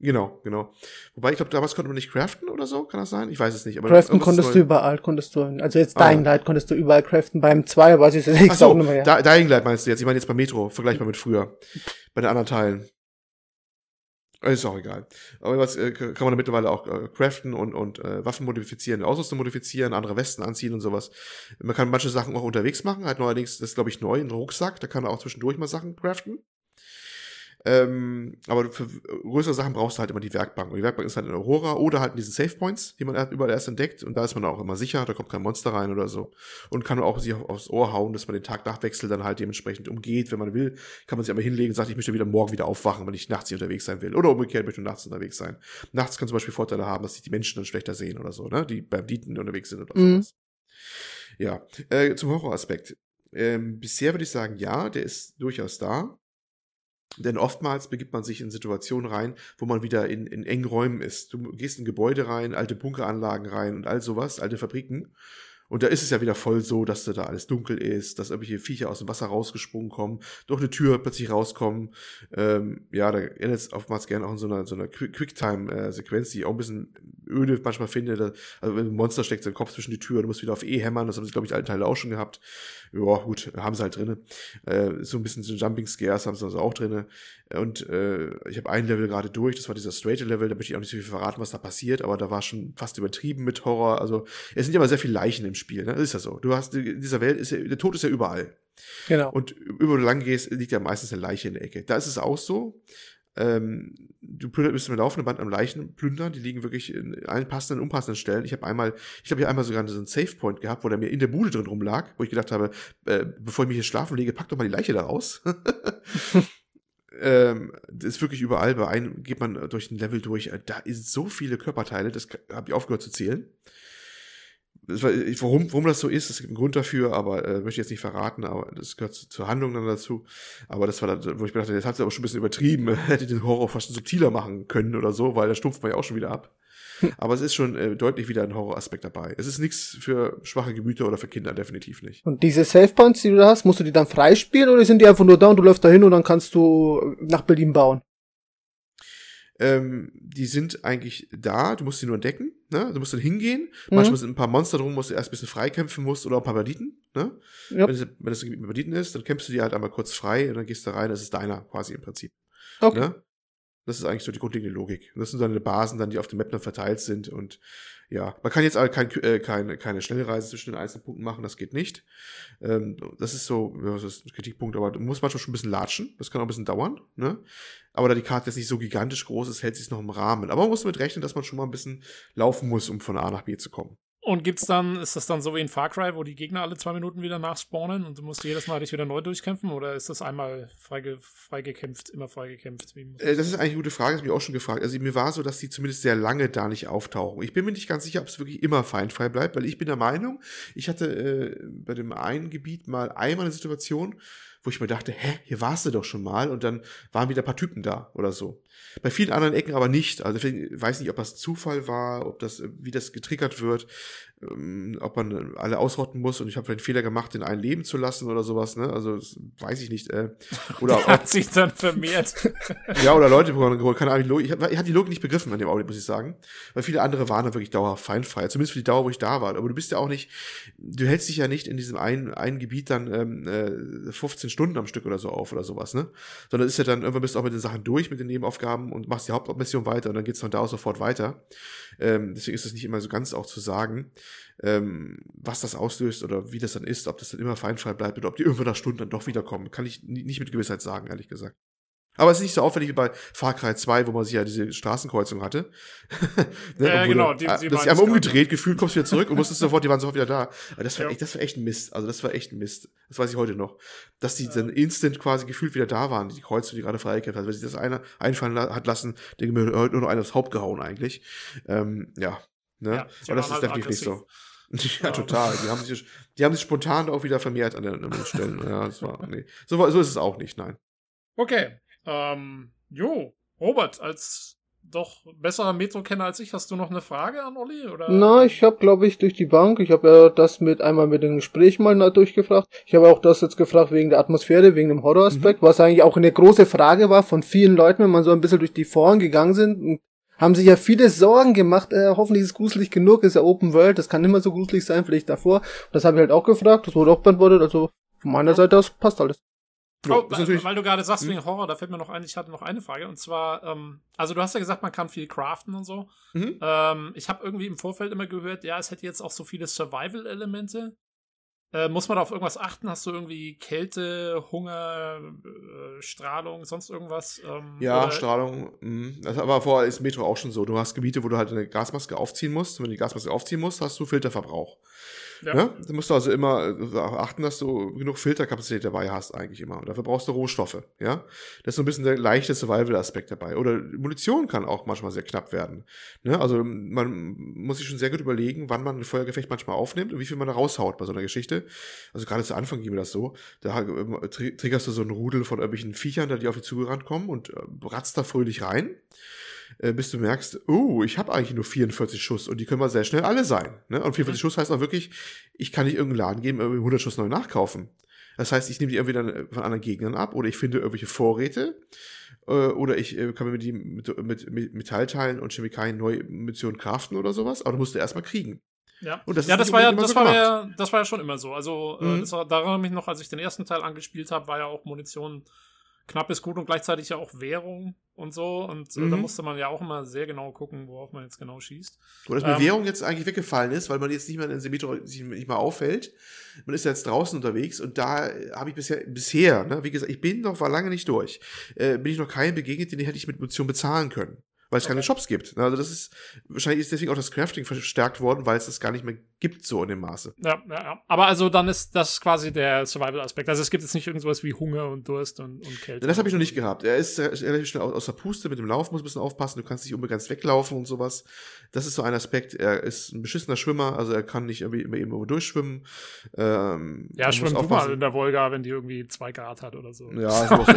Genau, genau. Wobei, ich glaube, damals konnte man nicht craften oder so, kann das sein? Ich weiß es nicht. Aber craften konntest du überall, konntest du, also jetzt Dying ah, Light konntest du überall craften. Beim zwei weiß ich es nicht. Ach so, nicht mehr, ja. Dying Light meinst du jetzt? Ich meine jetzt bei Metro, vergleichbar mit früher. Bei den anderen Teilen. Ist auch egal. Aber was äh, kann man da mittlerweile auch äh, craften und, und äh, Waffen modifizieren, Ausrüstung modifizieren, andere Westen anziehen und sowas. Man kann manche Sachen auch unterwegs machen, halt neuerdings, das ist glaube ich neu, ein Rucksack, da kann man auch zwischendurch mal Sachen craften. Ähm, aber für größere Sachen brauchst du halt immer die Werkbank. Und die Werkbank ist halt in Aurora oder halt in diesen Save Points, die man überall erst entdeckt. Und da ist man auch immer sicher, da kommt kein Monster rein oder so. Und kann auch sich aufs Ohr hauen, dass man den Tag-Nacht-Wechsel dann halt dementsprechend umgeht. Wenn man will, kann man sich aber hinlegen und sagt, ich möchte wieder morgen wieder aufwachen, wenn ich nachts hier unterwegs sein will. Oder umgekehrt, möchte ich nachts unterwegs sein. Nachts kann zum Beispiel Vorteile haben, dass sich die Menschen dann schlechter sehen oder so, ne? Die beim Dieten unterwegs sind oder mhm. sowas. Ja, äh, zum Horroraspekt. Ähm, bisher würde ich sagen, ja, der ist durchaus da. Denn oftmals begibt man sich in Situationen rein, wo man wieder in, in engen Räumen ist. Du gehst in Gebäude rein, alte Bunkeranlagen rein und all sowas, alte Fabriken. Und da ist es ja wieder voll so, dass da alles dunkel ist, dass irgendwelche Viecher aus dem Wasser rausgesprungen kommen, durch eine Tür plötzlich rauskommen. Ähm, ja, da erinnert es oftmals gerne auch an so einer, so einer Quicktime-Sequenz, die ich auch ein bisschen öde manchmal finde. Da, also wenn ein Monster steckt, sein Kopf zwischen die Tür, du musst wieder auf E hämmern, das haben sie, glaube ich, alten Teile auch schon gehabt. Ja, gut, haben sie halt drinne. Äh, so ein bisschen so Jumping Scares haben sie also auch drinne. Und äh, ich habe ein Level gerade durch, das war dieser Straight-Level, da möchte ich auch nicht so viel verraten, was da passiert, aber da war schon fast übertrieben mit Horror. Also es sind ja immer sehr viele Leichen im Spiel, ne? Das ist ja so. Du hast, in dieser Welt ist ja, der Tod ist ja überall. Genau. Und über du lang gehst, liegt ja meistens eine Leiche in der Ecke. Da ist es auch so. Ähm, du bist mit laufenden Band am Leichen plündern, die liegen wirklich in allen passenden und unpassenden Stellen. Ich habe einmal, ich habe hier einmal sogar so einen Save Point gehabt, wo der mir in der Bude drin rumlag, wo ich gedacht habe, äh, bevor ich mich hier schlafen lege, pack doch mal die Leiche da raus. ähm, das ist wirklich überall, bei einem geht man durch ein Level durch, da sind so viele Körperteile, das habe ich aufgehört zu zählen. Das war, warum, warum das so ist, es gibt einen Grund dafür, aber äh, möchte ich jetzt nicht verraten, aber das gehört zu, zur Handlung dann dazu. Aber das war dann, wo ich mir dachte, jetzt hat sie aber schon ein bisschen übertrieben, hätte den Horror fast subtiler machen können oder so, weil da stumpft man ja auch schon wieder ab. Aber es ist schon äh, deutlich wieder ein Horroraspekt dabei. Es ist nichts für schwache Gemüter oder für Kinder, definitiv nicht. Und diese Save Points, die du da hast, musst du die dann freispielen oder sind die einfach nur da und du läufst da hin und dann kannst du nach Berlin bauen? Ähm, die sind eigentlich da, du musst sie nur entdecken, ne? Du musst dann hingehen, mhm. manchmal sind ein paar Monster drum, musst du erst ein bisschen freikämpfen musst oder ein paar Banditen, ne? Ja. Wenn, das, wenn das ein Gebiet mit Banditen ist, dann kämpfst du die halt einmal kurz frei und dann gehst du rein, das ist deiner quasi im Prinzip. Okay. Ne? Das ist eigentlich so die grundlegende Logik. Und das sind deine Basen dann, die auf dem Map dann verteilt sind und ja, man kann jetzt halt kein, äh, keine, keine Schnellreise zwischen den einzelnen Punkten machen, das geht nicht. Ähm, das ist so, ja, das ist ein Kritikpunkt, aber du musst manchmal schon ein bisschen latschen, das kann auch ein bisschen dauern, ne? Aber da die Karte jetzt nicht so gigantisch groß ist, hält sich noch im Rahmen. Aber man muss damit rechnen, dass man schon mal ein bisschen laufen muss, um von A nach B zu kommen. Und gibt's dann, ist das dann so wie in Far Cry, wo die Gegner alle zwei Minuten wieder nachspawnen und du musst jedes Mal dich wieder neu durchkämpfen? Oder ist das einmal freige, freigekämpft, immer freigekämpft? Wie äh, das ist eigentlich eine gute Frage, das habe ich auch schon gefragt. Also mir war so, dass die zumindest sehr lange da nicht auftauchen. Ich bin mir nicht ganz sicher, ob es wirklich immer feindfrei bleibt, weil ich bin der Meinung, ich hatte äh, bei dem einen Gebiet mal einmal eine Situation, wo ich mir dachte, hä, hier warst du doch schon mal und dann waren wieder ein paar Typen da oder so. Bei vielen anderen Ecken aber nicht. Also ich weiß nicht, ob das Zufall war, ob das, wie das getriggert wird, ähm, ob man alle ausrotten muss und ich habe vielleicht einen Fehler gemacht, den einen leben zu lassen oder sowas, ne? Also das weiß ich nicht. Äh, oder Der hat sich dann vermehrt. Ja, oder Leute, keine Ahnung, die Logik. Ich habe hab die Logik nicht begriffen an dem Audio, muss ich sagen. Weil viele andere waren dann wirklich dauerhaft feindfrei. Zumindest für die Dauer, wo ich da war. Aber du bist ja auch nicht, du hältst dich ja nicht in diesem einen, einen Gebiet dann ähm, äh, fünfzehn Stunden am Stück oder so auf oder sowas, ne? Sondern ist ja dann, irgendwann bist du auch mit den Sachen durch, mit den Nebenaufgaben und machst die Hauptmission weiter und dann geht's von da aus sofort weiter. Ähm, deswegen ist es nicht immer so ganz auch zu sagen, ähm, was das auslöst oder wie das dann ist, ob das dann immer feindfrei bleibt oder ob die irgendwann nach Stunden dann doch wiederkommen. Kann ich nicht mit Gewissheit sagen, ehrlich gesagt. Aber es ist nicht so auffällig wie bei Far Cry zwei, wo man sich ja diese Straßenkreuzung hatte. ne? Ja, genau. Die, die das ist einmal umgedreht, gefühlt kommst du wieder zurück und musstest sofort, die waren sofort wieder da. Aber das war, ja. echt, das war echt ein Mist. Also das war echt ein Mist. Das weiß ich heute noch. Dass die ja. dann instant quasi gefühlt wieder da waren, die Kreuzung, die gerade freigekämpft hat. Weil sich das einer einfallen hat lassen, denke mir, heute nur noch einer aufs Haupt gehauen eigentlich. Ähm, ja. Ne? Ja, aber das ist halt definitiv nicht so. Ja, total. Die haben sich, die haben sich spontan auch wieder vermehrt an den, an den Stellen. Ja, das war, nee. So, so ist es auch nicht, nein. Okay. Ähm, jo, Robert, als doch besserer Metro-Kenner als ich. Hast du noch eine Frage an Olli? Oder? Na, ich habe, glaube ich, durch die Bank, ich habe ja das mit einmal mit dem Gespräch mal durchgefragt. Ich habe auch das jetzt gefragt wegen der Atmosphäre, wegen dem Horroraspekt, mhm. was eigentlich auch eine große Frage war von vielen Leuten, wenn man so ein bisschen durch die Foren gegangen sind. Haben sich ja viele Sorgen gemacht, äh, hoffentlich ist es gruselig genug, ist ja Open World, das kann immer so gruselig sein, vielleicht davor. Das habe ich halt auch gefragt, das wurde auch beantwortet, also von meiner Seite aus passt alles. Oh, weil, weil du gerade sagst, wegen Horror, da fällt mir noch ein, ich hatte noch eine Frage, und zwar, ähm, also du hast ja gesagt, man kann viel craften und so. Mhm. Ähm, ich habe irgendwie im Vorfeld immer gehört, ja, es hätte jetzt auch so viele Survival-Elemente. Äh, muss man da auf irgendwas achten? Hast du irgendwie Kälte, Hunger, äh, Strahlung, sonst irgendwas? Ähm, ja, oder? Strahlung. Mh. Das aber vorher ist Metro auch schon so. Du hast Gebiete, wo du halt eine Gasmaske aufziehen musst. Und wenn du die Gasmaske aufziehen musst, hast du Filterverbrauch. Ja. Ne? Da musst du also immer achten, dass du genug Filterkapazität dabei hast, eigentlich immer. Und dafür brauchst du Rohstoffe. Ja, das ist so ein bisschen der leichte Survival-Aspekt dabei. Oder Munition kann auch manchmal sehr knapp werden. Ne? Also man muss sich schon sehr gut überlegen, wann man ein Feuergefecht manchmal aufnimmt und wie viel man da raushaut bei so einer Geschichte. Also gerade zu Anfang ging mir das so. Da tr- triggerst du so einen Rudel von irgendwelchen Viechern, die auf dich zugerannt kommen und äh, ratzt da fröhlich rein. Bis du merkst, oh, ich habe eigentlich nur vierundvierzig Schuss und die können mal sehr schnell alle sein. Ne? Und vierundvierzig mhm. Schuss heißt auch wirklich, ich kann nicht irgendeinen Laden geben, irgendwie hundert Schuss neu nachkaufen. Das heißt, ich nehme die irgendwie dann von anderen Gegnern ab oder ich finde irgendwelche Vorräte äh, oder ich äh, kann mir die mit, mit, mit Metallteilen und Chemikalien neue Munition craften oder sowas, aber du musst du erstmal kriegen. Ja, und das, ja, das war ja, das so war ja, das war ja schon immer so. Also mhm. äh, das war, daran mich noch, als ich den ersten Teil angespielt habe, war ja auch Munition knapp ist gut und gleichzeitig ja auch Währung und so. Und mhm. äh, da musste man ja auch immer sehr genau gucken, worauf man jetzt genau schießt. Wo das mit ähm, Währung jetzt eigentlich weggefallen ist, weil man jetzt nicht mehr in Metro sich nicht mal auffällt. Man ist ja jetzt draußen unterwegs und da habe ich bisher, bisher, ne, wie gesagt, ich bin noch, war lange nicht durch, äh, bin ich noch keinen begegnet, den hätte ich mit Munition bezahlen können. Weil es okay. keine Shops gibt. Also das ist, wahrscheinlich ist deswegen auch das Crafting verstärkt worden, weil es das gar nicht mehr gibt, so in dem Maße. Ja, ja, ja. Aber also dann ist das quasi der Survival-Aspekt. Also es gibt jetzt nicht irgendwas wie Hunger und Durst und, und Kälte. Das habe ich noch nicht gehabt. Er ist relativ schnell aus der Puste mit dem Lauf, muss ein bisschen aufpassen. Du kannst nicht unbegrenzt weglaufen und sowas. Das ist so ein Aspekt. Er ist ein beschissener Schwimmer, also er kann nicht irgendwie immer irgendwo durchschwimmen. Ähm, ja, schwimmt du mal in der Wolga, wenn die irgendwie zwei Grad hat oder so. Ja, ist auch so.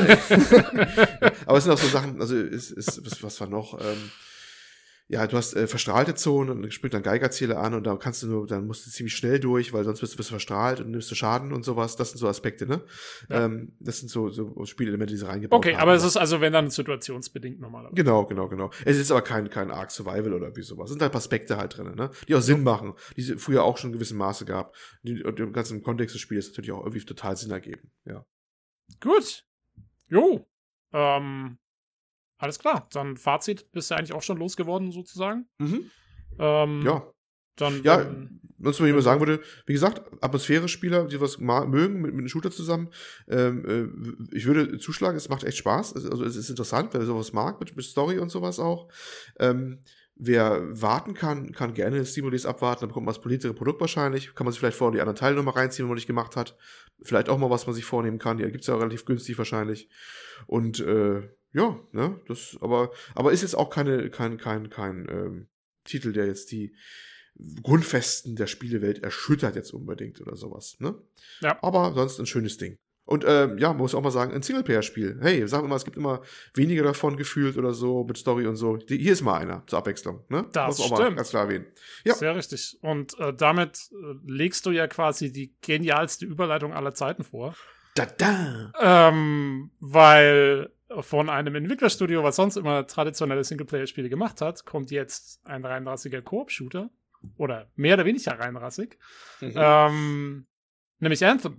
Ja, aber es sind auch so Sachen, also ist, ist, was, was war noch? Ähm, ja, du hast äh, verstrahlte Zonen und dann springt dann Geigerzähler an und da kannst du nur, dann musst du ziemlich schnell durch, weil sonst bist du, bist du verstrahlt und nimmst du Schaden und sowas. Das sind so Aspekte, ne? Ja. Ähm, das sind so, so Spielelemente, die sie reingebaut okay, haben. Okay, aber es ist also, wenn dann situationsbedingt normalerweise. Genau, genau, genau. Es ist aber kein, kein Arc Survival oder wie sowas. Es sind halt Aspekte halt drin, ne? Die auch Sinn machen, die es früher auch schon in gewissem Maße gab. Die, und im ganzen Kontext des Spiels natürlich auch irgendwie total Sinn ergeben, ja. Gut. Jo. Ähm. Alles klar, dann Fazit, bist du eigentlich auch schon losgeworden, sozusagen. Mhm. Ähm, ja. Dann, ja, dann, was man immer sagen würde, wie gesagt, Atmosphäre-Spieler, die was mögen, mit, mit einem Shooter zusammen, ähm, äh, ich würde zuschlagen, es macht echt Spaß, also es ist interessant, wer sowas mag, mit, mit Story und sowas auch. Ähm, wer warten kann, kann gerne Steam-Release abwarten, dann bekommt man das politische Produkt wahrscheinlich, kann man sich vielleicht vorher die anderen Teile nochmal reinziehen, wenn man nicht gemacht hat. Vielleicht auch mal, was man sich vornehmen kann, die gibt es ja relativ günstig wahrscheinlich. Und, äh, ja, ne, das, aber, aber ist jetzt auch keine, kein, kein, kein, ähm, Titel, der jetzt die Grundfesten der Spielewelt erschüttert jetzt unbedingt oder sowas, ne? Ja. Aber sonst ein schönes Ding. Und, ähm, ja, man muss auch mal sagen, ein Singleplayer-Spiel. Hey, sagen wir mal, es gibt immer weniger davon gefühlt oder so, mit Story und so. Die, hier ist mal einer, zur Abwechslung, ne? Das muss auch stimmt. Mal ganz klar erwähnen. Ja. Sehr richtig. Und äh, damit äh, legst du ja quasi die genialste Überleitung aller Zeiten vor. Da, da. Ähm, weil von einem Entwicklerstudio, was sonst immer traditionelle Singleplayer-Spiele gemacht hat, kommt jetzt ein reinrassiger Koop-Shooter. Oder mehr oder weniger reinrassig. Mhm. Ähm, nämlich Anthem.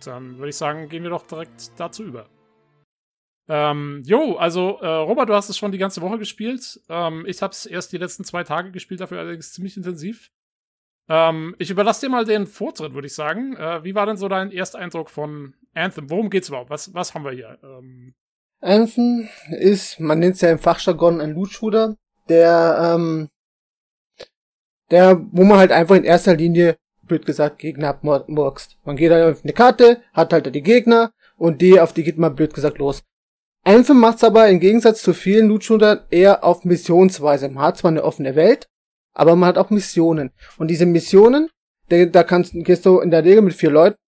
gut, dann würde ich sagen, gehen wir doch direkt dazu über. Ähm, jo, also äh, Robert, du hast es schon die ganze Woche gespielt. Ähm, ich habe es erst die letzten zwei Tage gespielt, dafür allerdings ziemlich intensiv. Ähm, ich überlasse dir mal den Vortritt, würde ich sagen. Äh, wie war denn so dein Ersteindruck von Anthem? Worum geht's überhaupt? Was, was haben wir hier? Ähm Anthem ist, man nennt es ja im Fachjargon, ein Loot-Shooter, der, ähm, der, wo man halt einfach in erster Linie, blöd gesagt, Gegner abmurkst. Man geht halt auf eine Karte, hat halt die Gegner und die, auf die geht man blöd gesagt los. Anthem macht's aber im Gegensatz zu vielen Loot-Shootern eher auf Missionsweise. Man hat zwar eine offene Welt, aber man hat auch Missionen. Und diese Missionen, da, da kannst, gehst du in der Regel mit vier Leuten.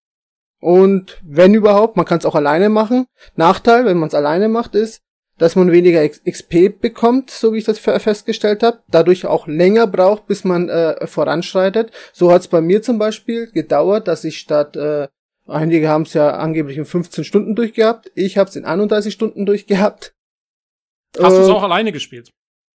Und wenn überhaupt, man kann es auch alleine machen. Nachteil, wenn man es alleine macht, ist, dass man weniger X P bekommt, so wie ich das festgestellt habe. Dadurch auch länger braucht, bis man äh, voranschreitet. So hat es bei mir zum Beispiel gedauert, dass ich statt, äh, einige haben es ja angeblich in fünfzehn Stunden durchgehabt. Ich habe es in einunddreißig Stunden durchgehabt. Hast du es äh, auch alleine gespielt?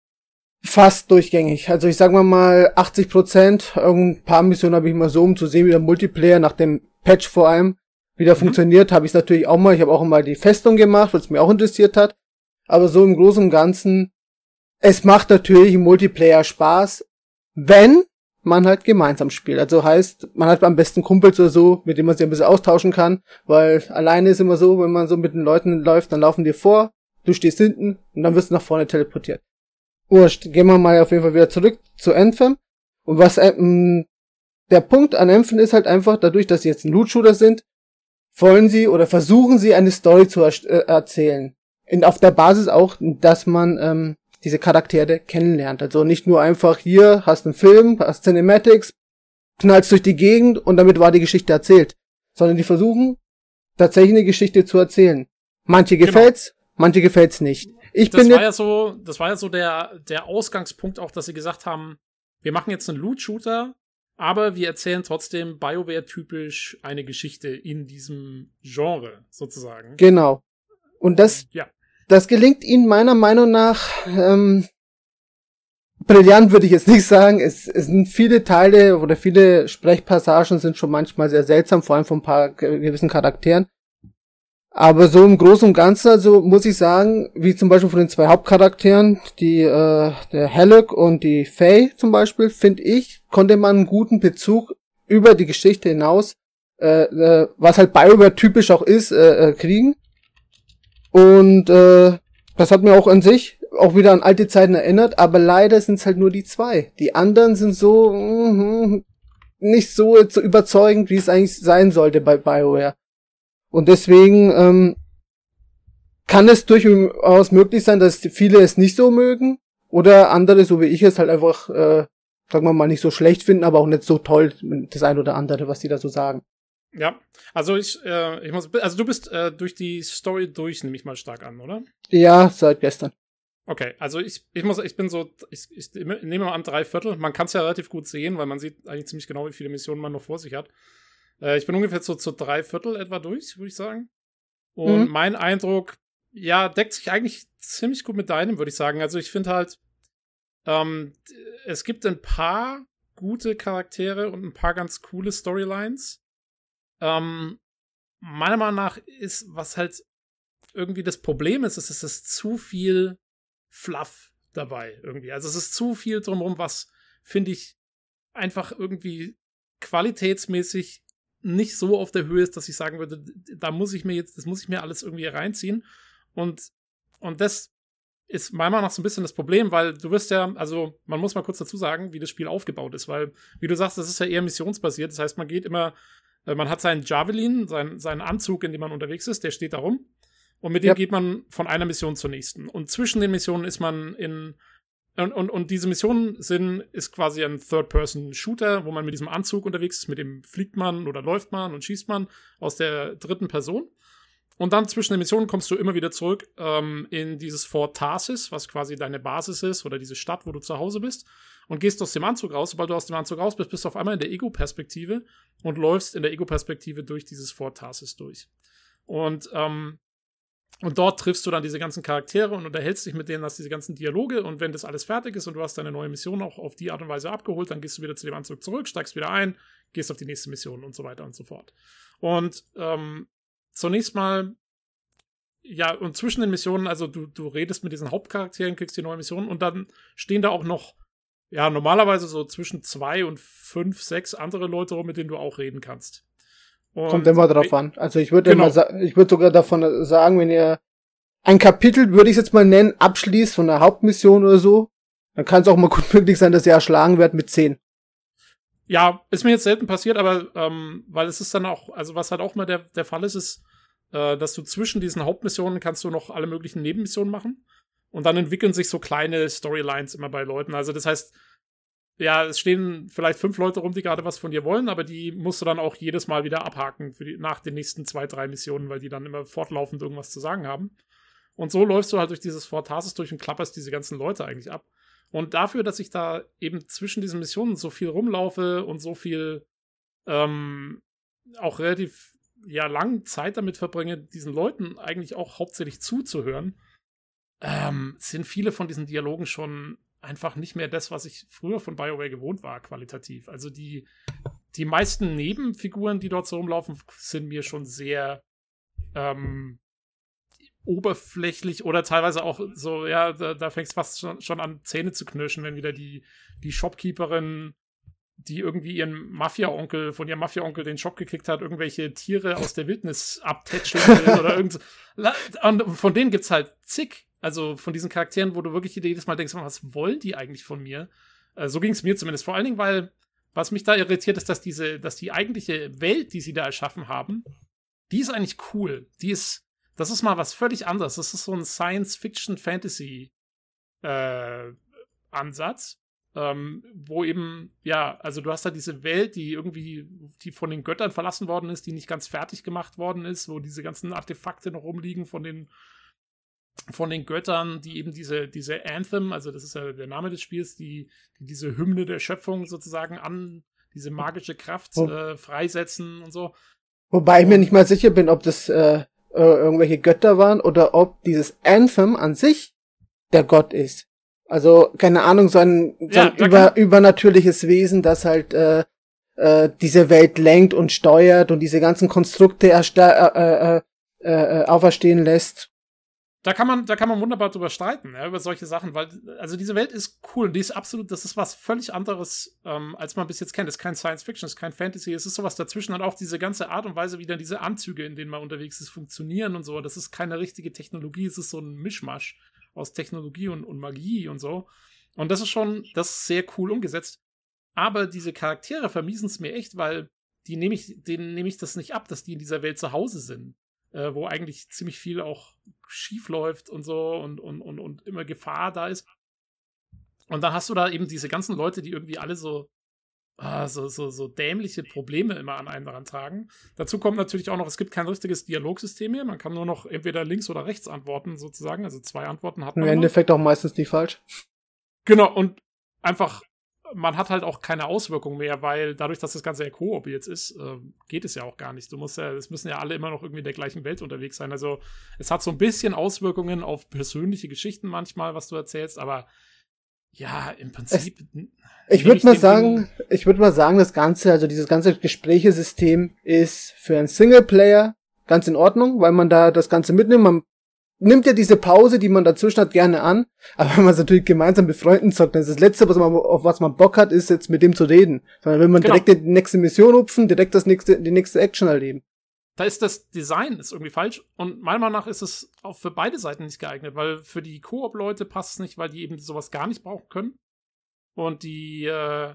Fast durchgängig. Also ich sag mal mal achtzig Prozent. Ein paar Missionen habe ich mal so, um zu sehen, wie der Multiplayer nach dem Patch vor allem wieder mhm. funktioniert, habe ich es natürlich auch mal. Ich habe auch mal die Festung gemacht, weil es mir auch interessiert hat. Aber so im Großen und Ganzen, es macht natürlich im Multiplayer Spaß, wenn man halt gemeinsam spielt. Also heißt, man hat am besten Kumpels oder so, mit denen man sich ein bisschen austauschen kann, weil alleine ist immer so, wenn man so mit den Leuten läuft, dann laufen die vor, du stehst hinten und dann wirst du nach vorne teleportiert. Wurscht, gehen wir mal auf jeden Fall wieder zurück zu Anthem. Und was ähm, der Punkt an Anthem ist halt einfach, dadurch, dass sie jetzt ein Loot-Shooter sind, wollen sie oder versuchen sie eine Story zu er- äh, erzählen. Und auf der Basis auch, dass man ähm, diese Charaktere kennenlernt. Also nicht nur einfach hier, hast einen Film, hast Cinematics, knallst durch die Gegend und damit war die Geschichte erzählt. Sondern die versuchen, tatsächlich eine Geschichte zu erzählen. Manche gefällt's, genau. Manche gefällt's nicht. Ich das bin war ja so, das war ja so der, der Ausgangspunkt auch, dass sie gesagt haben, wir machen jetzt einen Loot-Shooter, aber wir erzählen trotzdem BioWare-typisch eine Geschichte in diesem Genre, sozusagen. Genau. Und das, ja. das gelingt ihnen meiner Meinung nach, ähm, brillant würde ich jetzt nicht sagen. Es, es sind viele Teile oder viele Sprechpassagen sind schon manchmal sehr seltsam, vor allem von ein paar gewissen Charakteren. Aber so im Großen und Ganzen, also muss ich sagen, wie zum Beispiel von den zwei Hauptcharakteren, die äh, der Halleck und die Faye zum Beispiel, finde ich, konnte man einen guten Bezug über die Geschichte hinaus, äh, äh, was halt BioWare typisch auch ist, äh, äh, kriegen. Und äh, das hat mir auch an sich auch wieder an alte Zeiten erinnert, aber leider sind es halt nur die zwei. Die anderen sind so mh, nicht so, so überzeugend, wie es eigentlich sein sollte bei BioWare. Und deswegen ähm, kann es durchaus möglich sein, dass viele es nicht so mögen oder andere, so wie ich es, halt einfach, äh, sagen wir mal, nicht so schlecht finden, aber auch nicht so toll, das ein oder andere, was die da so sagen. Ja, also ich, äh, ich muss, also du bist äh, durch die Story durch, nehme ich mal stark an, oder? Ja, seit gestern. Okay, also ich, ich muss, ich bin so, ich, ich nehme mal an drei Viertel. Man kann es ja relativ gut sehen, weil man sieht eigentlich ziemlich genau, wie viele Missionen man noch vor sich hat. Äh, ich bin ungefähr so zu drei Viertel etwa durch, würde ich sagen. Und mhm. mein Eindruck, ja, deckt sich eigentlich ziemlich gut mit deinem, würde ich sagen. Also ich finde halt, ähm, es gibt ein paar gute Charaktere und ein paar ganz coole Storylines. Ähm, meiner Meinung nach ist, was halt irgendwie das Problem ist, ist, es ist zu viel Fluff dabei irgendwie. Also es ist zu viel drumherum, was, finde ich, einfach irgendwie qualitätsmäßig nicht so auf der Höhe ist, dass ich sagen würde, da muss ich mir jetzt, das muss ich mir alles irgendwie reinziehen. Und, und das ist meiner Meinung nach so ein bisschen das Problem, weil du wirst ja, also man muss mal kurz dazu sagen, wie das Spiel aufgebaut ist, weil, wie du sagst, das ist ja eher missionsbasiert. Das heißt, man geht immer, man hat seinen Javelin, seinen, seinen Anzug, in dem man unterwegs ist, der steht da rum. Und mit dem ja. geht man von einer Mission zur nächsten. Und zwischen den Missionen ist man in Und, und, und diese Missionen sind, ist quasi ein Third-Person-Shooter, wo man mit diesem Anzug unterwegs ist, mit dem fliegt man oder läuft man und schießt man aus der dritten Person. Und dann zwischen den Missionen kommst du immer wieder zurück ähm, in dieses Fort Tarsis, was quasi deine Basis ist, oder diese Stadt, wo du zu Hause bist, und gehst aus dem Anzug raus. Sobald du aus dem Anzug raus bist, bist du auf einmal in der Ego-Perspektive und läufst in der Ego-Perspektive durch dieses Fort Tarsis durch. Und, ähm, Und dort triffst du dann diese ganzen Charaktere und unterhältst dich mit denen, hast diese ganzen Dialoge, und wenn das alles fertig ist und du hast deine neue Mission auch auf die Art und Weise abgeholt, dann gehst du wieder zu dem Anzug zurück, steigst wieder ein, gehst auf die nächste Mission und so weiter und so fort. Und ähm, zunächst mal, ja, und zwischen den Missionen, also du, du redest mit diesen Hauptcharakteren, kriegst die neuen Missionen und dann stehen da auch noch, ja, normalerweise so zwischen zwei und fünf, sechs andere Leute rum, mit denen du auch reden kannst. Und kommt immer drauf an. Also ich würde genau. mal sa- ich würde sogar davon sagen, wenn ihr ein Kapitel, würde ich es jetzt mal nennen, abschließt von einer Hauptmission oder so, dann kann es auch mal gut möglich sein, dass ihr erschlagen werdet mit zehn. Ja, ist mir jetzt selten passiert, aber ähm, weil es ist dann auch, also was halt auch mal der, der Fall ist, ist, äh, dass du zwischen diesen Hauptmissionen kannst du noch alle möglichen Nebenmissionen machen und dann entwickeln sich so kleine Storylines immer bei Leuten. Also das heißt, ja, es stehen vielleicht fünf Leute rum, die gerade was von dir wollen, aber die musst du dann auch jedes Mal wieder abhaken für die, nach den nächsten zwei, drei Missionen, weil die dann immer fortlaufend irgendwas zu sagen haben. Und so läufst du halt durch dieses Fort Tarsis durch und klapperst diese ganzen Leute eigentlich ab. Und dafür, dass ich da eben zwischen diesen Missionen so viel rumlaufe und so viel ähm, auch relativ ja lange Zeit damit verbringe, diesen Leuten eigentlich auch hauptsächlich zuzuhören, ähm, sind viele von diesen Dialogen schon einfach nicht mehr das, was ich früher von BioWare gewohnt war, qualitativ. Also die, die meisten Nebenfiguren, die dort so rumlaufen, sind mir schon sehr ähm, oberflächlich oder teilweise auch so, ja, da, da fängst fast schon, schon an, Zähne zu knirschen, wenn wieder die, die Shopkeeperin, die irgendwie ihren Mafia-Onkel, von ihrem Mafia-Onkel den Shop gekickt hat, irgendwelche Tiere aus der Wildnis abtätscheln will oder irgend so. Und von denen gibt's halt zig. Also von diesen Charakteren, wo du wirklich jedes Mal denkst, was wollen die eigentlich von mir? Äh, so ging es mir zumindest. Vor allen Dingen, weil, was mich da irritiert, ist, dass diese, dass die eigentliche Welt, die sie da erschaffen haben, die ist eigentlich cool. Die ist, das ist mal was völlig anderes. Das ist so ein Science-Fiction-Fantasy-Ansatz, äh, ähm, wo eben, ja, also du hast da diese Welt, die irgendwie, die von den Göttern verlassen worden ist, die nicht ganz fertig gemacht worden ist, wo diese ganzen Artefakte noch rumliegen von den von den Göttern, die eben diese, diese Anthem, also das ist ja der Name des Spiels, die, die diese Hymne der Schöpfung sozusagen an diese magische Kraft oh. äh, freisetzen und so. Wobei ich mir nicht mal sicher bin, ob das äh, äh, irgendwelche Götter waren oder ob dieses Anthem an sich der Gott ist. Also, keine Ahnung, so ein, so Ja, ein da über, kann- übernatürliches Wesen, das halt äh, äh, diese Welt lenkt und steuert und diese ganzen Konstrukte ersta- äh, äh, äh, äh, auferstehen lässt. Da kann man, da kann man wunderbar drüber streiten, ja, über solche Sachen, weil, also diese Welt ist cool, die ist absolut, das ist was völlig anderes, ähm, als man bis jetzt kennt. Es ist kein Science Fiction, es ist kein Fantasy, es ist sowas dazwischen und auch diese ganze Art und Weise, wie dann diese Anzüge, in denen man unterwegs ist, funktionieren und so. Das ist keine richtige Technologie, es ist so ein Mischmasch aus Technologie und, und Magie und so. Und das ist schon, das ist sehr cool umgesetzt. Aber diese Charaktere vermiesen es mir echt, weil die nehme ich, denen nehme ich das nicht ab, dass die in dieser Welt zu Hause sind. Äh, wo eigentlich ziemlich viel auch schief läuft und so und, und, und, und immer Gefahr da ist. Und dann hast du da eben diese ganzen Leute, die irgendwie alle so, ah, so, so, so dämliche Probleme immer an einen daran tragen. Dazu kommt natürlich auch noch, es gibt kein richtiges Dialogsystem mehr. Man kann nur noch entweder links oder rechts antworten, sozusagen. Also zwei Antworten hat man. Im Endeffekt auch meistens nicht falsch. Genau, und einfach, man hat halt auch keine Auswirkungen mehr, weil dadurch, dass das Ganze ja Koop jetzt ist, äh, geht es ja auch gar nicht. Du musst ja, es müssen ja alle immer noch irgendwie in der gleichen Welt unterwegs sein. Also es hat so ein bisschen Auswirkungen auf persönliche Geschichten manchmal, was du erzählst, aber ja, im Prinzip. Ich würde mal sagen, ich würde mal sagen, das Ganze, also dieses ganze Gesprächesystem ist für einen Singleplayer ganz in Ordnung, weil man da das Ganze mitnimmt. Man nimmt ja diese Pause, die man dazwischen hat, gerne an. Aber wenn man es natürlich gemeinsam mit Freunden zockt, dann ist das Letzte, was man, auf was man Bock hat, ist jetzt mit dem zu reden. Sondern will man Genau. direkt die nächste Mission hupfen, direkt das nächste, die nächste Action erleben. Da ist das Design ist irgendwie falsch und meiner Meinung nach ist es auch für beide Seiten nicht geeignet, weil für die Koop-Leute passt es nicht, weil die eben sowas gar nicht brauchen können. Und die, äh,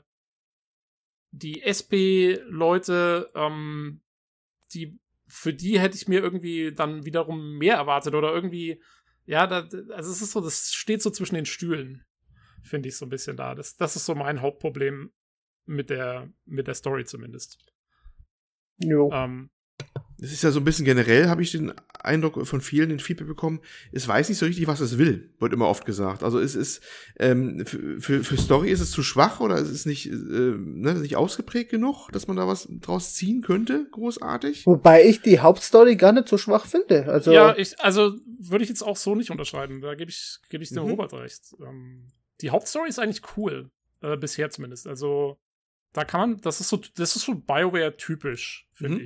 die S P-Leute, ähm, die, für die hätte ich mir irgendwie dann wiederum mehr erwartet oder irgendwie, ja, da, also es ist so, das steht so zwischen den Stühlen, finde ich so ein bisschen da. Das, das ist so mein Hauptproblem mit der, mit der Story zumindest. Jo. Ähm, Das ist ja so ein bisschen generell, habe ich den Eindruck von vielen, den Feedback bekommen, es weiß nicht so richtig, was es will, wird immer oft gesagt. Also es ist, ähm, für, für, für Story ist es zu schwach oder ist es nicht, äh, ne, nicht ausgeprägt genug, dass man da was draus ziehen könnte, großartig? Wobei ich die Hauptstory gar nicht so schwach finde. Also ja, ich, also würde ich jetzt auch so nicht unterschreiben. Da gebe ich, gebe ich dem Mhm. Robert recht. Ähm, die Hauptstory ist eigentlich cool. Äh, bisher zumindest. Also, da kann man, das ist so, das ist so BioWare-typisch, finde Mhm. ich.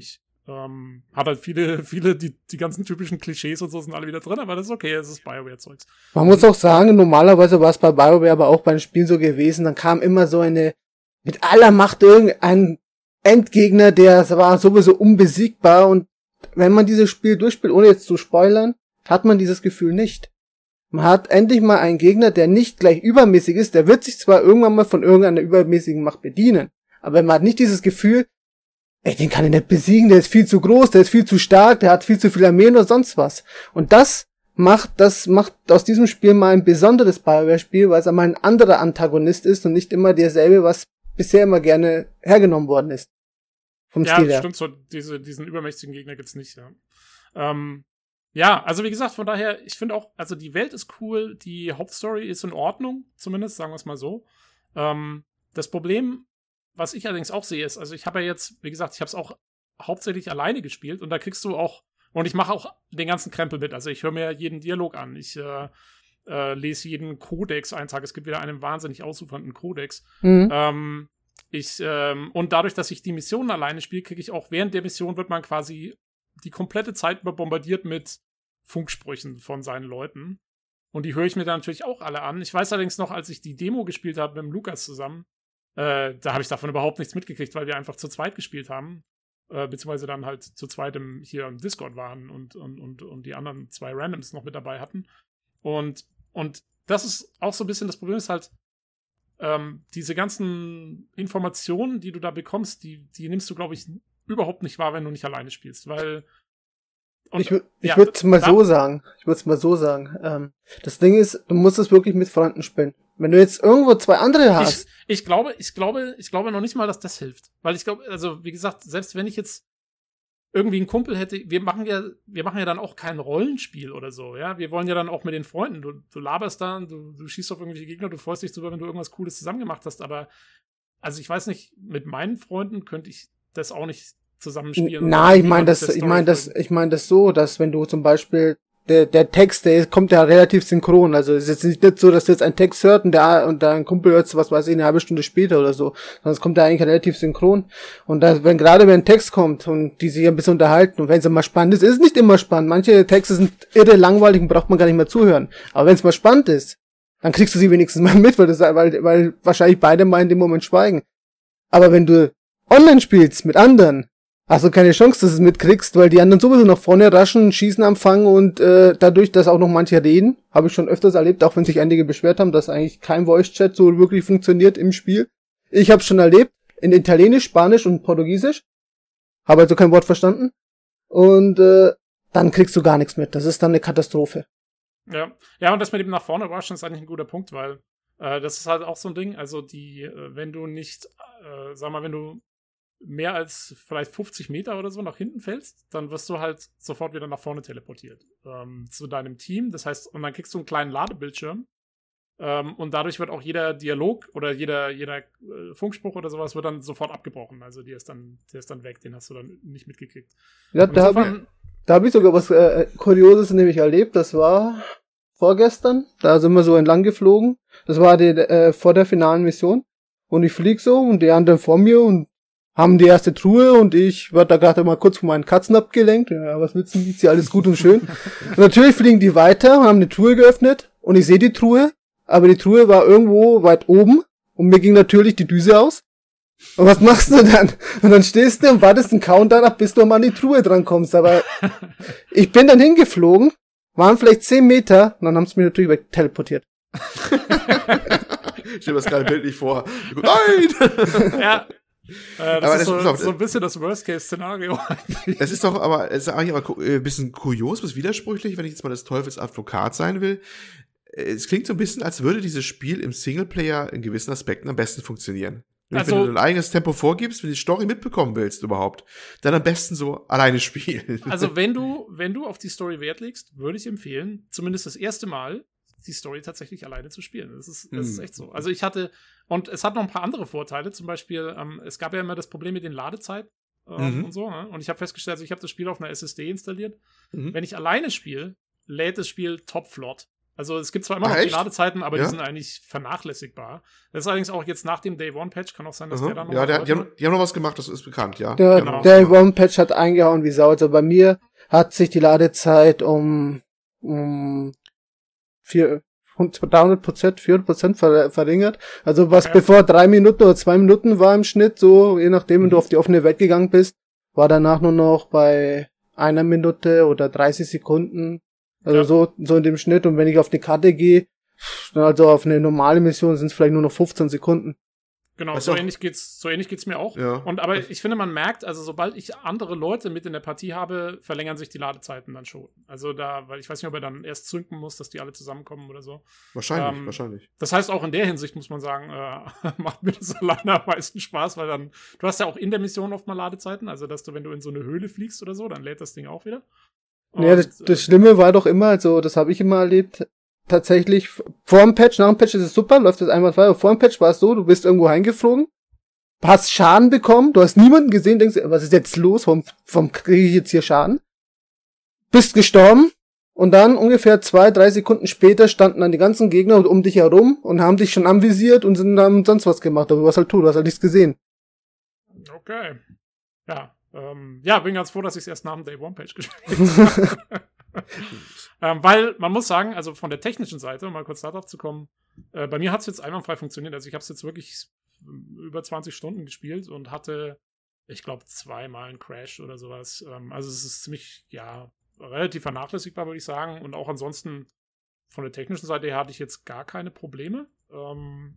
Ähm, hat halt viele, viele, die, die ganzen typischen Klischees und so sind alle wieder drin, aber das ist okay, es ist BioWare-Zeugs. Man muss auch sagen, normalerweise war es bei BioWare aber auch bei den Spielen so gewesen, dann kam immer so eine, mit aller Macht irgendein Endgegner, der war sowieso unbesiegbar, und wenn man dieses Spiel durchspielt, ohne jetzt zu spoilern, hat man dieses Gefühl nicht. Man hat endlich mal einen Gegner, der nicht gleich übermäßig ist, der wird sich zwar irgendwann mal von irgendeiner übermäßigen Macht bedienen, aber man hat nicht dieses Gefühl, ey, den kann ich nicht besiegen, der ist viel zu groß, der ist viel zu stark, der hat viel zu viel Armeen oder sonst was. Und das macht, das macht aus diesem Spiel mal ein besonderes BioWare-Spiel, weil es einmal ein anderer Antagonist ist und nicht immer derselbe, was bisher immer gerne hergenommen worden ist. Vom ja, Stil das her. stimmt so, diese, diesen übermächtigen Gegner gibt's nicht, ja. Ähm, ja, also wie gesagt, von daher, ich finde auch, also die Welt ist cool, die Hauptstory ist in Ordnung, zumindest, sagen wir es mal so. Ähm, das Problem, was ich allerdings auch sehe, ist, also ich habe ja jetzt, wie gesagt, ich habe es auch hauptsächlich alleine gespielt, und da kriegst du auch, und ich mache auch den ganzen Krempel mit, also ich höre mir jeden Dialog an, ich äh, äh, lese jeden Codex-Eintrag, es gibt wieder einen wahnsinnig ausufernden Codex. Mhm. Ähm, ich, ähm, und dadurch, dass ich die Missionen alleine spiele, kriege ich auch während der Mission, wird man quasi die komplette Zeit über bombardiert mit Funksprüchen von seinen Leuten. Und die höre ich mir dann natürlich auch alle an. Ich weiß allerdings noch, als ich die Demo gespielt habe mit dem Lukas zusammen, äh, da habe ich davon überhaupt nichts mitgekriegt, weil wir einfach zu zweit gespielt haben. Äh, beziehungsweise dann halt zu zweit im, hier im Discord waren und, und, und, und die anderen zwei Randoms noch mit dabei hatten. Und, und das ist auch so ein bisschen das Problem, ist halt, ähm, diese ganzen Informationen, die du da bekommst, die, die nimmst du, glaube ich, überhaupt nicht wahr, wenn du nicht alleine spielst, weil und, ich wür- ich ja, würde es mal da- so sagen. Ich würde es mal so sagen. Ähm, das Ding ist, du musst es wirklich mit Freunden spielen. Wenn du jetzt irgendwo zwei andere hast. Ich, ich glaube, ich glaube, ich glaube noch nicht mal, dass das hilft. Weil ich glaube, also wie gesagt, selbst wenn ich jetzt irgendwie einen Kumpel hätte, wir machen ja, wir machen ja dann auch kein Rollenspiel oder so, ja. Wir wollen ja dann auch mit den Freunden. Du, du laberst dann, du, du schießt auf irgendwelche Gegner, du freust dich drüber, wenn du irgendwas Cooles zusammen gemacht hast, aber also ich weiß nicht, mit meinen Freunden könnte ich das auch nicht zusammenspielen. Nein, ich meine das, ich meine das, ich meine das so, dass wenn du zum Beispiel der der Text, der kommt ja relativ synchron, also es ist jetzt nicht so, dass du jetzt einen Text hört und der und dein Kumpel hört, was weiß ich, eine halbe Stunde später oder so, sondern es kommt ja eigentlich relativ synchron. Und da, wenn gerade wenn ein Text kommt und die sich ein bisschen unterhalten und wenn es mal spannend ist, ist es nicht immer spannend. Manche Texte sind irre langweilig und braucht man gar nicht mehr zuhören. Aber wenn es mal spannend ist, dann kriegst du sie wenigstens mal mit, weil das, weil weil wahrscheinlich beide mal in dem Moment schweigen. Aber wenn du online spielst mit anderen, hast du keine Chance, dass du es mitkriegst, weil die anderen sowieso nach vorne raschen, Schießen anfangen und äh, dadurch, dass auch noch manche reden, habe ich schon öfters erlebt, auch wenn sich einige beschwert haben, dass eigentlich kein Voice-Chat so wirklich funktioniert im Spiel. Ich habe schon erlebt, in Italienisch, Spanisch und Portugiesisch, habe also kein Wort verstanden, und äh, dann kriegst du gar nichts mit. Das ist dann eine Katastrophe. Ja, ja, und das mit dem nach vorne rushen ist eigentlich ein guter Punkt, weil äh, das ist halt auch so ein Ding, also die, äh, wenn du nicht, äh, sag mal, wenn du mehr als vielleicht fünfzig Meter oder so nach hinten fällst, dann wirst du halt sofort wieder nach vorne teleportiert ähm, zu deinem Team. Das heißt, und dann kriegst du einen kleinen Ladebildschirm ähm, und dadurch wird auch jeder Dialog oder jeder, jeder äh, Funkspruch oder sowas wird dann sofort abgebrochen. Also der ist dann, der ist dann weg, den hast du dann nicht mitgekriegt. Ja, da habe ich, da hab ich sogar was äh, Kurioses nämlich erlebt. Das war vorgestern. Da sind wir so entlang geflogen. Das war die, äh, vor der finalen Mission. Und ich flieg so und die anderen vor mir und haben die erste Truhe und ich war da gerade mal kurz von meinen Katzen abgelenkt. Ja, was willst du, ist ja alles gut und schön. Und natürlich fliegen die weiter und haben eine Truhe geöffnet und ich sehe die Truhe, aber die Truhe war irgendwo weit oben und mir ging natürlich die Düse aus. Und was machst du dann? Und dann stehst du und wartest einen Countdown ab, bis du mal an die Truhe drankommst. Aber ich bin dann hingeflogen, waren vielleicht zehn Meter und dann haben sie mich natürlich weg teleportiert. Ich stelle mir das gerade bildlich vor. Nein! Ja. Äh, das aber ist das so, ist auch, so ein bisschen das Worst-Case-Szenario. Es ist doch aber, es ist eigentlich aber ein bisschen kurios, bis widersprüchlich, wenn ich jetzt mal des Teufels Advokat sein will. Es klingt so ein bisschen, als würde dieses Spiel im Singleplayer in gewissen Aspekten am besten funktionieren. Also, wenn du dein eigenes Tempo vorgibst, wenn du die Story mitbekommen willst überhaupt, dann am besten so alleine spielen. Also wenn du, wenn du auf die Story Wert legst, würde ich empfehlen, zumindest das erste Mal, die Story tatsächlich alleine zu spielen. Das ist, das ist echt so. Also ich hatte, und es hat noch ein paar andere Vorteile, zum Beispiel, ähm, es gab ja immer das Problem mit den Ladezeiten ähm, mhm. und so, ne? Und ich habe festgestellt, also ich habe das Spiel auf einer S S D installiert. Mhm. Wenn ich alleine spiele, lädt das Spiel top flott. Also es gibt zwar immer Ah, noch die echt? Ladezeiten, aber Ja? die sind eigentlich vernachlässigbar. Das ist allerdings auch jetzt nach dem Day One Patch, kann auch sein, dass Aha. der dann noch Ja, der, mal die, haben, die haben noch was gemacht, das ist bekannt, ja. Der, Genau. der One-Patch hat eingehauen wie Sau. Also bei mir hat sich die Ladezeit um, um vier, dreihundert Prozent, vierhundert Prozent ver verringert. Also was Ja. bevor drei Minuten oder zwei Minuten war im Schnitt, so je nachdem, wenn du auf die offene Welt gegangen bist, war danach nur noch bei einer Minute oder dreißig Sekunden. Also Ja. so, so in dem Schnitt. Und wenn ich auf die Karte gehe, dann also auf eine normale Mission sind es vielleicht nur noch fünfzehn Sekunden. Genau, Weißt so du auch- ähnlich geht's, so ähnlich geht's mir auch. Ja. Und aber ich finde, man merkt, also sobald ich andere Leute mit in der Partie habe, verlängern sich die Ladezeiten dann schon. Also da, weil ich weiß nicht, ob er dann erst zünken muss, dass die alle zusammenkommen oder so. Wahrscheinlich, Ähm, wahrscheinlich. Das heißt, auch in der Hinsicht muss man sagen, äh, macht mir das alleine am meisten Spaß, weil dann, du hast ja auch in der Mission oft mal Ladezeiten, also dass du, wenn du in so eine Höhle fliegst oder so, dann lädt das Ding auch wieder. Ja, das, das Schlimme war doch immer, also das habe ich immer erlebt, tatsächlich vor dem Patch, nach dem Patch ist es super, läuft das einwandfrei, aber vor dem Patch war es so, du bist irgendwo heingeflogen, hast Schaden bekommen, du hast niemanden gesehen, denkst, was ist jetzt los, warum, warum kriege ich jetzt hier Schaden? Bist gestorben und dann ungefähr zwei, drei Sekunden später standen dann die ganzen Gegner um dich herum und haben dich schon anvisiert und sind dann sonst was gemacht, aber du warst halt tot, du hast halt nichts gesehen. Okay. Ja, ähm, ja, bin ganz froh, dass ich es erst nach dem Day One Patch gespielt habe. ähm, weil man muss sagen, also von der technischen Seite, um mal kurz darauf zu kommen, äh, bei mir hat es jetzt einwandfrei funktioniert. Also ich habe es jetzt wirklich über zwanzig Stunden gespielt und hatte, ich glaube, zweimal einen Crash oder sowas. Ähm, also es ist ziemlich, ja, relativ vernachlässigbar, würde ich sagen. Und auch ansonsten von der technischen Seite her hatte ich jetzt gar keine Probleme. Ähm,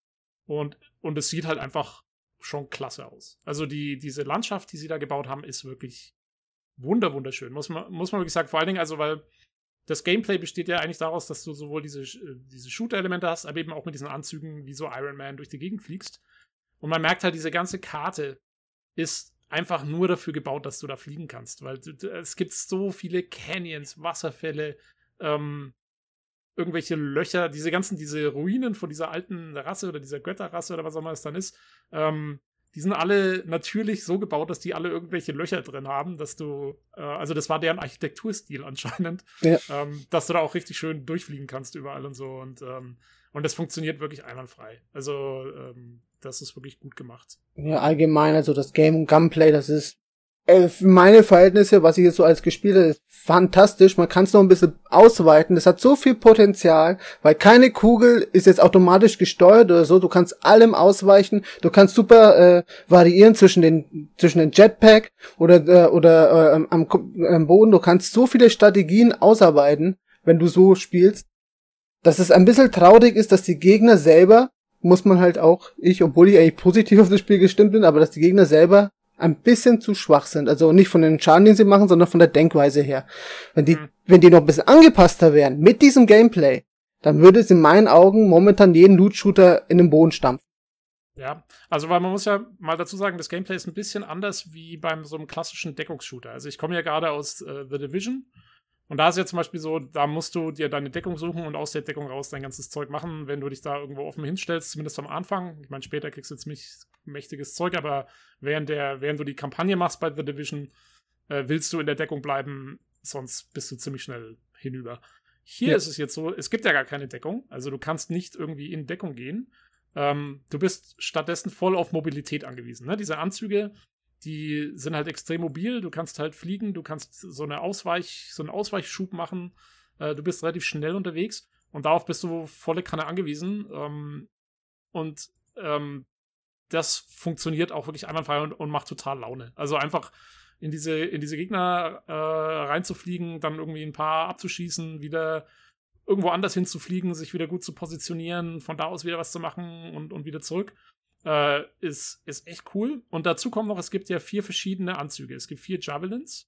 und, und es sieht halt einfach schon klasse aus. Also die, diese Landschaft, die sie da gebaut haben, ist wirklich wunder, wunderschön. Muss man, muss man wirklich sagen. Vor allen Dingen, also, weil das Gameplay besteht ja eigentlich daraus, dass du sowohl diese, diese Shooter-Elemente hast, aber eben auch mit diesen Anzügen wie so Iron Man durch die Gegend fliegst. Und man merkt halt, diese ganze Karte ist einfach nur dafür gebaut, dass du da fliegen kannst. Weil du, es gibt so viele Canyons, Wasserfälle, ähm, irgendwelche Löcher, diese ganzen, diese Ruinen von dieser alten Rasse oder dieser Götterrasse oder was auch immer es dann ist, ähm, die sind alle natürlich so gebaut, dass die alle irgendwelche Löcher drin haben, dass du, äh, also das war deren Architekturstil anscheinend, Ja. ähm, dass du da auch richtig schön durchfliegen kannst überall und so und, ähm, und das funktioniert wirklich einwandfrei. Also, ähm, das ist wirklich gut gemacht. Ja, allgemein, also das Game und Gunplay, das ist äh, für meine Verhältnisse, was ich jetzt so als gespielt habe, ist fantastisch. Man kann es noch ein bisschen ausweiten. Das hat so viel Potenzial, weil keine Kugel ist jetzt automatisch gesteuert oder so. Du kannst allem ausweichen. Du kannst super äh, variieren zwischen den zwischen den Jetpack oder äh, oder äh, am, am Boden. Du kannst so viele Strategien ausarbeiten, wenn du so spielst, dass es ein bisschen traurig ist, dass die Gegner selber, muss man halt auch, ich, obwohl ich eigentlich positiv auf das Spiel gestimmt bin, aber dass die Gegner selber ein bisschen zu schwach sind. Also nicht von den Schaden, den sie machen, sondern von der Denkweise her. Wenn die, Mhm. wenn die noch ein bisschen angepasster wären mit diesem Gameplay, dann würde es in meinen Augen momentan jeden Loot-Shooter in den Boden stampfen. Ja, also weil man muss ja mal dazu sagen, das Gameplay ist ein bisschen anders wie beim so einem klassischen Deckungsshooter. Also ich komme ja gerade aus äh, The Division und da ist ja zum Beispiel so, da musst du dir deine Deckung suchen und aus der Deckung raus dein ganzes Zeug machen, wenn du dich da irgendwo offen hinstellst, zumindest am Anfang. Ich meine, später kriegst du jetzt nicht mächtiges Zeug, aber während, der, während du die Kampagne machst bei The Division, äh, willst du in der Deckung bleiben, sonst bist du ziemlich schnell hinüber. Hier Ja. ist es jetzt so, es gibt ja gar keine Deckung, also du kannst nicht irgendwie in Deckung gehen. Ähm, du bist stattdessen voll auf Mobilität angewiesen. Ne? Diese Anzüge, die sind halt extrem mobil. Du kannst halt fliegen, du kannst so, eine Ausweich, so einen Ausweichschub machen. Äh, du bist relativ schnell unterwegs und darauf bist du volle Kanne angewiesen. Ähm, und ähm, das funktioniert auch wirklich einwandfrei und, und macht total Laune. Also einfach in diese, in diese Gegner äh, reinzufliegen, dann irgendwie ein paar abzuschießen, wieder irgendwo anders hinzufliegen, sich wieder gut zu positionieren, von da aus wieder was zu machen und, und wieder zurück, äh, ist, ist echt cool. Und dazu kommt noch, es gibt ja vier verschiedene Anzüge. Es gibt vier Javelins,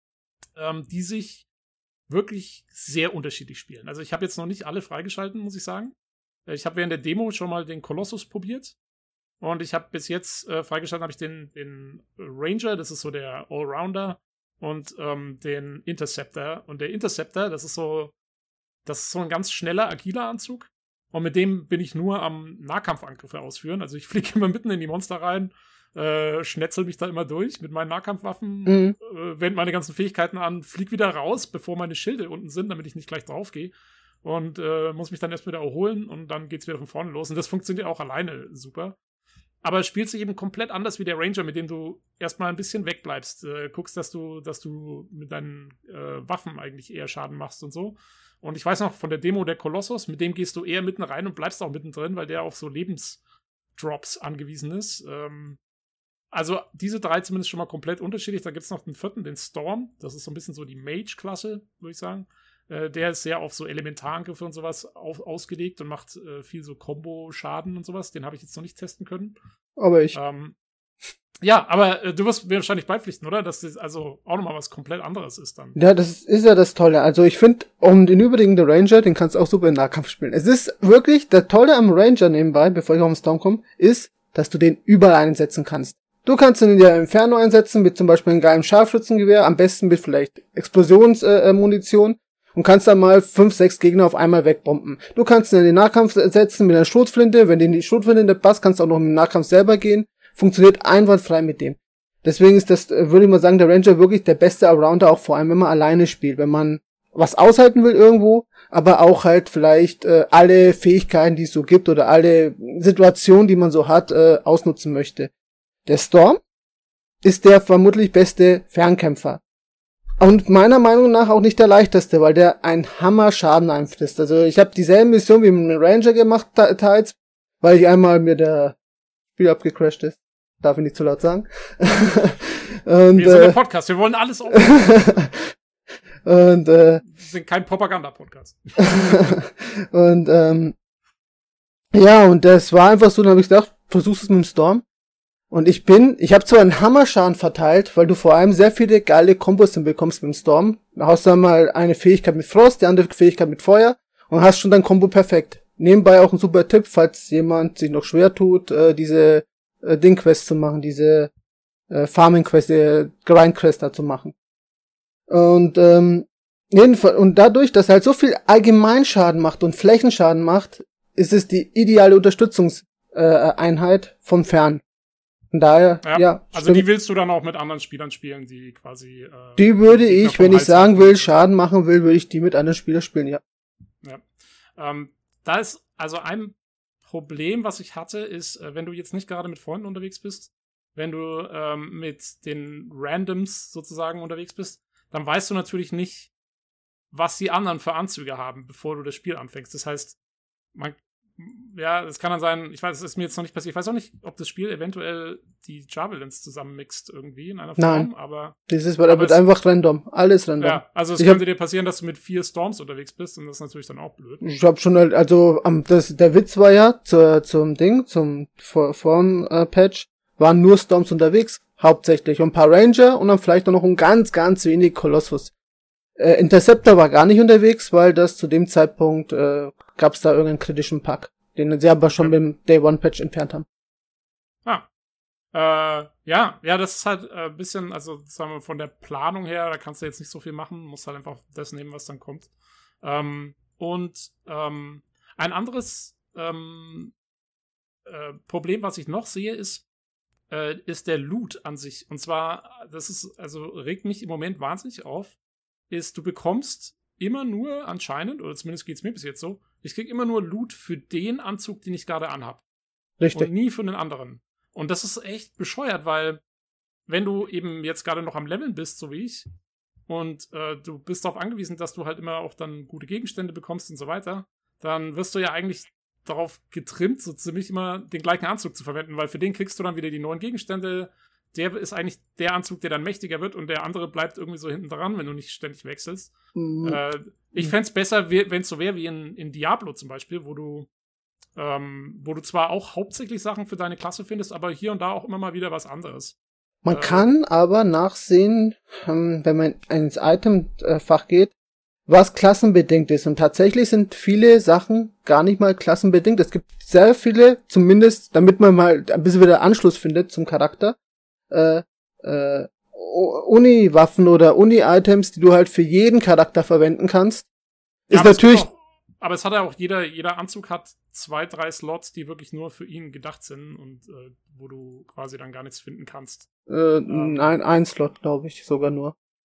ähm, die sich wirklich sehr unterschiedlich spielen. Also ich habe jetzt noch nicht alle freigeschalten, muss ich sagen. Ich habe während der Demo schon mal den Colossus probiert. Und ich habe bis jetzt äh, freigeschalten, habe ich den, den Ranger, das ist so der Allrounder, und ähm, den Interceptor. Und der Interceptor, das ist so Das ist so ein ganz schneller, agiler Anzug. Und mit dem bin ich nur am Nahkampfangriffe ausführen. Also ich fliege immer mitten in die Monster rein, äh, schnetzel mich da immer durch mit meinen Nahkampfwaffen, Mhm. äh, wende meine ganzen Fähigkeiten an, flieg wieder raus, bevor meine Schilde unten sind, damit ich nicht gleich draufgehe. und äh, muss mich dann erst wieder erholen und dann geht's wieder von vorne los. Und das funktioniert auch alleine super. Aber es spielt sich eben komplett anders wie der Ranger, mit dem du erstmal ein bisschen wegbleibst. Äh, guckst, dass du, dass du mit deinen äh, Waffen eigentlich eher Schaden machst und so. Und ich weiß noch von der Demo der Kolossus, mit dem gehst du eher mitten rein und bleibst auch mittendrin, weil der auf so Lebensdrops angewiesen ist. Ähm, also diese drei zumindest schon mal komplett unterschiedlich. Da gibt es noch den vierten, den Storm. Das ist so ein bisschen so die Mage-Klasse, würde ich sagen. Äh, der ist sehr auf so Elementarangriffe und sowas auf, ausgelegt und macht äh, viel so Combo-Schaden und sowas. Den habe ich jetzt noch nicht testen können. Aber ich. Ähm, ja, aber äh, du wirst mir wahrscheinlich beipflichten, oder? Dass das also auch nochmal was komplett anderes ist dann. Ja, das ist ja das Tolle. Also ich finde, um den übrigen der Ranger, den kannst du auch super im Nahkampf spielen. Es ist wirklich, der Tolle am Ranger nebenbei, bevor ich auf den Storm komme, ist, dass du den überall einsetzen kannst. Du kannst ihn ja im Inferno einsetzen, mit zum Beispiel einem geilen Scharfschützengewehr, am besten mit vielleicht Explosionsmunition. Äh, und kannst dann mal fünf, sechs Gegner auf einmal wegbomben. Du kannst ihn in den Nahkampf setzen mit einer Schrotflinte. Wenn dir die Schrotflinte nicht passt, kannst du auch noch im Nahkampf selber gehen. Funktioniert einwandfrei mit dem. Deswegen ist das, würde ich mal sagen, der Ranger wirklich der beste Allrounder, auch vor allem, wenn man alleine spielt. Wenn man was aushalten will irgendwo, aber auch halt vielleicht äh, alle Fähigkeiten, die es so gibt, oder alle Situationen, die man so hat, äh, ausnutzen möchte. Der Storm ist der vermutlich beste Fernkämpfer. Und meiner Meinung nach auch nicht der leichteste, weil der ein Hammer Schaden einfrisst. Also ich habe dieselbe Mission wie mit dem Ranger gemacht, teils, weil ich einmal mir der Spiel abgecrashed ist. Darf ich nicht zu laut sagen. Und, wir sind äh, der Podcast, wir wollen alles auf. Und äh, wir sind kein Propaganda-Podcast. Und ähm, ja, und das war einfach so, dann habe ich gedacht, versuch's es mit dem Storm. Und ich bin, ich habe zwar einen Hammerschaden verteilt, weil du vor allem sehr viele geile Kombos bekommst mit dem Storm. Da hast du dann mal eine Fähigkeit mit Frost, die andere Fähigkeit mit Feuer und hast schon dein Kombo perfekt. Nebenbei auch ein super Tipp, falls jemand sich noch schwer tut, äh, diese äh, Ding-Quest zu machen, diese äh, Farming-Quest, äh, Grind-Quest da zu machen. Und ähm, jedenfalls, und dadurch, dass er halt so viel Allgemeinschaden macht und Flächenschaden macht, ist es die ideale Unterstützungseinheit äh, vom Fern. Von daher, ja. ja also stimmt. Die willst du dann auch mit anderen Spielern spielen, die quasi äh, die würde ich, wenn ich sagen will, Schaden machen will, würde ich die mit anderen Spielern spielen, ja. Ja. Ähm, da ist also ein Problem, was ich hatte, ist, äh, wenn du jetzt nicht gerade mit Freunden unterwegs bist, wenn du ähm, mit den Randoms sozusagen unterwegs bist, dann weißt du natürlich nicht, was die anderen für Anzüge haben, bevor du das Spiel anfängst. Das heißt, man ja, es kann dann sein, ich weiß, es ist mir jetzt noch nicht passiert, ich weiß auch nicht, ob das Spiel eventuell die Javelins zusammenmixt irgendwie in einer Form, Nein, aber das ist, aber wird einfach random, alles random. Ja, also es ich könnte hab, dir passieren, dass du mit vier Storms unterwegs bist und das ist natürlich dann auch blöd. Ich hab schon, also am das der Witz war ja zur, zum Ding, zum Form äh, Patch waren nur Storms unterwegs, hauptsächlich und ein paar Ranger und dann vielleicht noch ein ganz, ganz wenig Colossus. Äh, Interceptor war gar nicht unterwegs, weil das zu dem Zeitpunkt äh, gab's da irgendeinen kritischen Pack, den sie aber schon okay. beim Day One Patch entfernt haben. Ah. Äh, ja, ja, das ist halt ein äh, bisschen, also sagen wir von der Planung her, da kannst du jetzt nicht so viel machen, musst halt einfach das nehmen, was dann kommt. Ähm, und ähm, ein anderes ähm, äh, Problem, was ich noch sehe, ist, äh, ist der Loot an sich. Und zwar, das ist, also regt mich im Moment wahnsinnig auf, ist, du bekommst immer nur anscheinend, oder zumindest geht's mir bis jetzt so, ich krieg immer nur Loot für den Anzug, den ich gerade anhab. Richtig. Und nie für den anderen. Und das ist echt bescheuert, weil wenn du eben jetzt gerade noch am Leveln bist, so wie ich, und äh, du bist darauf angewiesen, dass du halt immer auch dann gute Gegenstände bekommst und so weiter, dann wirst du ja eigentlich darauf getrimmt, so ziemlich immer den gleichen Anzug zu verwenden, weil für den kriegst du dann wieder die neuen Gegenstände. Der ist eigentlich der Anzug, der dann mächtiger wird und der andere bleibt irgendwie so hinten dran, wenn du nicht ständig wechselst. Mhm. Äh, ich fände es besser, wenn es so wäre wie in, in Diablo zum Beispiel, wo du ähm, wo du zwar auch hauptsächlich Sachen für deine Klasse findest, aber hier und da auch immer mal wieder was anderes. Man äh, kann aber nachsehen, ähm, wenn man ins Itemfach geht, was klassenbedingt ist. Und tatsächlich sind viele Sachen gar nicht mal klassenbedingt. Es gibt sehr viele, zumindest, damit man mal ein bisschen wieder Anschluss findet zum Charakter, äh, äh, Uni-Waffen oder Uni-Items, die du halt für jeden Charakter verwenden kannst. Ja, ist natürlich... Auch, aber es hat ja auch jeder, jeder Anzug hat zwei, drei Slots, die wirklich nur für ihn gedacht sind und äh, wo du quasi dann gar nichts finden kannst. Äh, ähm, nein, ein Slot, glaube ich, sogar nur.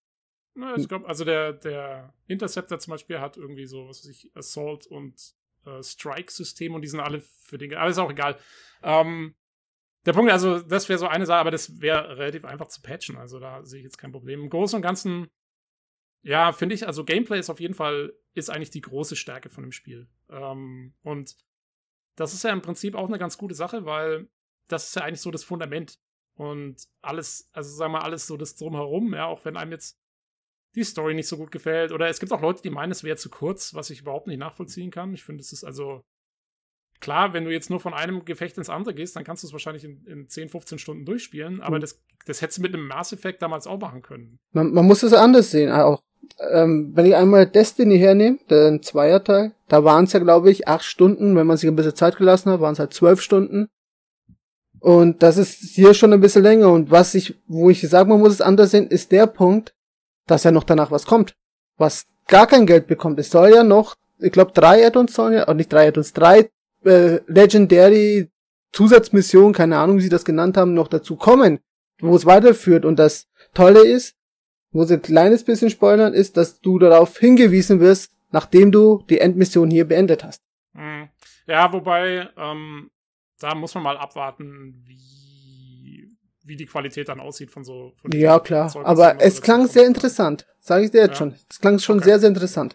Na, ich glaube, also der, der Interceptor zum Beispiel hat irgendwie so, was weiß ich, Assault und äh, Strike-System und die sind alle für Dinge, aber ist auch egal. Ähm, der Punkt, also das wäre so eine Sache, aber das wäre relativ einfach zu patchen, also da sehe ich jetzt kein Problem. Im Großen und Ganzen, ja, finde ich, also Gameplay ist auf jeden Fall, ist eigentlich die große Stärke von dem Spiel. Ähm, und das ist ja im Prinzip auch eine ganz gute Sache, weil das ist ja eigentlich so das Fundament. Und alles, also sagen wir mal, alles so das Drumherum, ja, auch wenn einem jetzt die Story nicht so gut gefällt. Oder es gibt auch Leute, die meinen, es wäre zu kurz, was ich überhaupt nicht nachvollziehen kann. Ich finde, es ist also klar, wenn du jetzt nur von einem Gefecht ins andere gehst, dann kannst du es wahrscheinlich in, in zehn, fünfzehn Stunden durchspielen. Aber mhm. das, das hättest du mit einem Mass Effect damals auch machen können. Man, man muss es anders sehen, auch. Ähm, wenn ich einmal Destiny hernehme, den Zweierteil, da waren es ja, glaube ich, acht Stunden. Wenn man sich ein bisschen Zeit gelassen hat, waren es halt zwölf Stunden. Und das ist hier schon ein bisschen länger. Und was ich, wo ich sage, man muss es anders sehen, ist der Punkt, dass ja noch danach was kommt, was gar kein Geld bekommt. Es soll ja noch, ich glaube, drei Add-ons sollen ja, auch nicht drei Add-ons, drei äh, Legendary Zusatzmissionen, keine Ahnung, wie sie das genannt haben, noch dazu kommen, wo es weiterführt. Und das Tolle ist, muss ich ein kleines bisschen spoilern, ist, dass du darauf hingewiesen wirst, nachdem du die Endmission hier beendet hast. Ja, wobei, ähm, da muss man mal abwarten, wie wie die Qualität dann aussieht von so... Von ja, klar, aber es klang sehr interessant, sage ich dir jetzt ja. schon. Es klang schon okay. sehr, sehr interessant.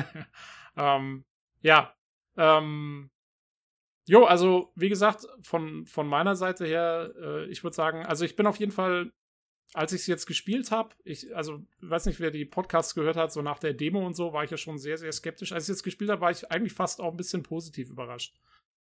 ähm, ja, ähm, jo, also wie gesagt, von, von meiner Seite her, äh, ich würde sagen, also ich bin auf jeden Fall, als ich es jetzt gespielt habe, ich, also weiß nicht, wer die Podcasts gehört hat, so nach der Demo und so, war ich ja schon sehr, sehr skeptisch. Als ich es jetzt gespielt habe, war ich eigentlich fast auch ein bisschen positiv überrascht.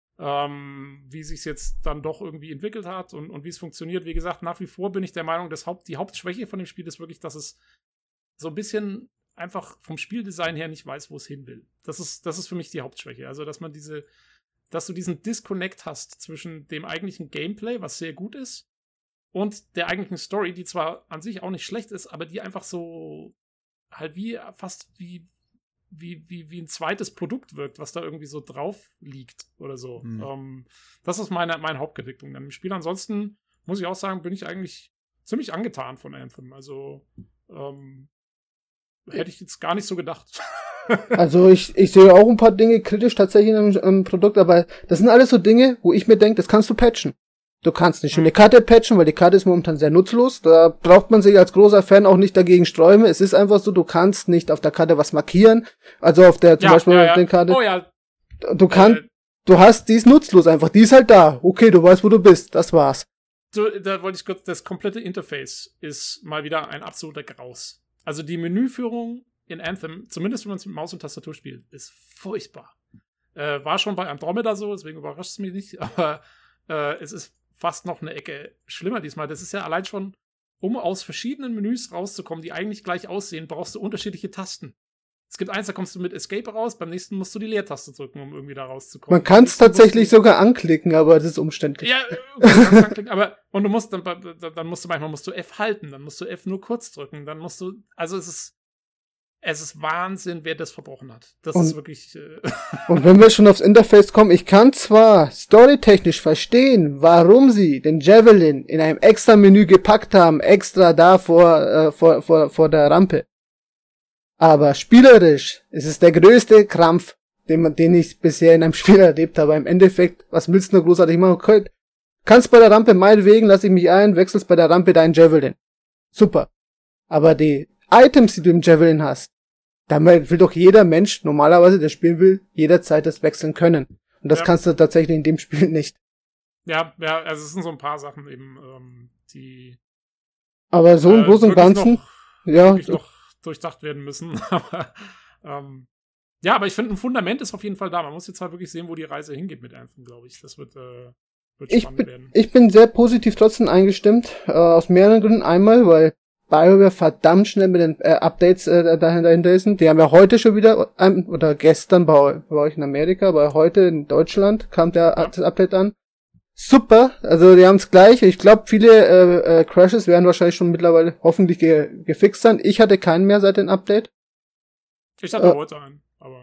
Ähm, wie sich jetzt dann doch irgendwie entwickelt hat und, und wie es funktioniert. Wie gesagt, nach wie vor bin ich der Meinung, dass Haupt, die Hauptschwäche von dem Spiel ist wirklich, dass es so ein bisschen einfach vom Spieldesign her nicht weiß, wo es hin will. Das ist, das ist für mich die Hauptschwäche. Also, dass man diese, dass du diesen Disconnect hast zwischen dem eigentlichen Gameplay, was sehr gut ist, und der eigentlichen Story, die zwar an sich auch nicht schlecht ist, aber die einfach so halt wie fast wie Wie, wie, wie ein zweites Produkt wirkt, was da irgendwie so drauf liegt oder so. Hm. Ähm, das ist meine, meine Hauptkritikpunkt an dem Spiel. Ansonsten muss ich auch sagen, bin ich eigentlich ziemlich angetan von Anthem. Also ähm, hätte ich jetzt gar nicht so gedacht. Also ich, ich sehe auch ein paar Dinge kritisch tatsächlich am, am Produkt, aber das sind alles so Dinge, wo ich mir denke, das kannst du patchen. Du kannst eine schöne Karte patchen, weil die Karte ist momentan sehr nutzlos. Da braucht man sich als großer Fan auch nicht dagegen sträuben. Es ist einfach so, du kannst nicht auf der Karte was markieren. Also auf der, zum ja, Beispiel ja, auf ja. der Karte. Oh ja. Du kannst, äh, du hast, die ist nutzlos einfach. Die ist halt da. Okay, du weißt, wo du bist. Das war's. So, da wollte ich kurz, das komplette Interface ist mal wieder ein absoluter Graus. Also die Menüführung in Anthem, zumindest wenn man es mit Maus und Tastatur spielt, ist furchtbar. Äh, war schon bei Andromeda so, deswegen überrascht es mich nicht, aber äh, es ist fast noch eine Ecke schlimmer diesmal. Das ist ja allein schon, um aus verschiedenen Menüs rauszukommen, die eigentlich gleich aussehen, brauchst du unterschiedliche Tasten. Es gibt eins, da kommst du mit Escape raus, beim nächsten musst du die Leertaste drücken, um irgendwie da rauszukommen. Man kann es tatsächlich sogar anklicken, aber das ist umständlich. Ja, du kannst anklicken, aber und du musst dann, dann musst du manchmal musst du F halten, dann musst du F nur kurz drücken, dann musst du, also es ist Es ist Wahnsinn, wer das verbrochen hat. Das und, ist wirklich... Äh und wenn wir schon aufs Interface kommen, ich kann zwar storytechnisch verstehen, warum sie den Javelin in einem extra Menü gepackt haben, extra da vor, äh, vor, vor, vor der Rampe. Aber spielerisch ist es der größte Krampf, den, man, den ich bisher in einem Spiel erlebt habe. Im Endeffekt, was willst du nur großartig machen? Okay, kannst bei der Rampe meinetwegen, lass ich mich ein, wechselst bei der Rampe deinen Javelin. Super. Aber die Items, die du im Javelin hast, damit will doch jeder Mensch, normalerweise, der spielen will, jederzeit das wechseln können. Und das ja. kannst du tatsächlich in dem Spiel nicht. Ja, ja, also es sind so ein paar Sachen eben, ähm, die aber so im äh, Großen und Ganzen noch, ja, wirklich noch durchdacht werden müssen. aber ähm, ja, aber ich finde, ein Fundament ist auf jeden Fall da. Man muss jetzt halt wirklich sehen, wo die Reise hingeht mit Anthem, glaube ich. Das wird, äh, wird ich spannend bin, werden. Ich bin sehr positiv trotzdem eingestimmt, äh, aus mehreren Gründen. Einmal, weil BioWare verdammt schnell mit den äh, Updates äh, dahinter ist. Die haben ja heute schon wieder, ähm, oder gestern bei, bei euch in Amerika, aber heute in Deutschland kam der ja. das Update an. Super, also die haben es gleich. Ich glaube, viele äh, äh, Crashes werden wahrscheinlich schon mittlerweile hoffentlich ge gefixt sein. Ich hatte keinen mehr seit dem Update. Ich hatte äh, heute einen, aber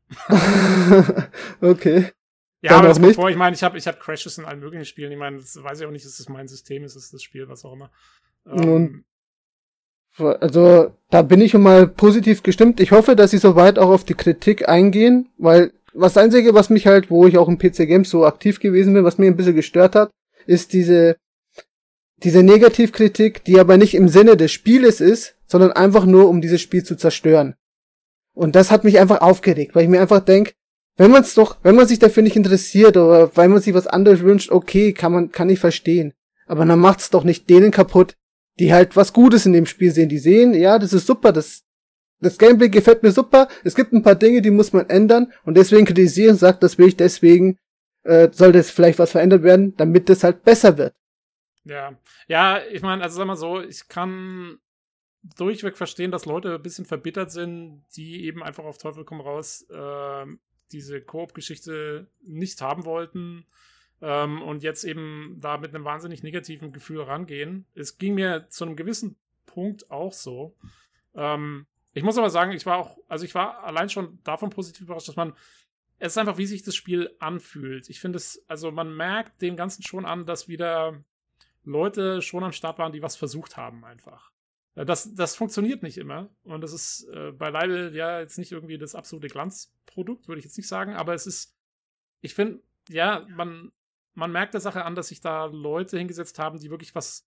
okay. okay. Ja, Dann aber das kommt vor. Ich meine, ich habe ich hab Crashes in allen möglichen Spielen. Ich meine, das weiß ich auch nicht, ist das mein System, ist das das Spiel, was auch immer. Ähm, Und Also, da bin ich schon mal positiv gestimmt. Ich hoffe, dass sie soweit auch auf die Kritik eingehen, weil was das Einzige, was mich halt, wo ich auch im P C Games so aktiv gewesen bin, was mir ein bisschen gestört hat, ist diese diese Negativkritik, die aber nicht im Sinne des Spieles ist, sondern einfach nur, um dieses Spiel zu zerstören. Und das hat mich einfach aufgeregt, weil ich mir einfach denke, wenn man es doch, wenn man sich dafür nicht interessiert oder weil man sich was anderes wünscht, okay, kann man, kann ich verstehen. Aber dann macht's doch nicht denen kaputt, die halt was Gutes in dem Spiel sehen. Die sehen, ja, das ist super, das, das Gameplay gefällt mir super, es gibt ein paar Dinge, die muss man ändern und deswegen kritisieren, sagt, das will ich deswegen, äh, sollte es vielleicht was verändert werden, damit es halt besser wird. Ja, ja, ich meine, also sag mal so, ich kann durchweg verstehen, dass Leute ein bisschen verbittert sind, die eben einfach auf Teufel komm raus äh, diese Koop-Geschichte nicht haben wollten ähm, und jetzt eben da mit einem wahnsinnig negativen Gefühl rangehen. Es ging mir zu einem gewissen Punkt auch so. Ähm, ich muss aber sagen, ich war auch, also ich war allein schon davon positiv überrascht, dass man, es ist einfach, wie sich das Spiel anfühlt. Ich finde es, also man merkt dem Ganzen schon an, dass wieder Leute schon am Start waren, die was versucht haben einfach. Das, das funktioniert nicht immer und das ist äh, beileibe ja jetzt nicht irgendwie das absolute Glanzprodukt, würde ich jetzt nicht sagen, aber es ist, ich finde, ja, man, man merkt der Sache an, dass sich da Leute hingesetzt haben, die wirklich was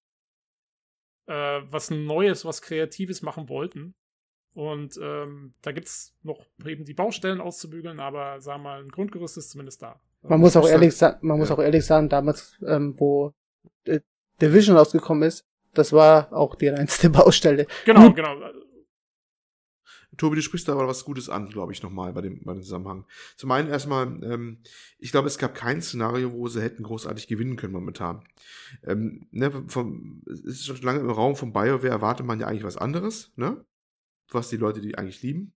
äh, was Neues, was Kreatives machen wollten und ähm, da gibt's noch eben die Baustellen auszubügeln, aber sagen wir mal, ein Grundgerüst ist zumindest da. Man muss auch ehrlich sagen, man muss auch ehrlich sagen, damals, ähm, wo äh, Division rausgekommen ist, das war auch die reinste Baustelle. Genau, Gut. genau. Tobi, du sprichst da aber was Gutes an, glaube ich, nochmal bei dem, bei dem Zusammenhang. Zum einen erstmal, ähm, ich glaube, es gab kein Szenario, wo sie hätten großartig gewinnen können momentan. Ähm, ne, vom, es ist schon lange im Raum von BioWare, erwartet man ja eigentlich was anderes, ne? Was die Leute, die eigentlich lieben.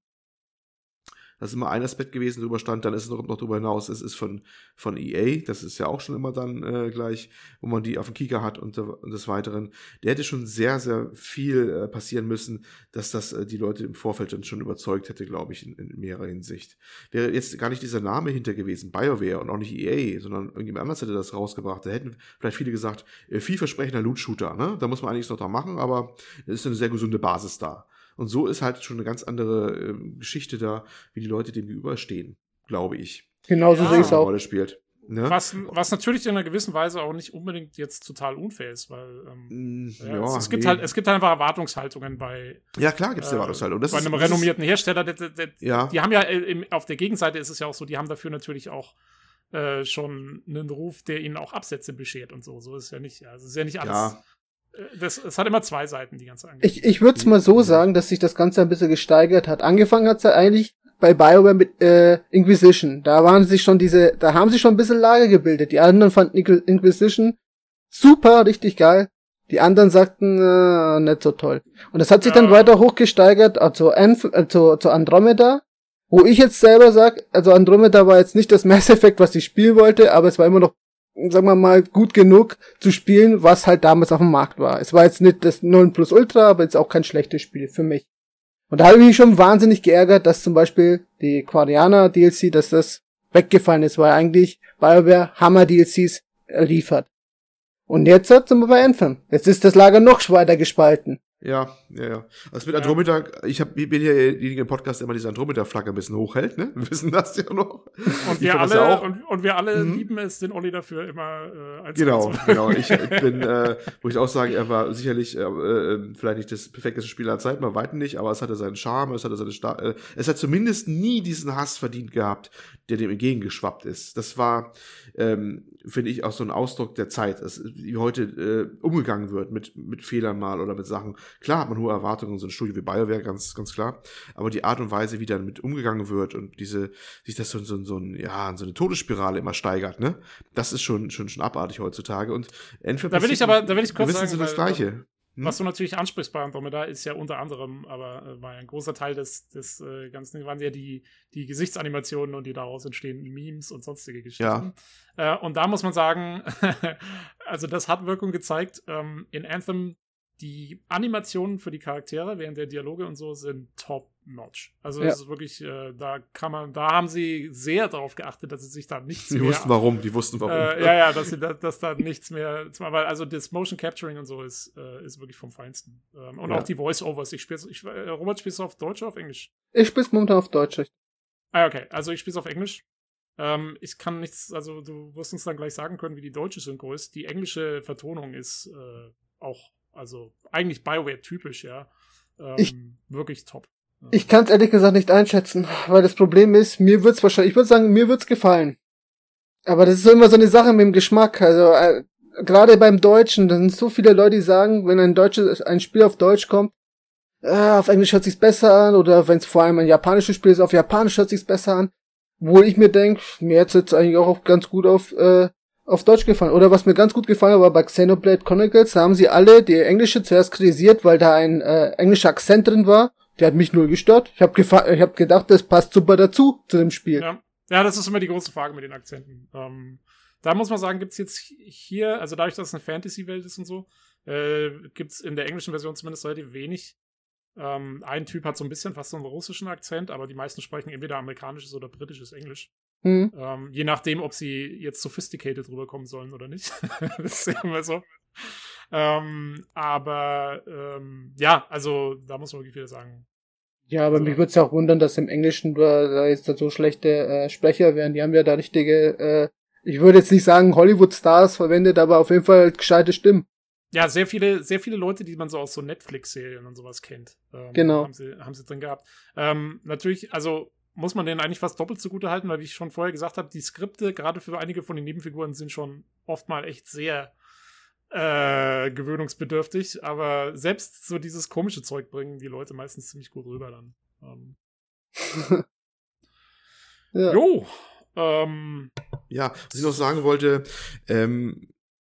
Das ist immer ein Aspekt gewesen, drüber stand, dann ist es noch, noch darüber hinaus, es ist von, von E A, das ist ja auch schon immer dann äh, gleich, wo man die auf dem Kieker hat und, und des Weiteren. Der hätte schon sehr, sehr viel äh, passieren müssen, dass das äh, die Leute im Vorfeld dann schon überzeugt hätte, glaube ich, in, in mehrerer Hinsicht. Wäre jetzt gar nicht dieser Name hinter gewesen, BioWare und auch nicht E A, sondern irgendjemand anders hätte das rausgebracht, da hätten vielleicht viele gesagt, äh, vielversprechender Loot-Shooter, ne? Da muss man einiges noch da machen, aber es ist eine sehr gesunde Basis da. Und so ist halt schon eine ganz andere äh, Geschichte da, wie die Leute dem gegenüberstehen, glaube ich. Genauso Ja. sehe ich es auch. Rolle spielt. Ne? Was, was natürlich in einer gewissen Weise auch nicht unbedingt jetzt total unfair ist, weil ähm, Mm, ja, ja, es, es, gibt nee. halt, es gibt halt einfach Erwartungshaltungen bei, Ja, klar gibt es äh, Erwartungshaltung. Das bei ist, einem das renommierten Hersteller. Der, der, der, Ist, ja, Die haben ja äh, im, auf der Gegenseite ist es ja auch so, die haben dafür natürlich auch äh, schon einen Ruf, der ihnen auch Absätze beschert und so. So ist es ja nicht. Also es ist ja nicht alles. ja. Das, es hat immer zwei Seiten, die ganze Angelegenheit. Ich, ich würde es mal so sagen, dass sich das Ganze ein bisschen gesteigert hat. Angefangen hat es ja eigentlich bei BioWare mit äh, Inquisition. Da waren sich schon diese, da haben sich schon ein bisschen Lager gebildet. Die anderen fanden Inquisition super, richtig geil. Die anderen sagten, äh, nicht so toll. Und das hat sich Ja. dann weiter hochgesteigert, also Anf- äh, zu, zu Andromeda, wo ich jetzt selber sag, also Andromeda war jetzt nicht das Mass Effect, was ich spielen wollte, aber es war immer noch, sagen wir mal, gut genug zu spielen, was halt damals auf dem Markt war. Es war jetzt nicht das Nonplusultra, aber jetzt auch kein schlechtes Spiel für mich. Und da habe ich mich schon wahnsinnig geärgert, dass zum Beispiel die Quarianer D L C, dass das weggefallen ist, weil eigentlich BioWare Hammer-D L Cs liefert. Und jetzt sind wir bei Anthem. Jetzt ist das Lager noch weiter gespalten. Ja, ja, ja. Also mit Ja. Andromeda, ich, hab, ich bin ja derjenige im Podcast, der immer diese Andromeda-Flagge ein bisschen hochhält, ne? Wir wissen das ja noch. Und Ich wir fand das alle, ja auch. und, und wir alle Mhm. lieben es, den Olli dafür immer äh, als Genau, als- genau. Ich bin, äh, wo ich auch sage, er war sicherlich äh, äh, vielleicht nicht das perfekteste Spiel aller Zeiten, bei weitem nicht, aber es hatte seinen Charme, es hatte seine Sta äh, es hat zumindest nie diesen Hass verdient gehabt, der dem entgegengeschwappt ist. Das war, ähm, finde ich, auch so ein Ausdruck der Zeit, dass, wie heute äh, umgegangen wird mit, mit Fehlern mal oder mit Sachen. Klar hat man hohe Erwartungen, so ein Studio wie BioWare, ganz, ganz klar, aber die Art und Weise, wie damit umgegangen wird und diese, sich das so, so, so, ein, ja, so eine Todesspirale immer steigert, ne? Das ist schon, schon, schon abartig heutzutage und Anthem Da will ich aber- da will ich kurz wissen sagen, Sie das weil- Gleiche. Hm? Was du natürlich ansprichst bei Andromeda, ist ja unter anderem, aber äh, war ja ein großer Teil des, des äh, Ganzen, waren ja die, die Gesichtsanimationen und die daraus entstehenden Memes und sonstige Geschichten. Äh, und da muss man sagen, also das hat Wirkung gezeigt. Ähm, in Anthem, die Animationen für die Charaktere während der Dialoge und so sind top notch. Also Ja. es ist wirklich, äh, da kann man, da haben sie sehr darauf geachtet, dass sie sich da nichts Die mehr... wussten warum, die wussten warum. Äh, ja, ja, dass, sie da, dass da nichts mehr, weil also das Motion Capturing und so ist, äh, ist wirklich vom Feinsten. Ähm, und Ja. auch die Voice-Overs. Ich spiele, ich, äh, Robert, spielst du auf Deutsch oder auf Englisch? Ich spiel's momentan auf Deutsch. Ah, okay. Also ich spiele es auf Englisch. Ähm, ich kann nichts, also du wirst uns dann gleich sagen können, wie die deutsche Synchro ist. Die englische Vertonung ist äh, auch, also eigentlich BioWare-typisch, ja. Ähm, Ich- wirklich top. Ich kann's ehrlich gesagt nicht einschätzen, weil das Problem ist, mir wird's wahrscheinlich, ich würde sagen, mir wird's gefallen. Aber das ist so immer so eine Sache mit dem Geschmack. Also äh, gerade beim Deutschen, da sind so viele Leute, die sagen, wenn ein deutsches, ein Spiel auf Deutsch kommt, äh, auf Englisch hört sich's besser an, oder wenn es vor allem ein japanisches Spiel ist, auf Japanisch hört sich's besser an. Obwohl ich mir denke, mir hat's jetzt eigentlich auch ganz gut auf äh, auf Deutsch gefallen. Oder was mir ganz gut gefallen hat, war bei Xenoblade Chronicles, da haben sie alle die Englische zuerst kritisiert, weil da ein äh, englischer Akzent drin war. Der hat mich null gestört. Ich habe gefa- ich hab gedacht, das passt super dazu, zu dem Spiel. Ja. ja, das ist immer die große Frage mit den Akzenten. Ähm, da muss man sagen, gibt's jetzt hier, also dadurch, dass es eine Fantasy-Welt ist und so, äh, gibt's in der englischen Version zumindest relativ wenig. Ähm, ein Typ hat so ein bisschen fast so einen russischen Akzent, aber die meisten sprechen entweder amerikanisches oder britisches Englisch. Hm. Ähm, je nachdem, ob sie jetzt sophisticated rüberkommen sollen oder nicht. Das ist ja immer so. Ähm, aber ähm, ja, also da muss man wirklich wieder sagen. Ja, aber Also- mich würde es ja auch wundern, dass im Englischen da, da jetzt so schlechte äh, Sprecher wären. Die haben ja da richtige, äh, ich würde jetzt nicht sagen Hollywood-Stars verwendet, aber auf jeden Fall gescheite Stimmen. Ja, sehr viele, sehr viele Leute, die man so aus so Netflix-Serien und sowas kennt. Ähm, Genau. Haben sie, haben sie drin gehabt. Ähm, natürlich, also muss man denen eigentlich fast doppelt zugute halten, weil wie ich schon vorher gesagt habe, die Skripte, gerade für einige von den Nebenfiguren, sind schon oft mal echt sehr äh, gewöhnungsbedürftig, aber selbst so dieses komische Zeug bringen die Leute meistens ziemlich gut rüber dann. Ähm, Ja. Jo, ähm, Ja, was ich noch sagen wollte, ähm,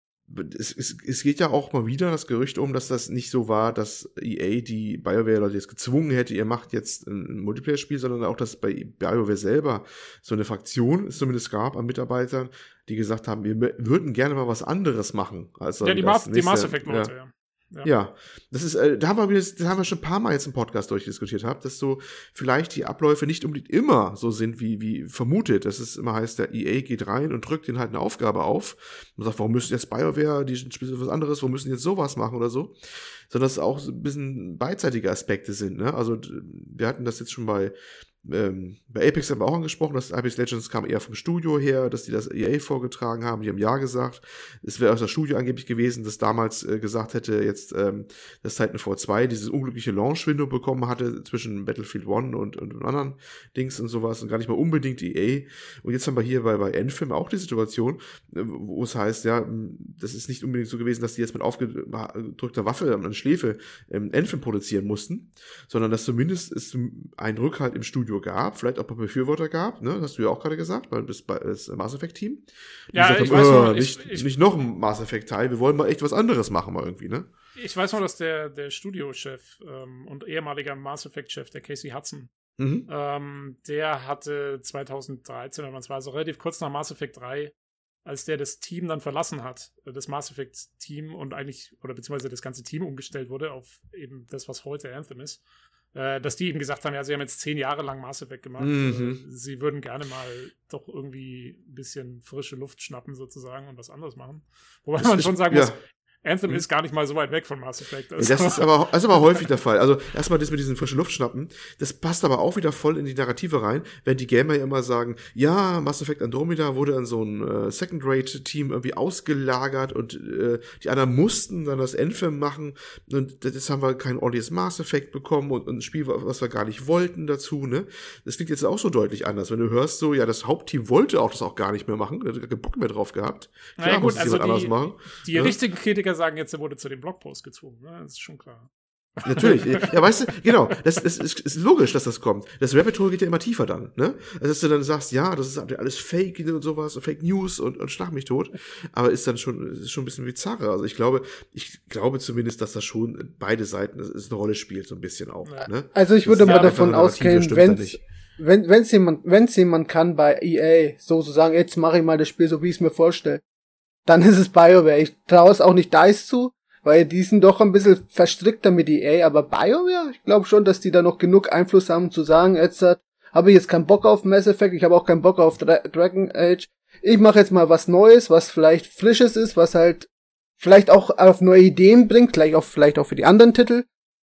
es, es, es geht ja auch mal wieder das Gerücht um, dass das nicht so war, dass E A die BioWare-Leute jetzt gezwungen hätte, ihr macht jetzt ein Multiplayer-Spiel, sondern auch, dass bei BioWare selber so eine Fraktion es zumindest gab an Mitarbeitern, die gesagt haben, wir m- würden gerne mal was anderes machen. Als ja, die, das Ma die nächste- Mass Effect-Leute, ja. ja. Ja. Ja, das ist, äh, da haben wir wieder, das haben wir schon ein paar Mal jetzt im Podcast durchdiskutiert haben, dass so vielleicht die Abläufe nicht unbedingt immer so sind, wie, wie vermutet. Dass es immer heißt, der E A geht rein und drückt ihnen halt eine Aufgabe auf und sagt, warum müssen jetzt BioWare, die spielen was anderes, warum müssen die jetzt sowas machen oder so. Sondern dass es auch so ein bisschen beidseitige Aspekte sind, ne? Also, wir hatten das jetzt schon bei, ähm, bei Apex haben wir auch angesprochen, dass Apex Legends kam eher vom Studio her, dass die das E A vorgetragen haben, die haben ja gesagt. Es wäre aus das Studio angeblich gewesen, das damals äh, gesagt hätte, jetzt, ähm, dass Titanfall zwei dieses unglückliche Launch-Window bekommen hatte zwischen Battlefield One und, und, und anderen Dings und sowas und gar nicht mal unbedingt E A. Und jetzt haben wir hier bei, bei Anthem auch die Situation, äh, wo es heißt, ja, das ist nicht unbedingt so gewesen, dass die jetzt mit aufgedrückter Waffe an der Schläfe ähm, Anthem produzieren mussten, sondern dass zumindest es einen Rückhalt im Studio gab, vielleicht auch ein paar Befürworter gab, ne, hast du ja auch gerade gesagt, weil das, das Mass Effect Team. Die Ja, gesagt ich haben, weiß äh, nur, ich- nicht, ich- nicht noch ein Mass Effect Teil, wir wollen mal echt was anderes machen mal irgendwie, ne? Ich weiß nur, dass der, der Studiochef ähm, und ehemaliger Mass Effect-Chef, der Casey Hudson, Mhm. ähm, der hatte zweitausenddreizehn, oder was war also relativ kurz nach Mass Effect drei, als der das Team dann verlassen hat, äh, das Mass Effect-Team und eigentlich, oder beziehungsweise das ganze Team umgestellt wurde auf eben das, was heute Anthem ist, äh, dass die ihm gesagt haben, ja, sie haben jetzt zehn Jahre lang Mass Effect gemacht, Mhm. äh, sie würden gerne mal doch irgendwie ein bisschen frische Luft schnappen sozusagen und was anderes machen. Wobei Das man ist- schon sagen ja. muss, Anthem Mhm. ist gar nicht mal so weit weg von Mass Effect. Ja, das ist aber, das ist aber häufig der Fall. Also erstmal das mit diesen frischen Luftschnappen, das passt aber auch wieder voll in die Narrative rein, wenn die Gamer ja immer sagen, ja, Mass Effect Andromeda wurde an so ein äh, Second-Rate-Team irgendwie ausgelagert und äh, die anderen mussten dann das Anthem machen und jetzt haben wir kein ordentliches Mass Effect bekommen und, und ein Spiel, was wir gar nicht wollten dazu, ne? Das klingt jetzt auch so deutlich anders, wenn du hörst so, ja, das Hauptteam wollte auch das auch gar nicht mehr machen, da hat gar keinen Bock mehr drauf gehabt. Klar, Naja, gut, muss es also jemand anders die- machen. Die Ja. richtigen Kritiker sagen jetzt, er wurde zu dem Blogpost gezwungen. Ne? Das ist schon klar. Natürlich. Ja, weißt du, genau. Das, das ist, ist logisch, dass das kommt. Das Rabbit Hole geht ja immer tiefer dann, ne? Also, dass du dann sagst, ja, das ist alles Fake und sowas, und Fake News und, und schlag mich tot. Aber ist dann schon, ist schon ein bisschen bizarrer. Also, ich glaube, ich glaube zumindest, dass das schon beide Seiten das ist eine Rolle spielt, so ein bisschen auch, Ja. ne? Also ich Das würde ist mal ja davon einfach Narrative, ausgehen, stimmt da wenn's, nicht. wenn wenn's jemand wenn's jemand kann bei E A so zu sagen, jetzt mache ich mal das Spiel so wie ich es mir vorstelle, dann ist es BioWare. Ich traue es auch nicht DICE zu, weil die sind doch ein bisschen verstrickter mit E A, aber BioWare, ich glaube schon, dass die da noch genug Einfluss haben zu sagen, jetzt habe ich jetzt keinen Bock auf Mass Effect, ich habe auch keinen Bock auf Dra- Dragon Age, ich mache jetzt mal was Neues, was vielleicht Frisches ist, was halt vielleicht auch auf neue Ideen bringt, gleich auch vielleicht auch für die anderen Titel,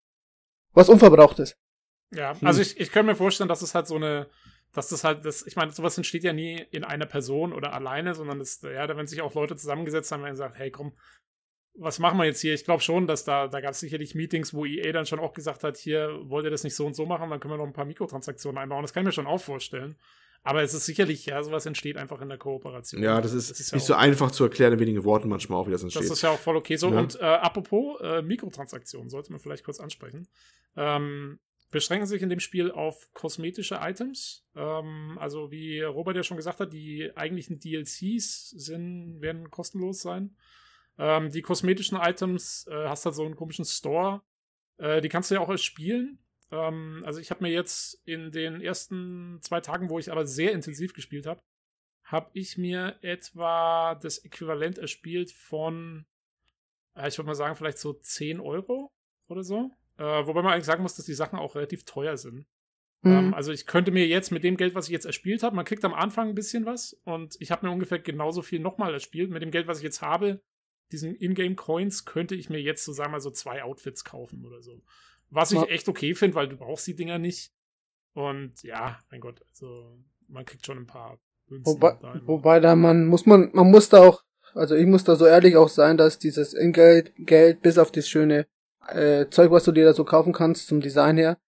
was unverbraucht ist. Ja, also ich, ich könnte mir vorstellen, dass es halt so eine, dass das halt, das, ich meine, sowas entsteht ja nie in einer Person oder alleine, sondern das, ja, da werden sich auch Leute zusammengesetzt haben und gesagt, hey, komm, was machen wir jetzt hier? Ich glaube schon, dass da, da gab es sicherlich Meetings, wo E A dann schon auch gesagt hat, hier, wollt ihr das nicht so und so machen, dann können wir noch ein paar Mikrotransaktionen einbauen. Das kann ich mir schon auch vorstellen. Aber es ist sicherlich, ja, sowas entsteht einfach in der Kooperation. Ja, das ist, das ist nicht ja so auch, einfach zu erklären in wenigen Worten manchmal auch, wie das entsteht. Das ist ja auch voll okay so. Ja. Und äh, apropos äh, Mikrotransaktionen, sollte man vielleicht kurz ansprechen. Ähm, beschränken sich in dem Spiel auf kosmetische Items. Ähm, also wie Robert ja schon gesagt hat, die eigentlichen D L Cs sind, werden kostenlos sein. Ähm, die kosmetischen Items, äh, hast halt so einen komischen Store. Äh, die kannst du ja auch erst spielen. Ähm, also ich habe mir jetzt in den ersten zwei Tagen, wo ich aber sehr intensiv gespielt habe, habe ich mir etwa das Äquivalent erspielt von, äh, ich würde mal sagen, vielleicht so zehn Euro oder so. Äh, wobei man eigentlich sagen muss, dass die Sachen auch relativ teuer sind. Mhm. Ähm, also ich könnte mir jetzt mit dem Geld, was ich jetzt erspielt habe, man kriegt am Anfang ein bisschen was und ich habe mir ungefähr genauso viel nochmal erspielt. Mit dem Geld, was ich jetzt habe, diesen Ingame-Coins, könnte ich mir jetzt so, sagen wir mal, so zwei Outfits kaufen oder so. Was ich ja. echt okay finde, weil du brauchst die Dinger nicht. Und ja, mein Gott, also man kriegt schon ein paar Münzen. Wobei, da wobei da man, muss man, man muss da auch, also ich muss da so ehrlich auch sein, dass dieses Ingeld, Geld bis auf das schöne äh, Zeug, was du dir da so kaufen kannst, zum Design her,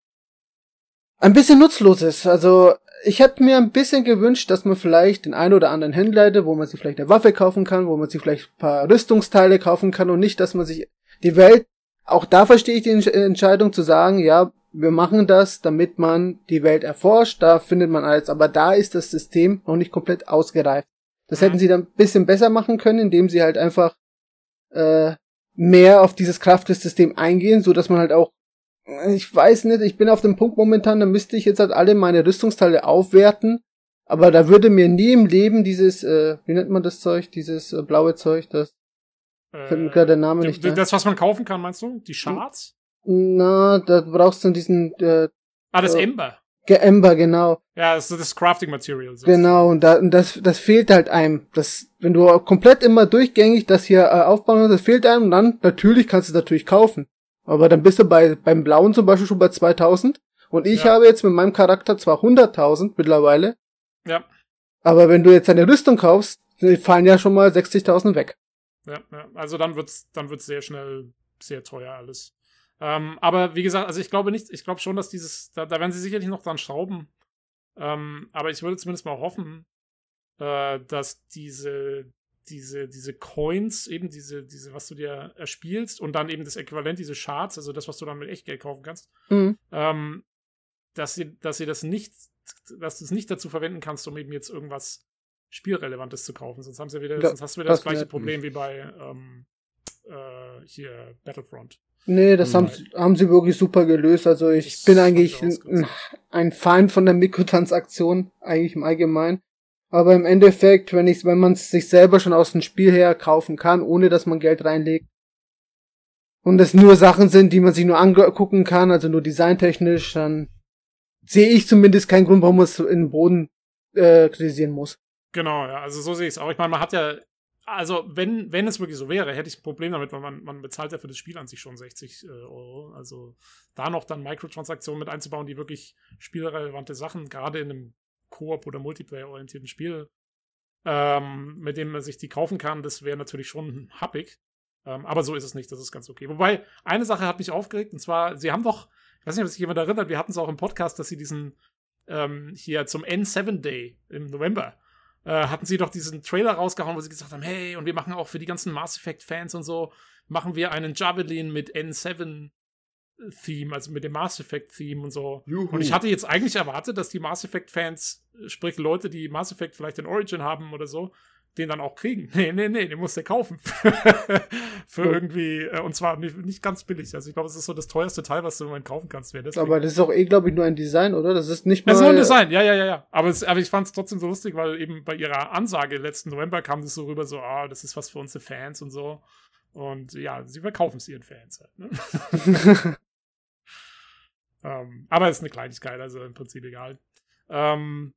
ein bisschen nutzlos ist. Also ich hätte mir ein bisschen gewünscht, dass man vielleicht den einen oder anderen Händler hätte, wo man sich vielleicht eine Waffe kaufen kann, wo man sich vielleicht ein paar Rüstungsteile kaufen kann und nicht, dass man sich die Welt, auch da verstehe ich die Entscheidung zu sagen, ja, wir machen das, damit man die Welt erforscht, da findet man alles, aber da ist das System noch nicht komplett ausgereift. Das hätten sie dann ein bisschen besser machen können, indem sie halt einfach äh, mehr auf dieses Kraftesystem eingehen, so dass man halt auch, ich weiß nicht, ich bin auf dem Punkt momentan, da müsste ich jetzt halt alle meine Rüstungsteile aufwerten, aber da würde mir nie im Leben dieses, äh, wie nennt man das Zeug, dieses äh, blaue Zeug, das äh, fällt mir gerade der Name nicht ein. Das, was man kaufen kann, meinst du? Die Shards? Na, da brauchst du diesen, äh, Ah, das äh, Ember. Ember, genau. Ja, das ist das Crafting Material. Genau, und, da, und das, das fehlt halt einem. Das, wenn du komplett immer durchgängig das hier äh, aufbauen willst, das fehlt einem, und dann, natürlich kannst du es natürlich kaufen. Aber dann bist du bei, beim Blauen zum Beispiel schon bei zweitausend. Und ich ja. habe jetzt mit meinem Charakter zwar hunderttausend mittlerweile. Ja. Aber wenn du jetzt eine Rüstung kaufst, fallen ja schon mal sechzigtausend weg. Ja, ja. Also dann wird's, dann wird's sehr schnell sehr teuer alles. Ähm, aber wie gesagt, also ich glaube nicht, ich glaube schon, dass dieses, da, da werden sie sicherlich noch dran schrauben. Ähm, aber ich würde zumindest mal hoffen, äh, dass diese, diese, diese Coins, eben diese, diese, was du dir erspielst und dann eben das Äquivalent, diese Shards, also das, was du dann mit Echtgeld kaufen kannst, mhm. ähm, dass sie, dass sie das nicht, dass du es nicht dazu verwenden kannst, um eben jetzt irgendwas Spielrelevantes zu kaufen. Sonst haben sie wieder, ja, sonst hast du wieder das, das gleiche Problem wie bei ähm, äh, hier Battlefront. Nee, das haben, haben sie wirklich super gelöst. Also ich das bin eigentlich ein, ein Fan von der Mikrotransaktion, eigentlich im Allgemeinen. Aber im Endeffekt, wenn ich, wenn man es sich selber schon aus dem Spiel her kaufen kann, ohne dass man Geld reinlegt, und es nur Sachen sind, die man sich nur angucken kann, also nur designtechnisch, dann sehe ich zumindest keinen Grund, warum man es in den Boden äh, kritisieren muss. Genau, ja, also so sehe ich es auch. Ich meine, man hat ja, also wenn wenn es wirklich so wäre, hätte ich ein Problem damit, weil man, man bezahlt ja für das Spiel an sich schon sechzig Euro. Also da noch dann Mikrotransaktionen mit einzubauen, die wirklich spielrelevante Sachen, gerade in einem Koop- oder Multiplayer-orientierten Spiel, ähm, mit dem man sich die kaufen kann, das wäre natürlich schon happig. Ähm, aber so ist es nicht, das ist ganz okay. Wobei, eine Sache hat mich aufgeregt, und zwar, sie haben doch, ich weiß nicht, ob sich jemand erinnert, wir hatten es auch im Podcast, dass sie diesen ähm, hier zum N sieben Day im November Äh, hatten sie doch diesen Trailer rausgehauen, wo sie gesagt haben, hey, und wir machen auch für die ganzen Mass Effect-Fans und so, machen wir einen Javelin mit N sieben Theme, also mit dem Mass Effect-Theme und so. Juhu. Und ich hatte jetzt eigentlich erwartet, dass die Mass Effect-Fans, sprich Leute, die Mass Effect vielleicht in Origin haben oder so, den dann auch kriegen. Nee, nee, nee, den musst du kaufen. Für ja. irgendwie, äh, und zwar nicht, nicht ganz billig. Also ich glaube, es ist so das teuerste Teil, was du im Moment kaufen kannst. Aber das ist auch eh, glaube ich, nur ein Design, oder? Das ist nicht mal... Das ist nur ein Design, ja, ja, ja, ja. Aber, es, aber ich fand es trotzdem so lustig, weil eben bei ihrer Ansage letzten November kam das so rüber, so, ah, das ist was für unsere Fans und so. Und ja, sie verkaufen es ihren Fans halt. Ne? ähm, aber es ist eine Kleinigkeit, also im Prinzip egal. Ähm,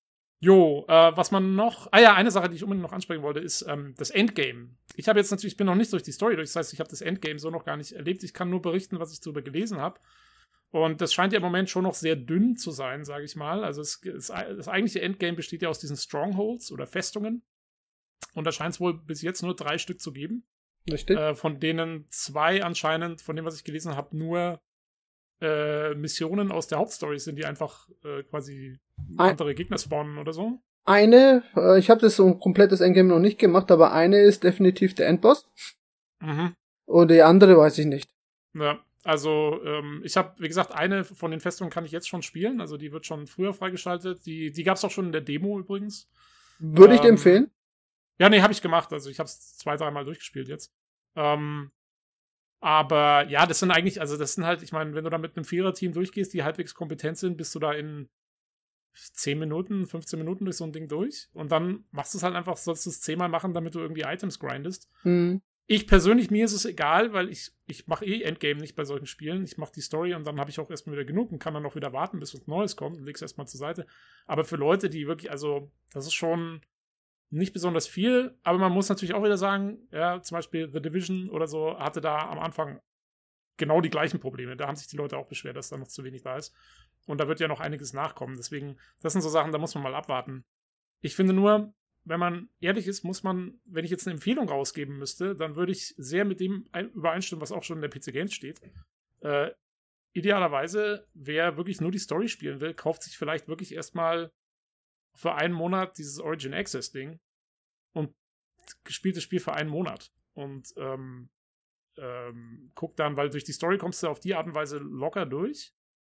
jo, äh, was man noch. Ah ja, eine Sache, die ich unbedingt noch ansprechen wollte, ist ähm, das Endgame. Ich habe jetzt natürlich, ich bin noch nicht durch die Story durch, das heißt, ich habe das Endgame so noch gar nicht erlebt. Ich kann nur berichten, was ich darüber gelesen habe. Und das scheint ja im Moment schon noch sehr dünn zu sein, sage ich mal. Also es, es, das eigentliche Endgame besteht ja aus diesen Strongholds oder Festungen. Und da scheint es wohl bis jetzt nur drei Stück zu geben. Richtig. Äh, von denen zwei anscheinend, von dem, was ich gelesen habe, nur äh, Missionen aus der Hauptstory sind, die einfach äh, quasi Ein- andere Gegner spawnen oder so. Eine, äh, ich habe das so ein komplettes Endgame noch nicht gemacht, aber eine ist definitiv der Endboss. Mhm. Und die andere weiß ich nicht. Ja, also ähm, ich habe, wie gesagt, eine von den Festungen kann ich jetzt schon spielen. Also die wird schon früher freigeschaltet. Die, die gab es auch schon in der Demo übrigens. Würde ich dir Ähm, empfehlen? Ja, nee, habe ich gemacht. Also ich habe es zwei, dreimal durchgespielt jetzt. Ähm, aber ja, das sind eigentlich, also das sind halt, ich meine, wenn du da mit einem Vierer-Team durchgehst, die halbwegs kompetent sind, bist du da in zehn Minuten, fünfzehn Minuten durch so ein Ding durch. Und dann machst du es halt einfach, sollst du es zehnmal machen, damit du irgendwie Items grindest. Hm. Ich persönlich, mir ist es egal, weil ich, ich mache eh Endgame nicht bei solchen Spielen. Ich mache die Story und dann habe ich auch erstmal wieder genug und kann dann auch wieder warten, bis was Neues kommt und leg's erstmal zur Seite. Aber für Leute, die wirklich, also, das ist schon nicht besonders viel, aber man muss natürlich auch wieder sagen, ja, zum Beispiel The Division oder so hatte da am Anfang genau die gleichen Probleme. Da haben sich die Leute auch beschwert, dass da noch zu wenig da ist. Und da wird ja noch einiges nachkommen. Deswegen, das sind so Sachen, da muss man mal abwarten. Ich finde nur, wenn man ehrlich ist, muss man, wenn ich jetzt eine Empfehlung rausgeben müsste, dann würde ich sehr mit dem ein- übereinstimmen, was auch schon in der P C Games steht. Äh, idealerweise, wer wirklich nur die Story spielen will, kauft sich vielleicht wirklich erstmal für einen Monat dieses Origin Access Ding und spielt das Spiel für einen Monat. Und ähm, ähm, guckt dann, weil durch die Story kommst du auf die Art und Weise locker durch.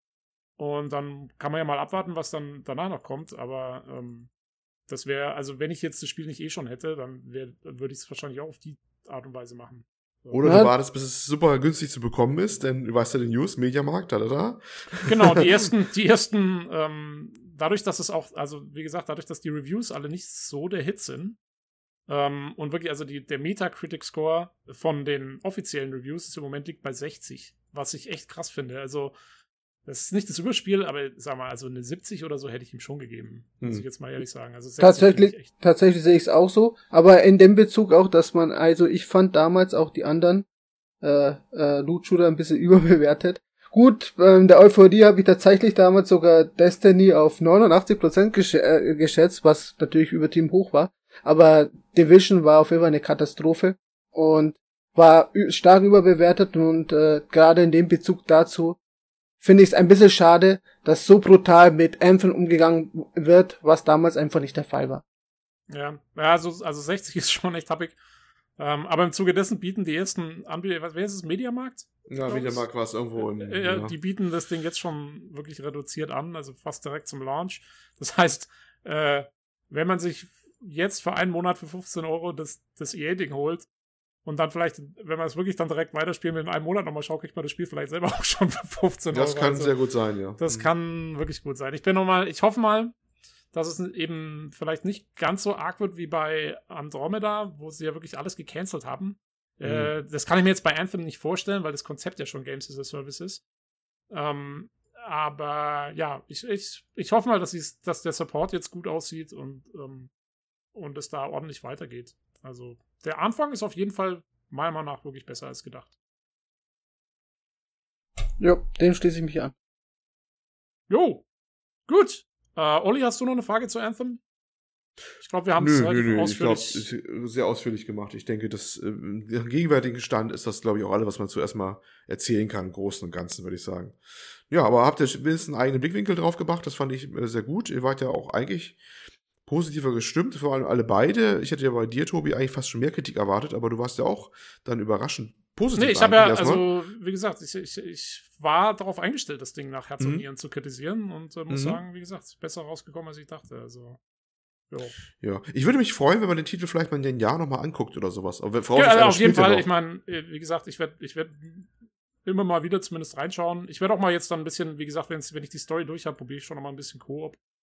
Und dann kann man ja mal abwarten, was dann danach noch kommt. Aber ähm, das wäre, also wenn ich jetzt das Spiel nicht eh schon hätte, dann, wär, dann würde ich es wahrscheinlich auch auf die Art und Weise machen. So. Oder Ja. du wartest, bis es super günstig zu bekommen ist, denn du weißt ja den News, Mediamarkt, da, da, da. Genau, die ersten, die ersten, ähm, dadurch, dass es auch, also wie gesagt, dadurch, dass die Reviews alle nicht so der Hit sind, ähm, und wirklich, also die, der Metacritic-Score von den offiziellen Reviews ist im Moment liegt bei sechzig, was ich echt krass finde. Also, das ist nicht das Überspiel, aber sag mal, also eine siebzig oder so hätte ich ihm schon gegeben, muss Hm. ich jetzt mal ehrlich sagen. Also sechzig Tatsächlich, finde ich echt. tatsächlich sehe ich es auch so. Aber in dem Bezug auch, dass man, also ich fand damals auch die anderen äh, äh, Loot-Shooter ein bisschen überbewertet. Gut, ähm, der Euphorie habe ich tatsächlich damals sogar Destiny auf neunundachtzig Prozent gesch äh, geschätzt, was natürlich übertrieben hoch war. Aber Division war auf jeden Fall eine Katastrophe und war ü- stark überbewertet und äh, gerade in dem Bezug dazu finde ich es ein bisschen schade, dass so brutal mit Anthem umgegangen wird, was damals einfach nicht der Fall war. Ja, ja also, also sechzig ist schon echt happig. Ähm, aber im Zuge dessen bieten die ersten Anbieter, was, wer ist es, Mediamarkt? Ja, Mediamarkt war es irgendwo in. Äh, ja. Die bieten das Ding jetzt schon wirklich reduziert an, also fast direkt zum Launch. Das heißt, äh, wenn man sich jetzt für einen Monat für fünfzehn Euro das, das E A-Ding holt und dann vielleicht, wenn man es wirklich dann direkt weiterspielen will, in einem Monat nochmal schaut, kriegt man das Spiel vielleicht selber auch schon für fünfzehn Euro. Das kann also, sehr gut sein, ja. Das Mhm. kann wirklich gut sein. Ich bin nochmal, ich hoffe mal, dass es eben vielleicht nicht ganz so arg wird wie bei Andromeda, wo sie ja wirklich alles gecancelt haben. Mhm. Äh, das kann ich mir jetzt bei Anthem nicht vorstellen, weil das Konzept ja schon Games as a Service ist. Ähm, aber ja, ich, ich, ich hoffe mal, dass, dass der Support jetzt gut aussieht und, ähm, und es da ordentlich weitergeht. Also der Anfang ist auf jeden Fall meiner Meinung nach wirklich besser als gedacht. Ja, dem schließe ich mich an. Jo, gut. Äh, Olli, hast du noch eine Frage zu Anthem? Ich glaube, wir haben es Nö, nö, relativ nö. Ich glaube, ausführlich. sehr ausführlich gemacht. Ich denke, dass äh, im gegenwärtigen Stand ist das, glaube ich, auch alles, was man zuerst mal erzählen kann, im Großen und Ganzen, würde ich sagen. Ja, aber habt ihr wenigstens einen eigenen Blickwinkel drauf gebracht? Das fand ich äh, sehr gut. Ihr wart ja auch eigentlich positiver gestimmt, vor allem alle beide. Ich hätte ja bei dir, Tobi, eigentlich fast schon mehr Kritik erwartet, aber du warst ja auch dann überraschend positiv. Nee, ich habe ja, eigentlich erstmal. also, wie gesagt, ich, ich, ich war darauf eingestellt, das Ding nach Herz und Mhm. Nieren zu kritisieren und äh, muss Mhm. sagen, wie gesagt, besser rausgekommen, als ich dachte. Also, jo. Ja, ich würde mich freuen, wenn man den Titel vielleicht mal in den Jahr nochmal anguckt oder sowas. Aber Ja, vorausgesetzt, also einer auf jeden spielt den Fall, noch. ich meine, wie gesagt, ich werde ich werd immer mal wieder zumindest reinschauen. Ich werde auch mal jetzt dann ein bisschen, wie gesagt, wenn's, wenn ich die Story durch habe, probiere ich schon noch mal ein bisschen Koop.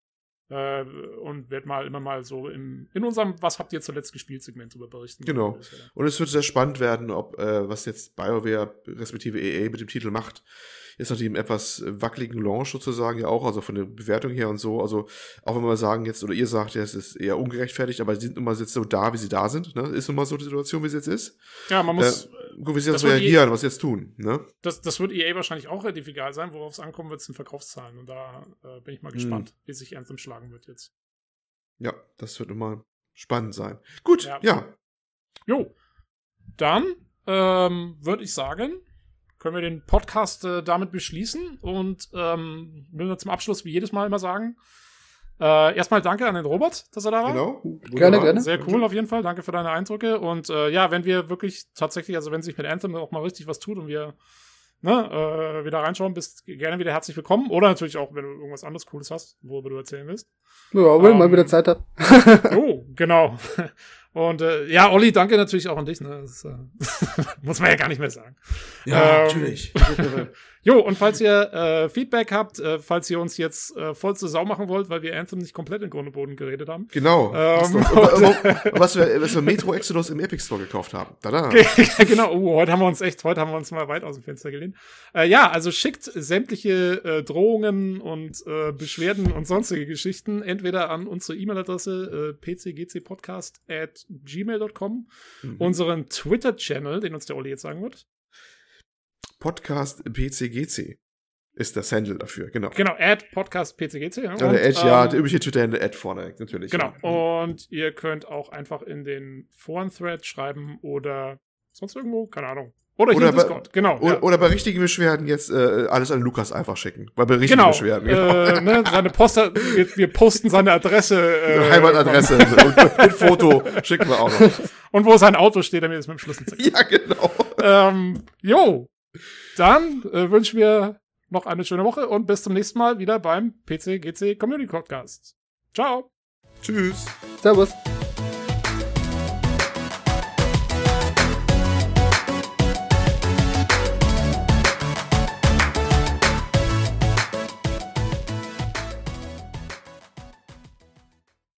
Äh, und werde mal immer mal so im, in unserem Was habt ihr zuletzt gespielt Segment darüber berichten. Genau. Und es wird sehr spannend werden, ob äh, was jetzt BioWare respektive E A mit dem Titel macht. Ist natürlich im etwas wackeligen Launch sozusagen ja auch, also von der Bewertung her und so. Also auch wenn wir sagen jetzt, oder ihr sagt ja, es ist eher ungerechtfertigt, aber sie sind nun mal jetzt so da, wie sie da sind. Ne? Ist nun mal so die Situation, wie sie jetzt ist. Ja, man muss... Äh, gut, wie sie jetzt reagieren, was sie jetzt tun. Ne? Das, das wird E A wahrscheinlich auch relativ egal sein. Worauf es ankommen wird, sind Verkaufszahlen. Und da äh, bin ich mal gespannt, hm. wie sich Anthem schlagen wird jetzt. Ja, das wird immer spannend sein. Gut, ja. ja. Jo, dann ähm, würde ich sagen, können wir den Podcast äh, damit beschließen und ähm, will nur zum Abschluss wie jedes Mal immer sagen, äh, erstmal danke an den Robert, dass er da war. Genau. Gerne, gerne. Sehr cool auf jeden Fall. Danke für deine Eindrücke. Und äh, ja, wenn wir wirklich tatsächlich, also wenn sich mit Anthem auch mal richtig was tut und wir ne, äh, wieder reinschauen, bist gerne wieder herzlich willkommen. Oder natürlich auch, wenn du irgendwas anderes Cooles hast, worüber du erzählen willst. Ja, wenn ich mal wieder Zeit hab. Oh, genau. Und äh, ja, Olli, danke natürlich auch an dich. Ne? Das äh, muss man ja gar nicht mehr sagen. Ja, ähm, natürlich. Jo, und falls ihr äh, Feedback habt, äh, falls ihr uns jetzt äh, voll zur Sau machen wollt, weil wir Anthem nicht komplett in Grund und Boden geredet haben. Genau. Ähm, und, und, was, wir, was wir Metro Exodus im Epic Store gekauft haben. Tada. Genau, oh, heute haben wir uns echt, heute haben wir uns mal weit aus dem Fenster gelehnt. Äh, ja, also schickt sämtliche äh, Drohungen und äh, Beschwerden und sonstige Geschichten entweder an unsere E-Mail-Adresse äh, p c g c podcast at gmail dot com, mhm. unseren Twitter-Channel, den uns der Olli jetzt sagen wird. Podcast P C G C ist das Handle dafür, genau. Genau, Ad Podcast P C G C. Ja, und, Ad, ähm, ja der übliche Twitter-Handle Ad vorne, natürlich. Genau, ja. Und ihr könnt auch einfach in den Foren-Thread schreiben oder sonst irgendwo, keine Ahnung. Oder hier oder in Discord, bei, genau. Oder, ja. oder bei richtigen Beschwerden jetzt äh, alles an Lukas einfach schicken. Bei richtigen genau, Beschwerden. Genau. Äh, ne, seine Post, wir, wir posten seine Adresse. Äh, Heimatadresse und mit Foto schicken wir auch noch. Und wo sein Auto steht, damit es mit dem Schlüssel zeigt. Ja, genau. Ähm, jo, dann äh, wünschen wir noch eine schöne Woche und bis zum nächsten Mal wieder beim P C G C Community Podcast. Ciao. Tschüss. Servus.